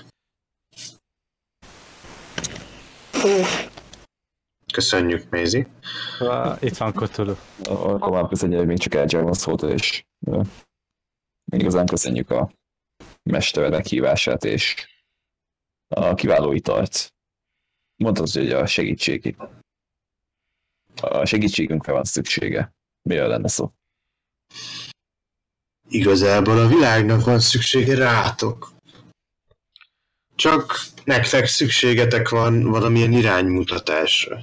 Köszönjük, Maisie. Itt van Cthulhu. Akkor már köszönjük, hogy még csak Elzsa van szólt, és igazán köszönjük a mester meghívását, és a kiváló italt. Mondtad, hogy a segítségünkre van szüksége. Miről lenne szó? Igazából a világnak van szüksége rátok. Csak nektek szükségetek van valamilyen iránymutatásra.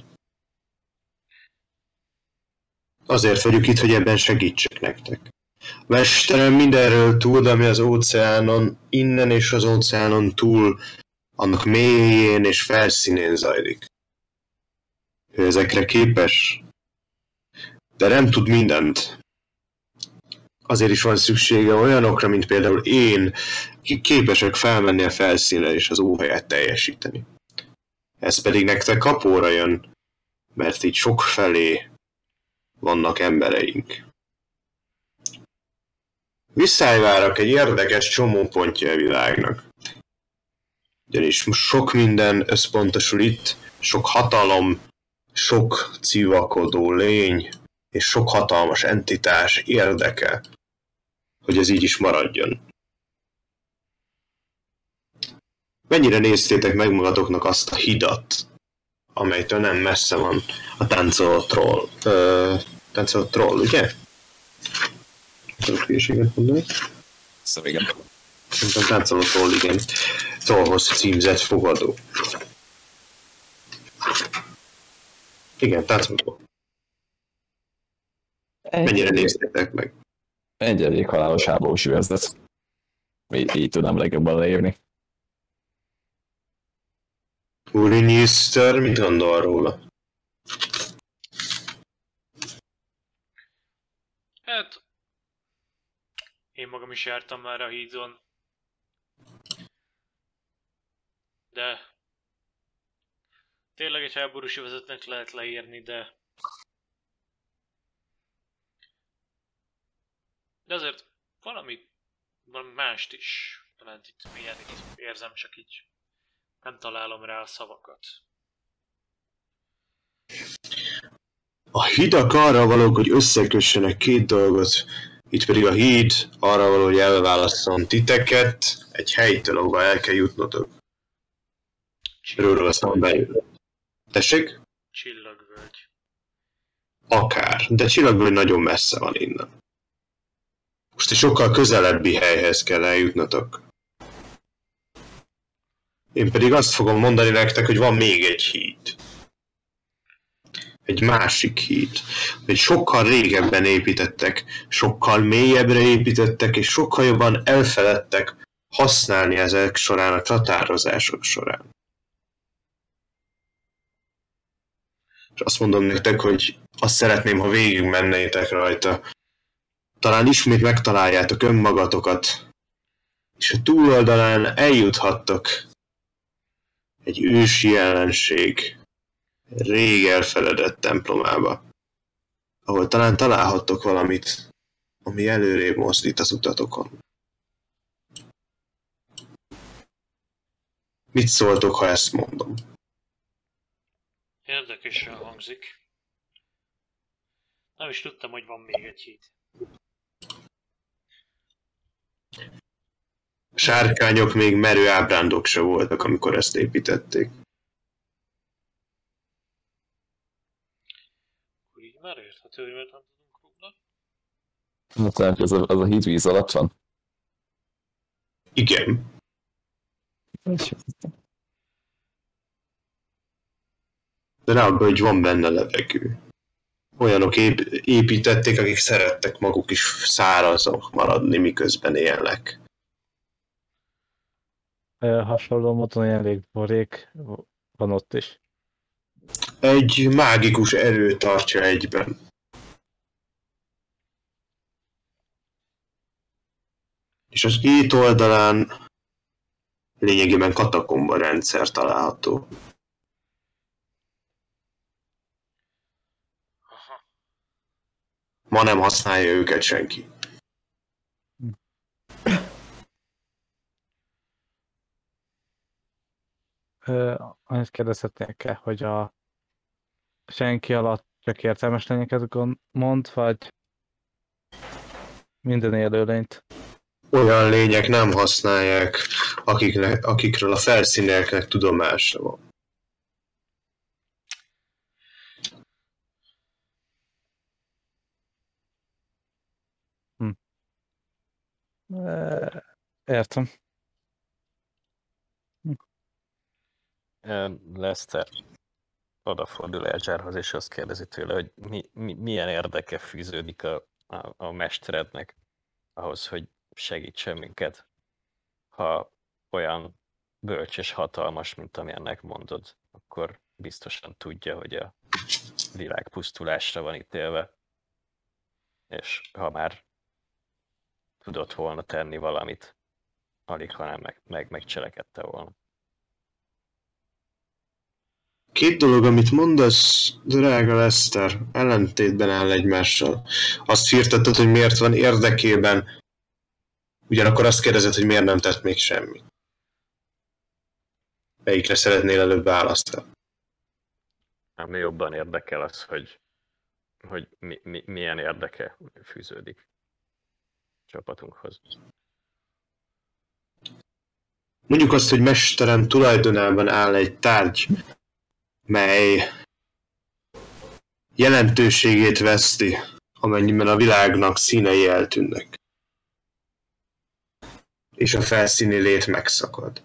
Azért vagyok itt, hogy ebben segítsek nektek. A mesterem mindenről tud, ami az óceánon, innen és az óceánon túl, annak mélyén és felszínén zajlik. Ő ezekre képes, de nem tud mindent. Azért is van szüksége olyanokra, mint például én, akik képesek felmenni a felszínre és az óhaját teljesíteni. Ez pedig nektek kapóra jön, mert így sokfelé vannak embereink. Visszájvárak egy érdekes csomópontja a világnak. Ugyanis sok minden összpontosul itt, sok hatalom, sok civakodó lény, és sok hatalmas entitás érdeke, hogy ez így is maradjon. Mennyire néztétek meg magatoknak azt a hidat, amelytől nem messze van a táncoló troll, ugye? Tudok hülyeséget mondani? Szóval igen. Szerintem táncoló troll, igen. Trollhoz címzett fogadó. Igen, táncoló. Mennyire néztétek meg? Egy elég halálos háborús üvezet. Így tudnám legjobban leírni. Úriniszter, mit gondol róla? Hát, én magam is jártam már a hídon. De tényleg egy háborús övezetnek lehet leírni, de azért valami mást is jelent itt, milyen itt érzem, csak így nem találom rá a szavakat. A hidak arra valók, hogy összekössenek két dolgot, itt pedig a híd arra való, hogy elválasszon titeket egy helytől, ahova el kell jutnotok. Róla aztán bejön. Tessék? Csillagvölgy. Akár, de Csillagvölgy nagyon messze van innen. Most egy sokkal közelebbi helyhez kell eljutnotok. Én pedig azt fogom mondani nektek, hogy van még egy híd. Egy másik híd. Egy sokkal régebben építettek, sokkal mélyebbre építettek, és sokkal jobban elfeledtek használni ezek során, a csatározások során. És azt mondom nektek, hogy azt szeretném, ha végigmennétek rajta. Talán ismét megtaláljátok önmagatokat, és a túloldalán eljuthattok egy ősi ellenség rég elfeledett templomába, ahol talán találhattok valamit, ami előrébb mozdít az utatokon. Mit szóltok, ha ezt mondom? Érdekesen hangzik. Nem is tudtam, hogy van még egy híd. A sárkányok még merő ábrándok se voltak, amikor ezt építették. Akkor így már érthető, hogy nem tudunk Az a hídvíz alatt van. Igen. De ráadásul, hogy van benne levegő. Olyanok építették, akik szerettek maguk is szárazok maradni, miközben élnek. Hasonló módon ilyen légborék van ott is. Egy mágikus erő tartja egyben. És az két oldalán lényegében katakomba rendszer található. Aha. Ma nem használja őket senki. Annyit kérdezhetnék-e, hogy a senki alatt csak értelmes lényeket mond, vagy minden élőlényt? Olyan lények nem használják, akikről a felszínieknek tudomása van. Értem. Lester odafordul Edgerhoz, és azt kérdezi tőle, hogy milyen érdeke fűződik a mesterednek ahhoz, hogy segítsen minket, ha olyan bölcs és hatalmas, mint amilyennek mondod, akkor biztosan tudja, hogy a világ pusztulásra van ítélve, és ha már tudott volna tenni valamit, alig hanem megcselekedte volna. Két dolog, amit mondasz, drága Lester, ellentétben áll egymással. Azt firtattad, hogy miért van érdekében, ugyanakkor azt kérdezed, hogy miért nem tett még semmit. Melyikre szeretnél előbb választani? Ami jobban érdekel az, hogy milyen érdeke fűződik csapatunkhoz. Mondjuk azt, hogy mesterem tulajdonában áll egy tárgy, mely jelentőségét veszti, amennyiben a világnak színei eltűnnek. És a felszíni lét megszakad.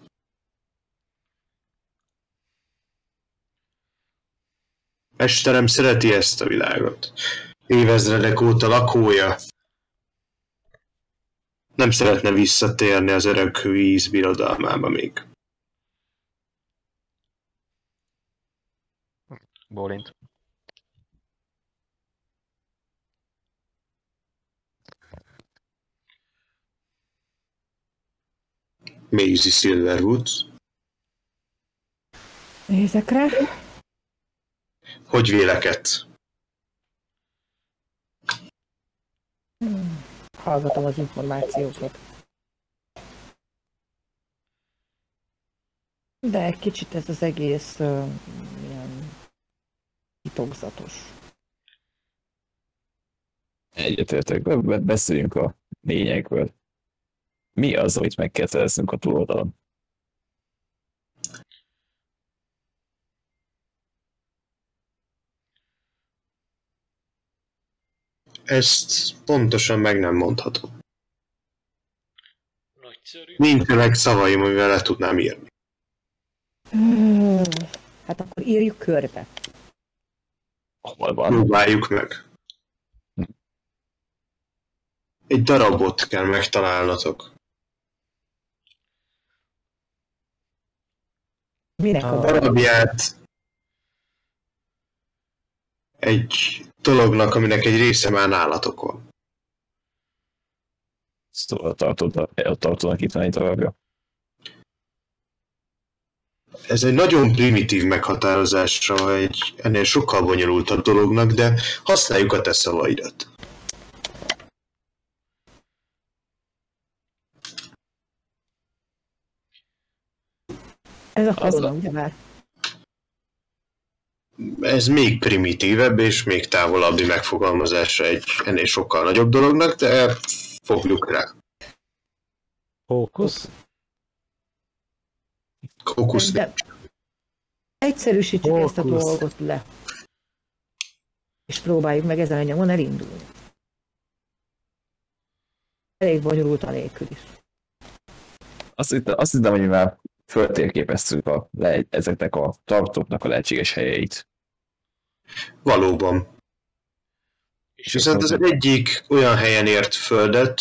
Mesterem szereti ezt a világot. Évezredek óta lakója. Nem szeretne visszatérni az örök víz birodalmába még. Bólint. Maisie Silverwood. Nézek rá. Hogy vélekedsz? Hallgatom az információkat. De egy kicsit ez az egész ilyen titokzatos. Egyetértek, beszéljünk a lényekből. Mi az, amit meg kell szereznünk a túloldalon? Ezt pontosan meg nem mondhatom. Nagyszerű. Nincsenek szavaim, amivel le tudnám írni. Hát akkor írjuk körbe. Hol van? Próbáljuk meg. Egy darabot kell megtalálnatok. Minek a Darabját egy dolognak, aminek egy része már nálatok van. Szóval tartónak itt van egy darabja. Ez egy nagyon primitív meghatározásra egy ennél sokkal bonyolultabb dolognak, de használjuk a te szavaidat. Ez a korona, ugye már? Ez még primitívebb és még távolabbi megfogalmazása egy ennél sokkal nagyobb dolognak, de fogjuk rá. Fókusz? Kókusz. De egyszerűsítsük ezt a Fókusz. dolgot le. És próbáljuk meg ezen a nyomon elindulni. elég bonyolult anélkül is. Azt hittem, hogy már föltérképeztük ezeknek a tartóknak a lehetséges helyeit. Valóban. És viszont az egyik olyan helyen ért földet,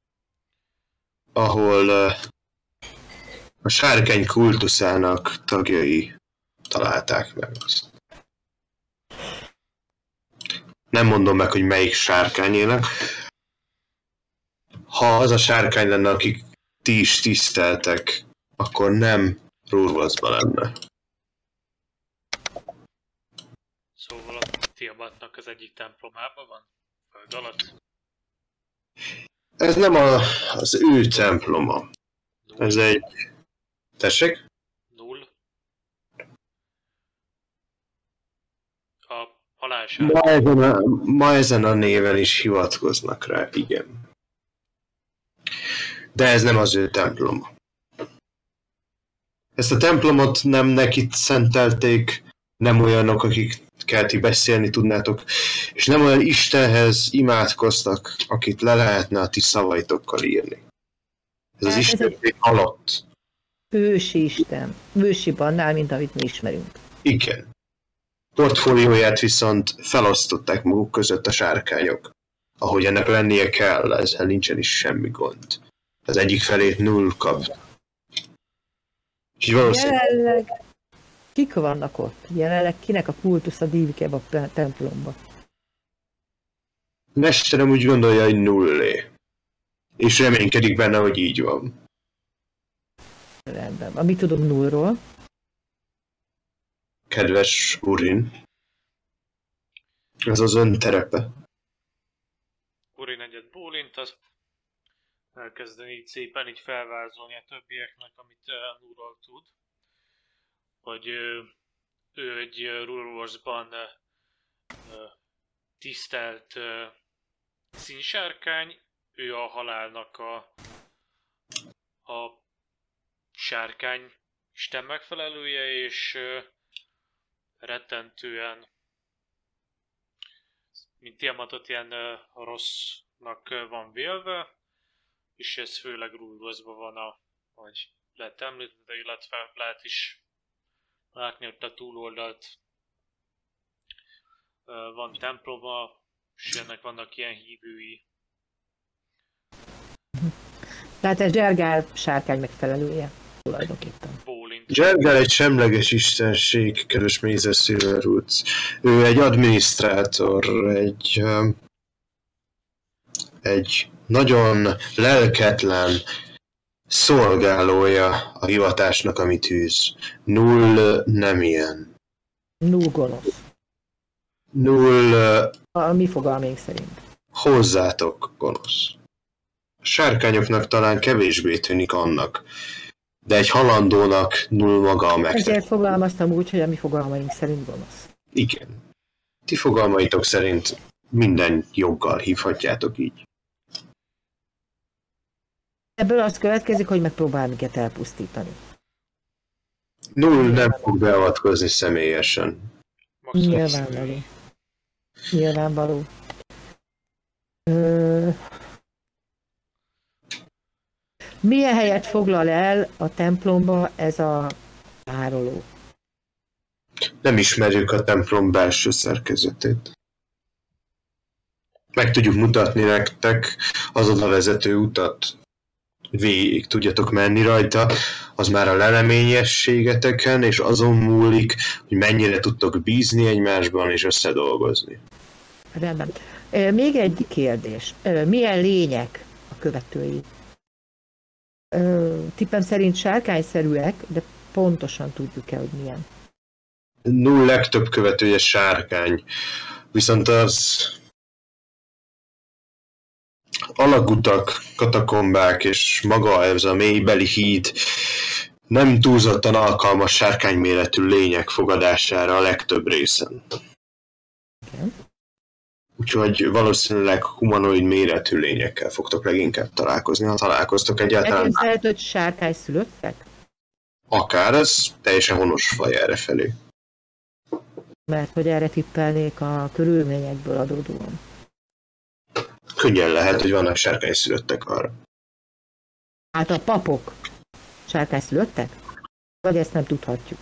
ahol a sárkány kultuszának tagjai találták meg azt. Nem mondom meg, hogy melyik sárkány ének. Ha az a sárkány lenne, akik ti is tiszteltek, akkor nem Rurvaszban lenne. Szóval a Tiamatnak az egyik templomában van? Föld alatt? Ez nem az ő temploma. Ez egy... Tessék? Null. A halálság. Ma ezen a néven is hivatkoznak rá, igen. De ez nem az ő temploma. Ezt a templomot nem nekik szentelték, nem olyanok, akikkel ti beszélni tudnátok, és nem olyan Istenhez imádkoztak, akit le lehetne a ti szavaitokkal írni. Ez az Istenség halott. Ősi Isten. Ősibb annál, mint amit mi ismerünk. Igen. Portfólióját viszont felosztották maguk között a sárkányok. Ahogy ennek lennie kell, ezzel nincsen is semmi gond. Az egyik felét null kap. Jelenleg kik vannak ott? Jelenleg kinek a kultusza dívik ebbe a templomba? Mesterem úgy gondolja, hogy nullé. És reménykedik benne, hogy így van. Rendben. Amit tudok nullról? Kedves Urin. Ez az ön terepe. Urin egyet bólint, azt elkezdeni így szépen így felvázolni a többieknek, amit Nurról tud. Hogy ő egy Rule Wars-ban tisztelt színsárkány, ő a halálnak a sárkány isten megfelelője, és rettentően, mint Tiamatot, ilyen rossznak van vélve, és ez főleg Rulvaszban van, ahogy lehet említeni, illetve lehet is látni ott a túloldalt. Van temploma, és ennek vannak ilyen hívői. Tehát ez Zsergál sárkány megfelelője tulajdonképpen. Bólint. Zsergál egy semleges istenség, kedves Mézes Silverwoods. Ő egy adminisztrátor, egy nagyon lelketlen szolgálója a hivatásnak, amit űz. Null nem ilyen. Null gonosz. Null A mi fogalmaink szerint. hozzátok gonosz. A sárkányoknak talán kevésbé tűnik annak, de egy halandónak null maga a megtett. Ezért fogalmaztam úgy, hogy a mi fogalmaink szerint gonosz. Igen. Ti fogalmaitok szerint minden joggal hívhatjátok így. Ebből az következik, hogy megpróbál minket elpusztítani. Null nem fog beavatkozni személyesen. Nyilvánvaló. Nyilvánvaló. Milyen helyet foglal el a templomba ez a tároló? Nem ismerjük a templom belső szerkezetét. Meg tudjuk mutatni nektek az oda vezető utat. Végig tudjatok menni rajta, az már a leleményességeteken, és azon múlik, hogy mennyire tudtok bízni egymásban és összedolgozni. Rendben. Még egy kérdés. Milyen lények a követői? Tippem szerint sárkányszerűek, de pontosan tudjuk-e, hogy milyen? Null legtöbb követője sárkány, viszont az alagutak, katakombák és maga ez a mélybeli híd nem túlzottan alkalmas sárkányméretű lények fogadására a legtöbb részen. Igen. Úgyhogy valószínűleg humanoid méretű lényekkel fogtok leginkább találkozni, ha találkoztok egyáltalán. Elképzelhető, hogy sárkány szülöttek? Akár, az teljesen honos faj errefelé. Mert hogy erre tippelnék a körülményekből adódóan. Könnyen lehet, hogy vannak sárkányszülöttek arra. Hát a papok sárkányszülöttek? Vagy ezt nem tudhatjuk.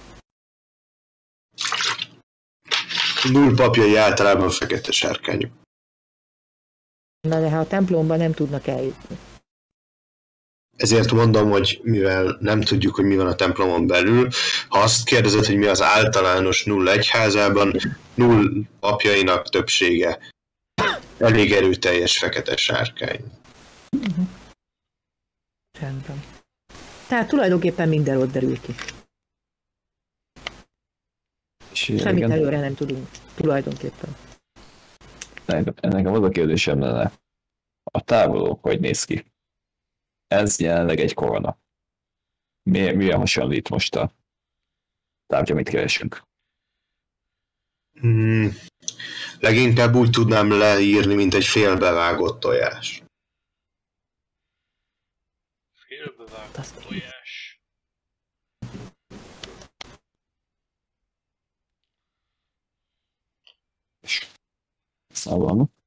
Null papjai általában fekete sárkányok. Na de ha a templomban nem tudnak eljutni. Ezért mondom, hogy mivel nem tudjuk, hogy mi van a templomon belül, ha azt kérdezed, hogy mi az általános null egyházában, null papjainak többsége elég erőteljes fekete sárkány. Rendben. Tehát tulajdonképpen minden ott derül ki. Semmit előre nem tudunk. Tulajdonképpen. Nekem az a kérdésem lenne. A távolok hogy néz ki? Ez jelenleg egy korona. Milyen hasonlít most a tárgy, amit keresünk? Leginkább úgy tudnám leírni, mint egy félbevágott tojás. Félbevágott tojás. Szóval.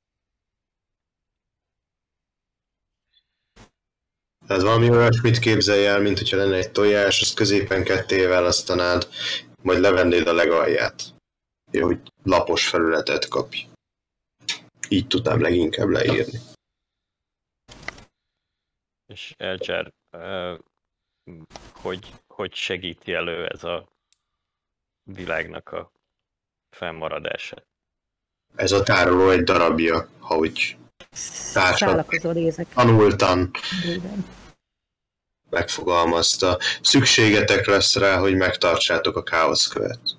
Ez valami olyasmit képzelj el, mint hogyha lenne egy tojás, azt középen ketté választanád, majd levennéd a legalját. Jó, hogy lapos felületet kapj. Így tudnám leginkább leírni. És Elger, hogy segíti elő ez a világnak a fennmaradását? Ez a tároló egy darabja, ha úgy Szállakozó részek. tanultan Igen. megfogalmazta. Szükségetek lesz rá, hogy megtartsátok a káoszkövet.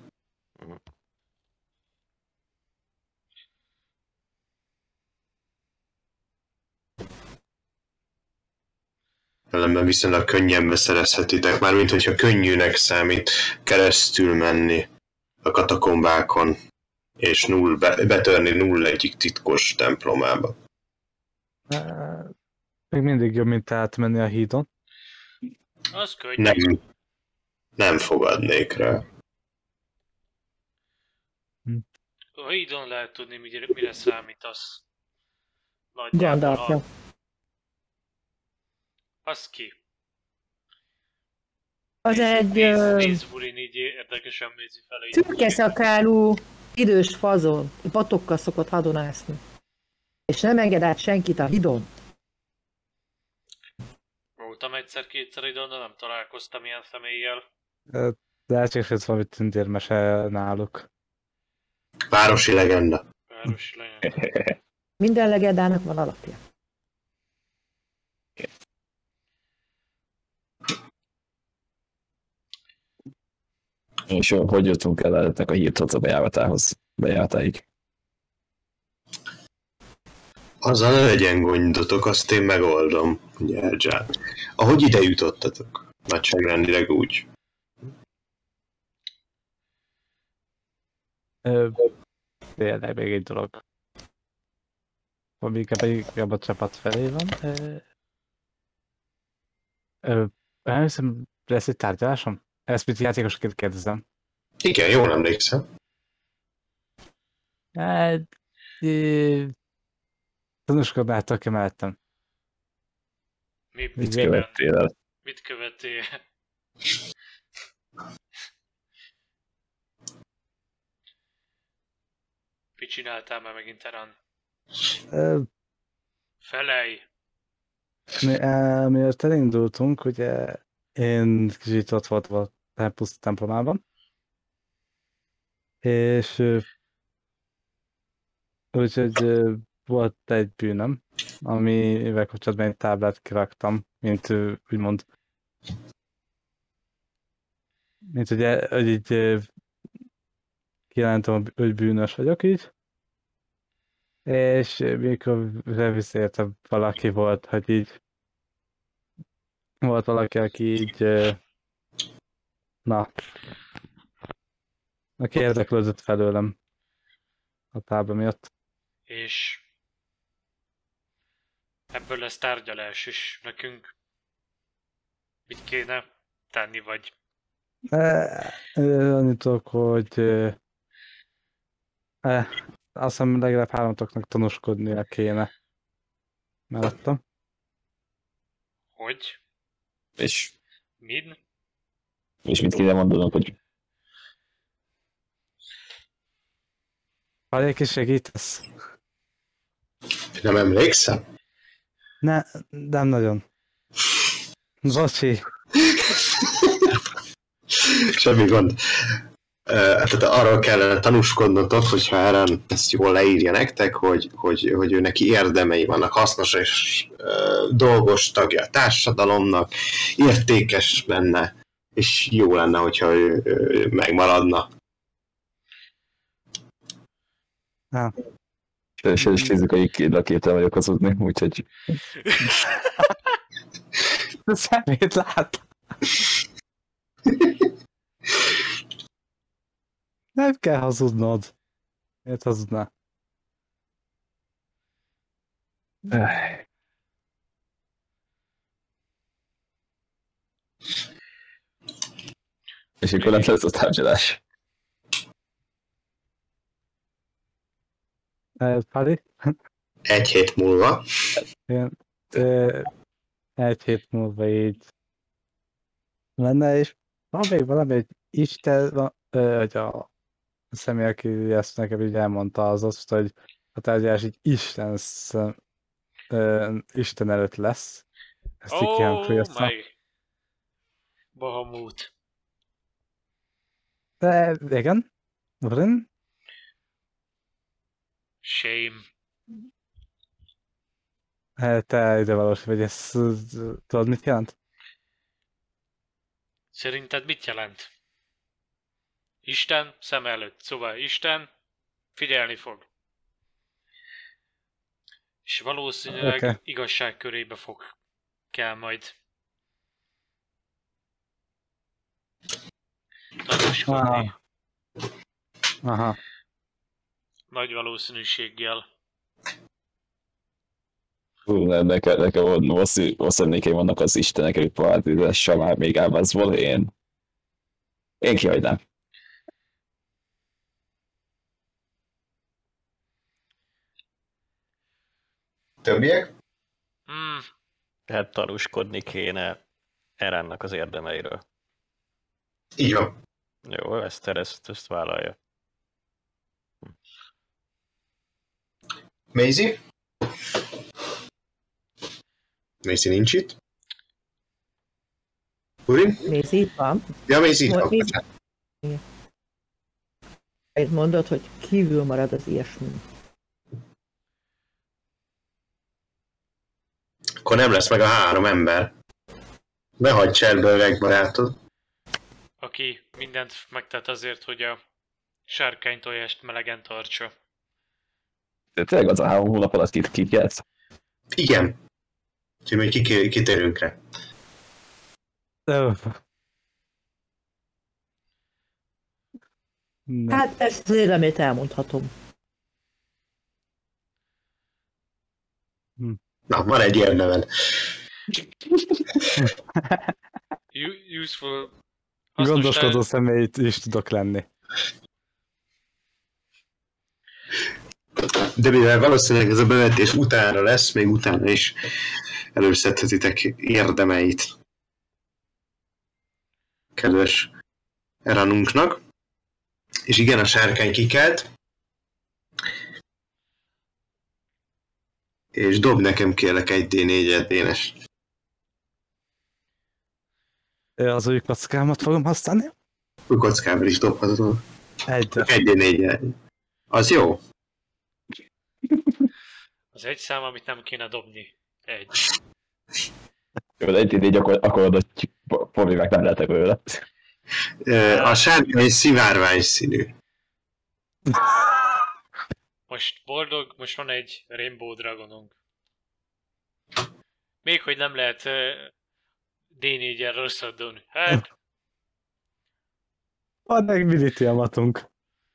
Ellenben viszonylag könnyen beszerezhetitek, mármint hogyha könnyűnek számít keresztül menni a katakombákon, és betörni null egyik titkos templomába. Még mindig jobb, mint átmenni a hídon. Az könnyű. Nem fogadnék rá. A hídon lehet tudni, mire számítasz. Nagyjából. Gandalfja. Az ki? Az egy Nézd, Murin így érdekesen nézi fel. szürkeszakálú, idős fazon, patokkal szokott hadonászni. És nem enged át senkit a hidon. Voltam egyszer-kétszer idon, de nem találkoztam ilyen személlyel. De elcsésült valami tündérmese náluk. Városi legenda. Városi legyen. Minden legendának van alapja. És hogy jutunk el ennek a hírthoz a bejáratáig? Azzal ne legyen gondotok, azt én megoldom, ugye Eldzsán. Ahogy ide jutottatok, nagyságrendileg úgy. Tényleg még egy dolog. Ami inkább a csapat felé van. Elhiszem, lesz egy tárgyalásom? Ezt mit játékosként kérdezem. Igen, jól emlékszem. Hát... Tanúskodnátok-e mellettem? Mit követtél el? Mit követtél? Mit csináltál már megint, Eran? Felej! Miért elindultunk, ugye én kicsit ott voltam a Tempus templomában, és úgyhogy volt egy bűnöm, amivel kapcsolatban egy táblát kiraktam, mint úgymond, mint ugye, hogy így kijelentem, hogy bűnös vagyok így, és mikor visszaértem, valaki volt, hogy így volt valaki, aki így aki érdeklődött felőlem a tábla miatt. És ebből lesz tárgyalás is nekünk. Mit kéne tenni, vagy? Annyit tudok, hogy azt hiszem legalább hármatoknak tanúskodnia kéne. mellettem. Hogy? És Min? mit kéne mondanom, hogy Halék is segítesz? Nem emlékszem? Nem nagyon. Bocsi. Semmi gond. Tehát arról kellene tanúskodnotok, hogyha Eren ezt jól leírja nektek, hogy ő neki érdemei vannak, hasznos és dolgos tagja a társadalomnak, értékes benne, és jó lenne, hogyha ő megmaradna. és fizikai kétlen vagyok hazudni, úgyhogy Szemét lát. Nem kell hazudnod. Miért hazudnál? és akkor nem lesz a tárgyalás. Pali? 1 hét múlva. Igen. 1 hét múlva így lenne, és van még valami, hogy Isten, hogy a személy, aki ezt nekem így elmondta, az azt, hogy a tárgyalás így Isten előtt lesz. Ezt így kihangsúlyozta. My Bahamut. De igen, Urin? Shame. Te ide valós vagy, ezt tudod mit jelent? Szerinted mit jelent? Isten szem előtt. Szóval Isten figyelni fog. És valószínűleg igazság körébe kell majd tanúskodni. Aha. Nagy valószínűséggel. Nekem valószínűleg vannak az Istenek előtt paradízással már még elveszból, én kihagynám. Többiek? Tehát tanúskodni kéne Erennek az érdemeiről. Így van. Jó, Eszter ezt vállalja. Maisie? Maisie nincs itt. Urin? Maisie itt van. Ja, Maisie itt van. Maisie. Itt mondod, hogy kívül marad az ilyesmi. Akkor nem lesz meg a 3 ember. Ne hagyd cserbe öreg barátod. Aki mindent megtett azért, hogy a sárkánytojást melegen tartsa. De tényleg az a 3 hónap alatt kikjelsz? Igen. Úgyhogy még kitérünk rá. Hát ezt az érdemét elmondhatom. Na, van egy érdemed. Useful. Gondoskodó személyt is tudok lenni. De mivel valószínűleg ez a bevetés utána lesz, még utána is előszedhetitek érdemeit kedves Eranunknak. És igen, a sárkány kikelt. És dob nekem kérlek egy D4-et, Dénes. Az új kockámat fogom használni? Új kockával is dobhatod. Egy. 1D4-et. Az jó? Az egy szám, amit nem kéne dobni. Egy. Jó, egy idén akkor problémák nem lehetek belőle. A sárkány szivárvány színű. Most boldog, most van egy Rainbow Dragonunk. Még hogy nem lehet D4-en rosszadon. Hát, Van egy militi amatunk.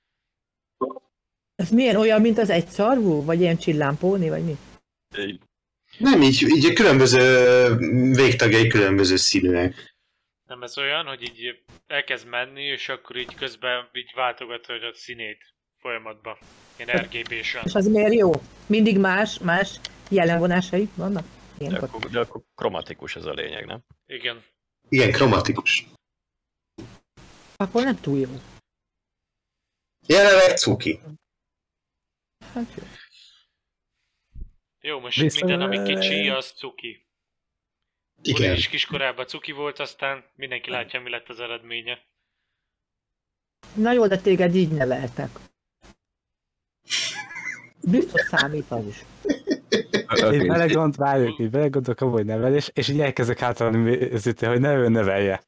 Ez milyen olyan, mint az egyszarvú? Vagy ilyen csillámpóni, vagy mi? Nem, így különböző végtagjai különböző színűek. nem ez olyan, hogy így elkezd menni, és akkor így közben így váltogatod a színét folyamatban. Ilyen RGB-sen. És az miért jó? Mindig más Jellemvonásai vannak? De Ilyenkor? akkor kromatikus ez a lényeg, nem? Igen. Igen, kromatikus. Akkor nem túl jó. Jelenleg cuki. Hát jó. Jó, most Viszont- minden, ami kicsi, az cuki. Uri Igen. is kiskorában cuki volt, aztán mindenki látja, mi lett az eredménye. Na jó, de téged így neveltek. Biztos számít az is. Én belegondolok abba, hogy nevelés, és így elkezdek hátrálni, hogy ne ő nevelje.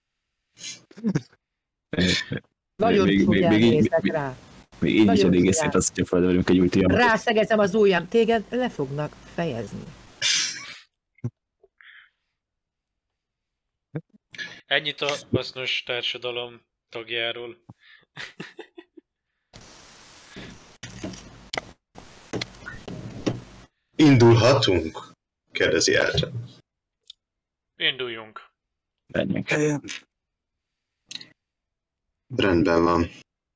Nagyon Még- csúnyán még- még- nézek még- rá. Még így is Nagyon elég csúnyán. eszét azt, hogyha felvelünk egy új témát. Rászegezem az ujjam, téged le fognak fejezni. Ennyit a hasznos társadalom tagjáról. Indulhatunk? Kérdezi Elton. Induljunk. Menjünk. Rendben van.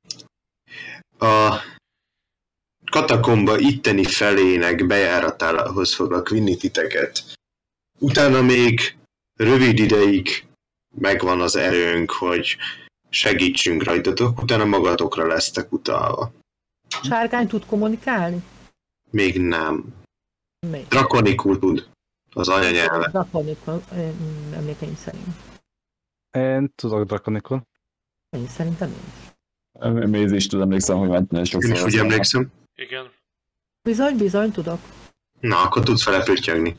A katakomba itteni felének bejáratához foglak vinni titeket. Utána még rövid ideig megvan az erőnk, hogy segítsünk rajtatok, utána magatokra lesztek utalva. Sárkány tud kommunikálni? Még nem. Még. Drakonikul tud. Az anyanyelve. Drakonikon, emlékeim szerint. Én tudok drakonikul. Én szerintem én is. Mézi is tud, emlékszem, hogy ment nagyon Én sokszor. is úgy emlékszem. Igen. Bizony, tudok. Na, akkor tudsz vele pöttyögni.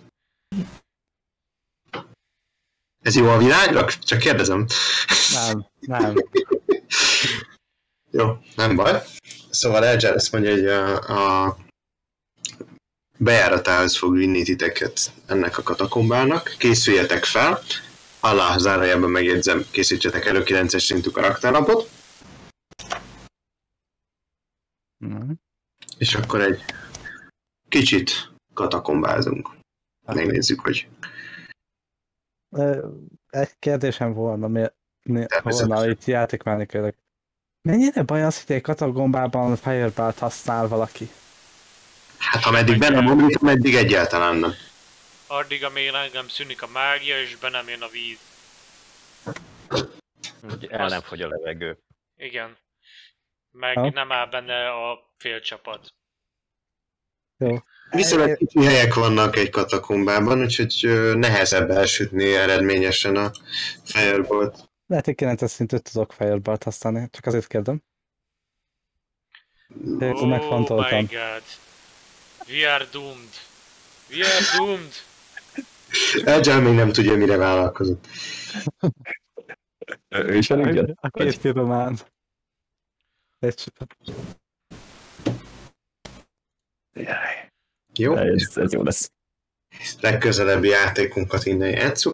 Ez jó a világra? Csak kérdezem. Nem. Jó, nem baj. Szóval Elger azt mondja, hogy a bejáratához fog vinni titeket ennek a katakombának. Készüljetek fel. Alá zárójában megjegyzem, készítsetek elő 9-es szintű karakterlapot. Mhm. És akkor egy kicsit katakombázunk. Megnézzük, hogy Egy kérdésem volna, Természetesen. volna itt játékmechanikailag. Mennyire baj az, hogy egy katagombában Fireball-t használ valaki? hát ameddig benne mondjuk, ameddig egyáltalán nem. Addig, amíg nem szűnik a mágia, és be nem jön a víz. Úgy el nem fogy a levegő. Igen. Meg Ha? nem áll benne a félcsapat. Jó. Viszonylag kicsi helyek vannak egy katakombában, úgyhogy nehezebb elsütni eredményesen a Fireball-t. Lehet, hogy 9-es szintűt tudok Fireball-t használni, csak azért kérdem. Akkor Oh megfontoltam. my god. We are doomed. We are doomed. Elger még nem tudja, mire vállalkozott. Ő is elég jön? A két piromán. Jaj, Jó? ez jó lesz. Legközelebbi játékunkat innen játszunk.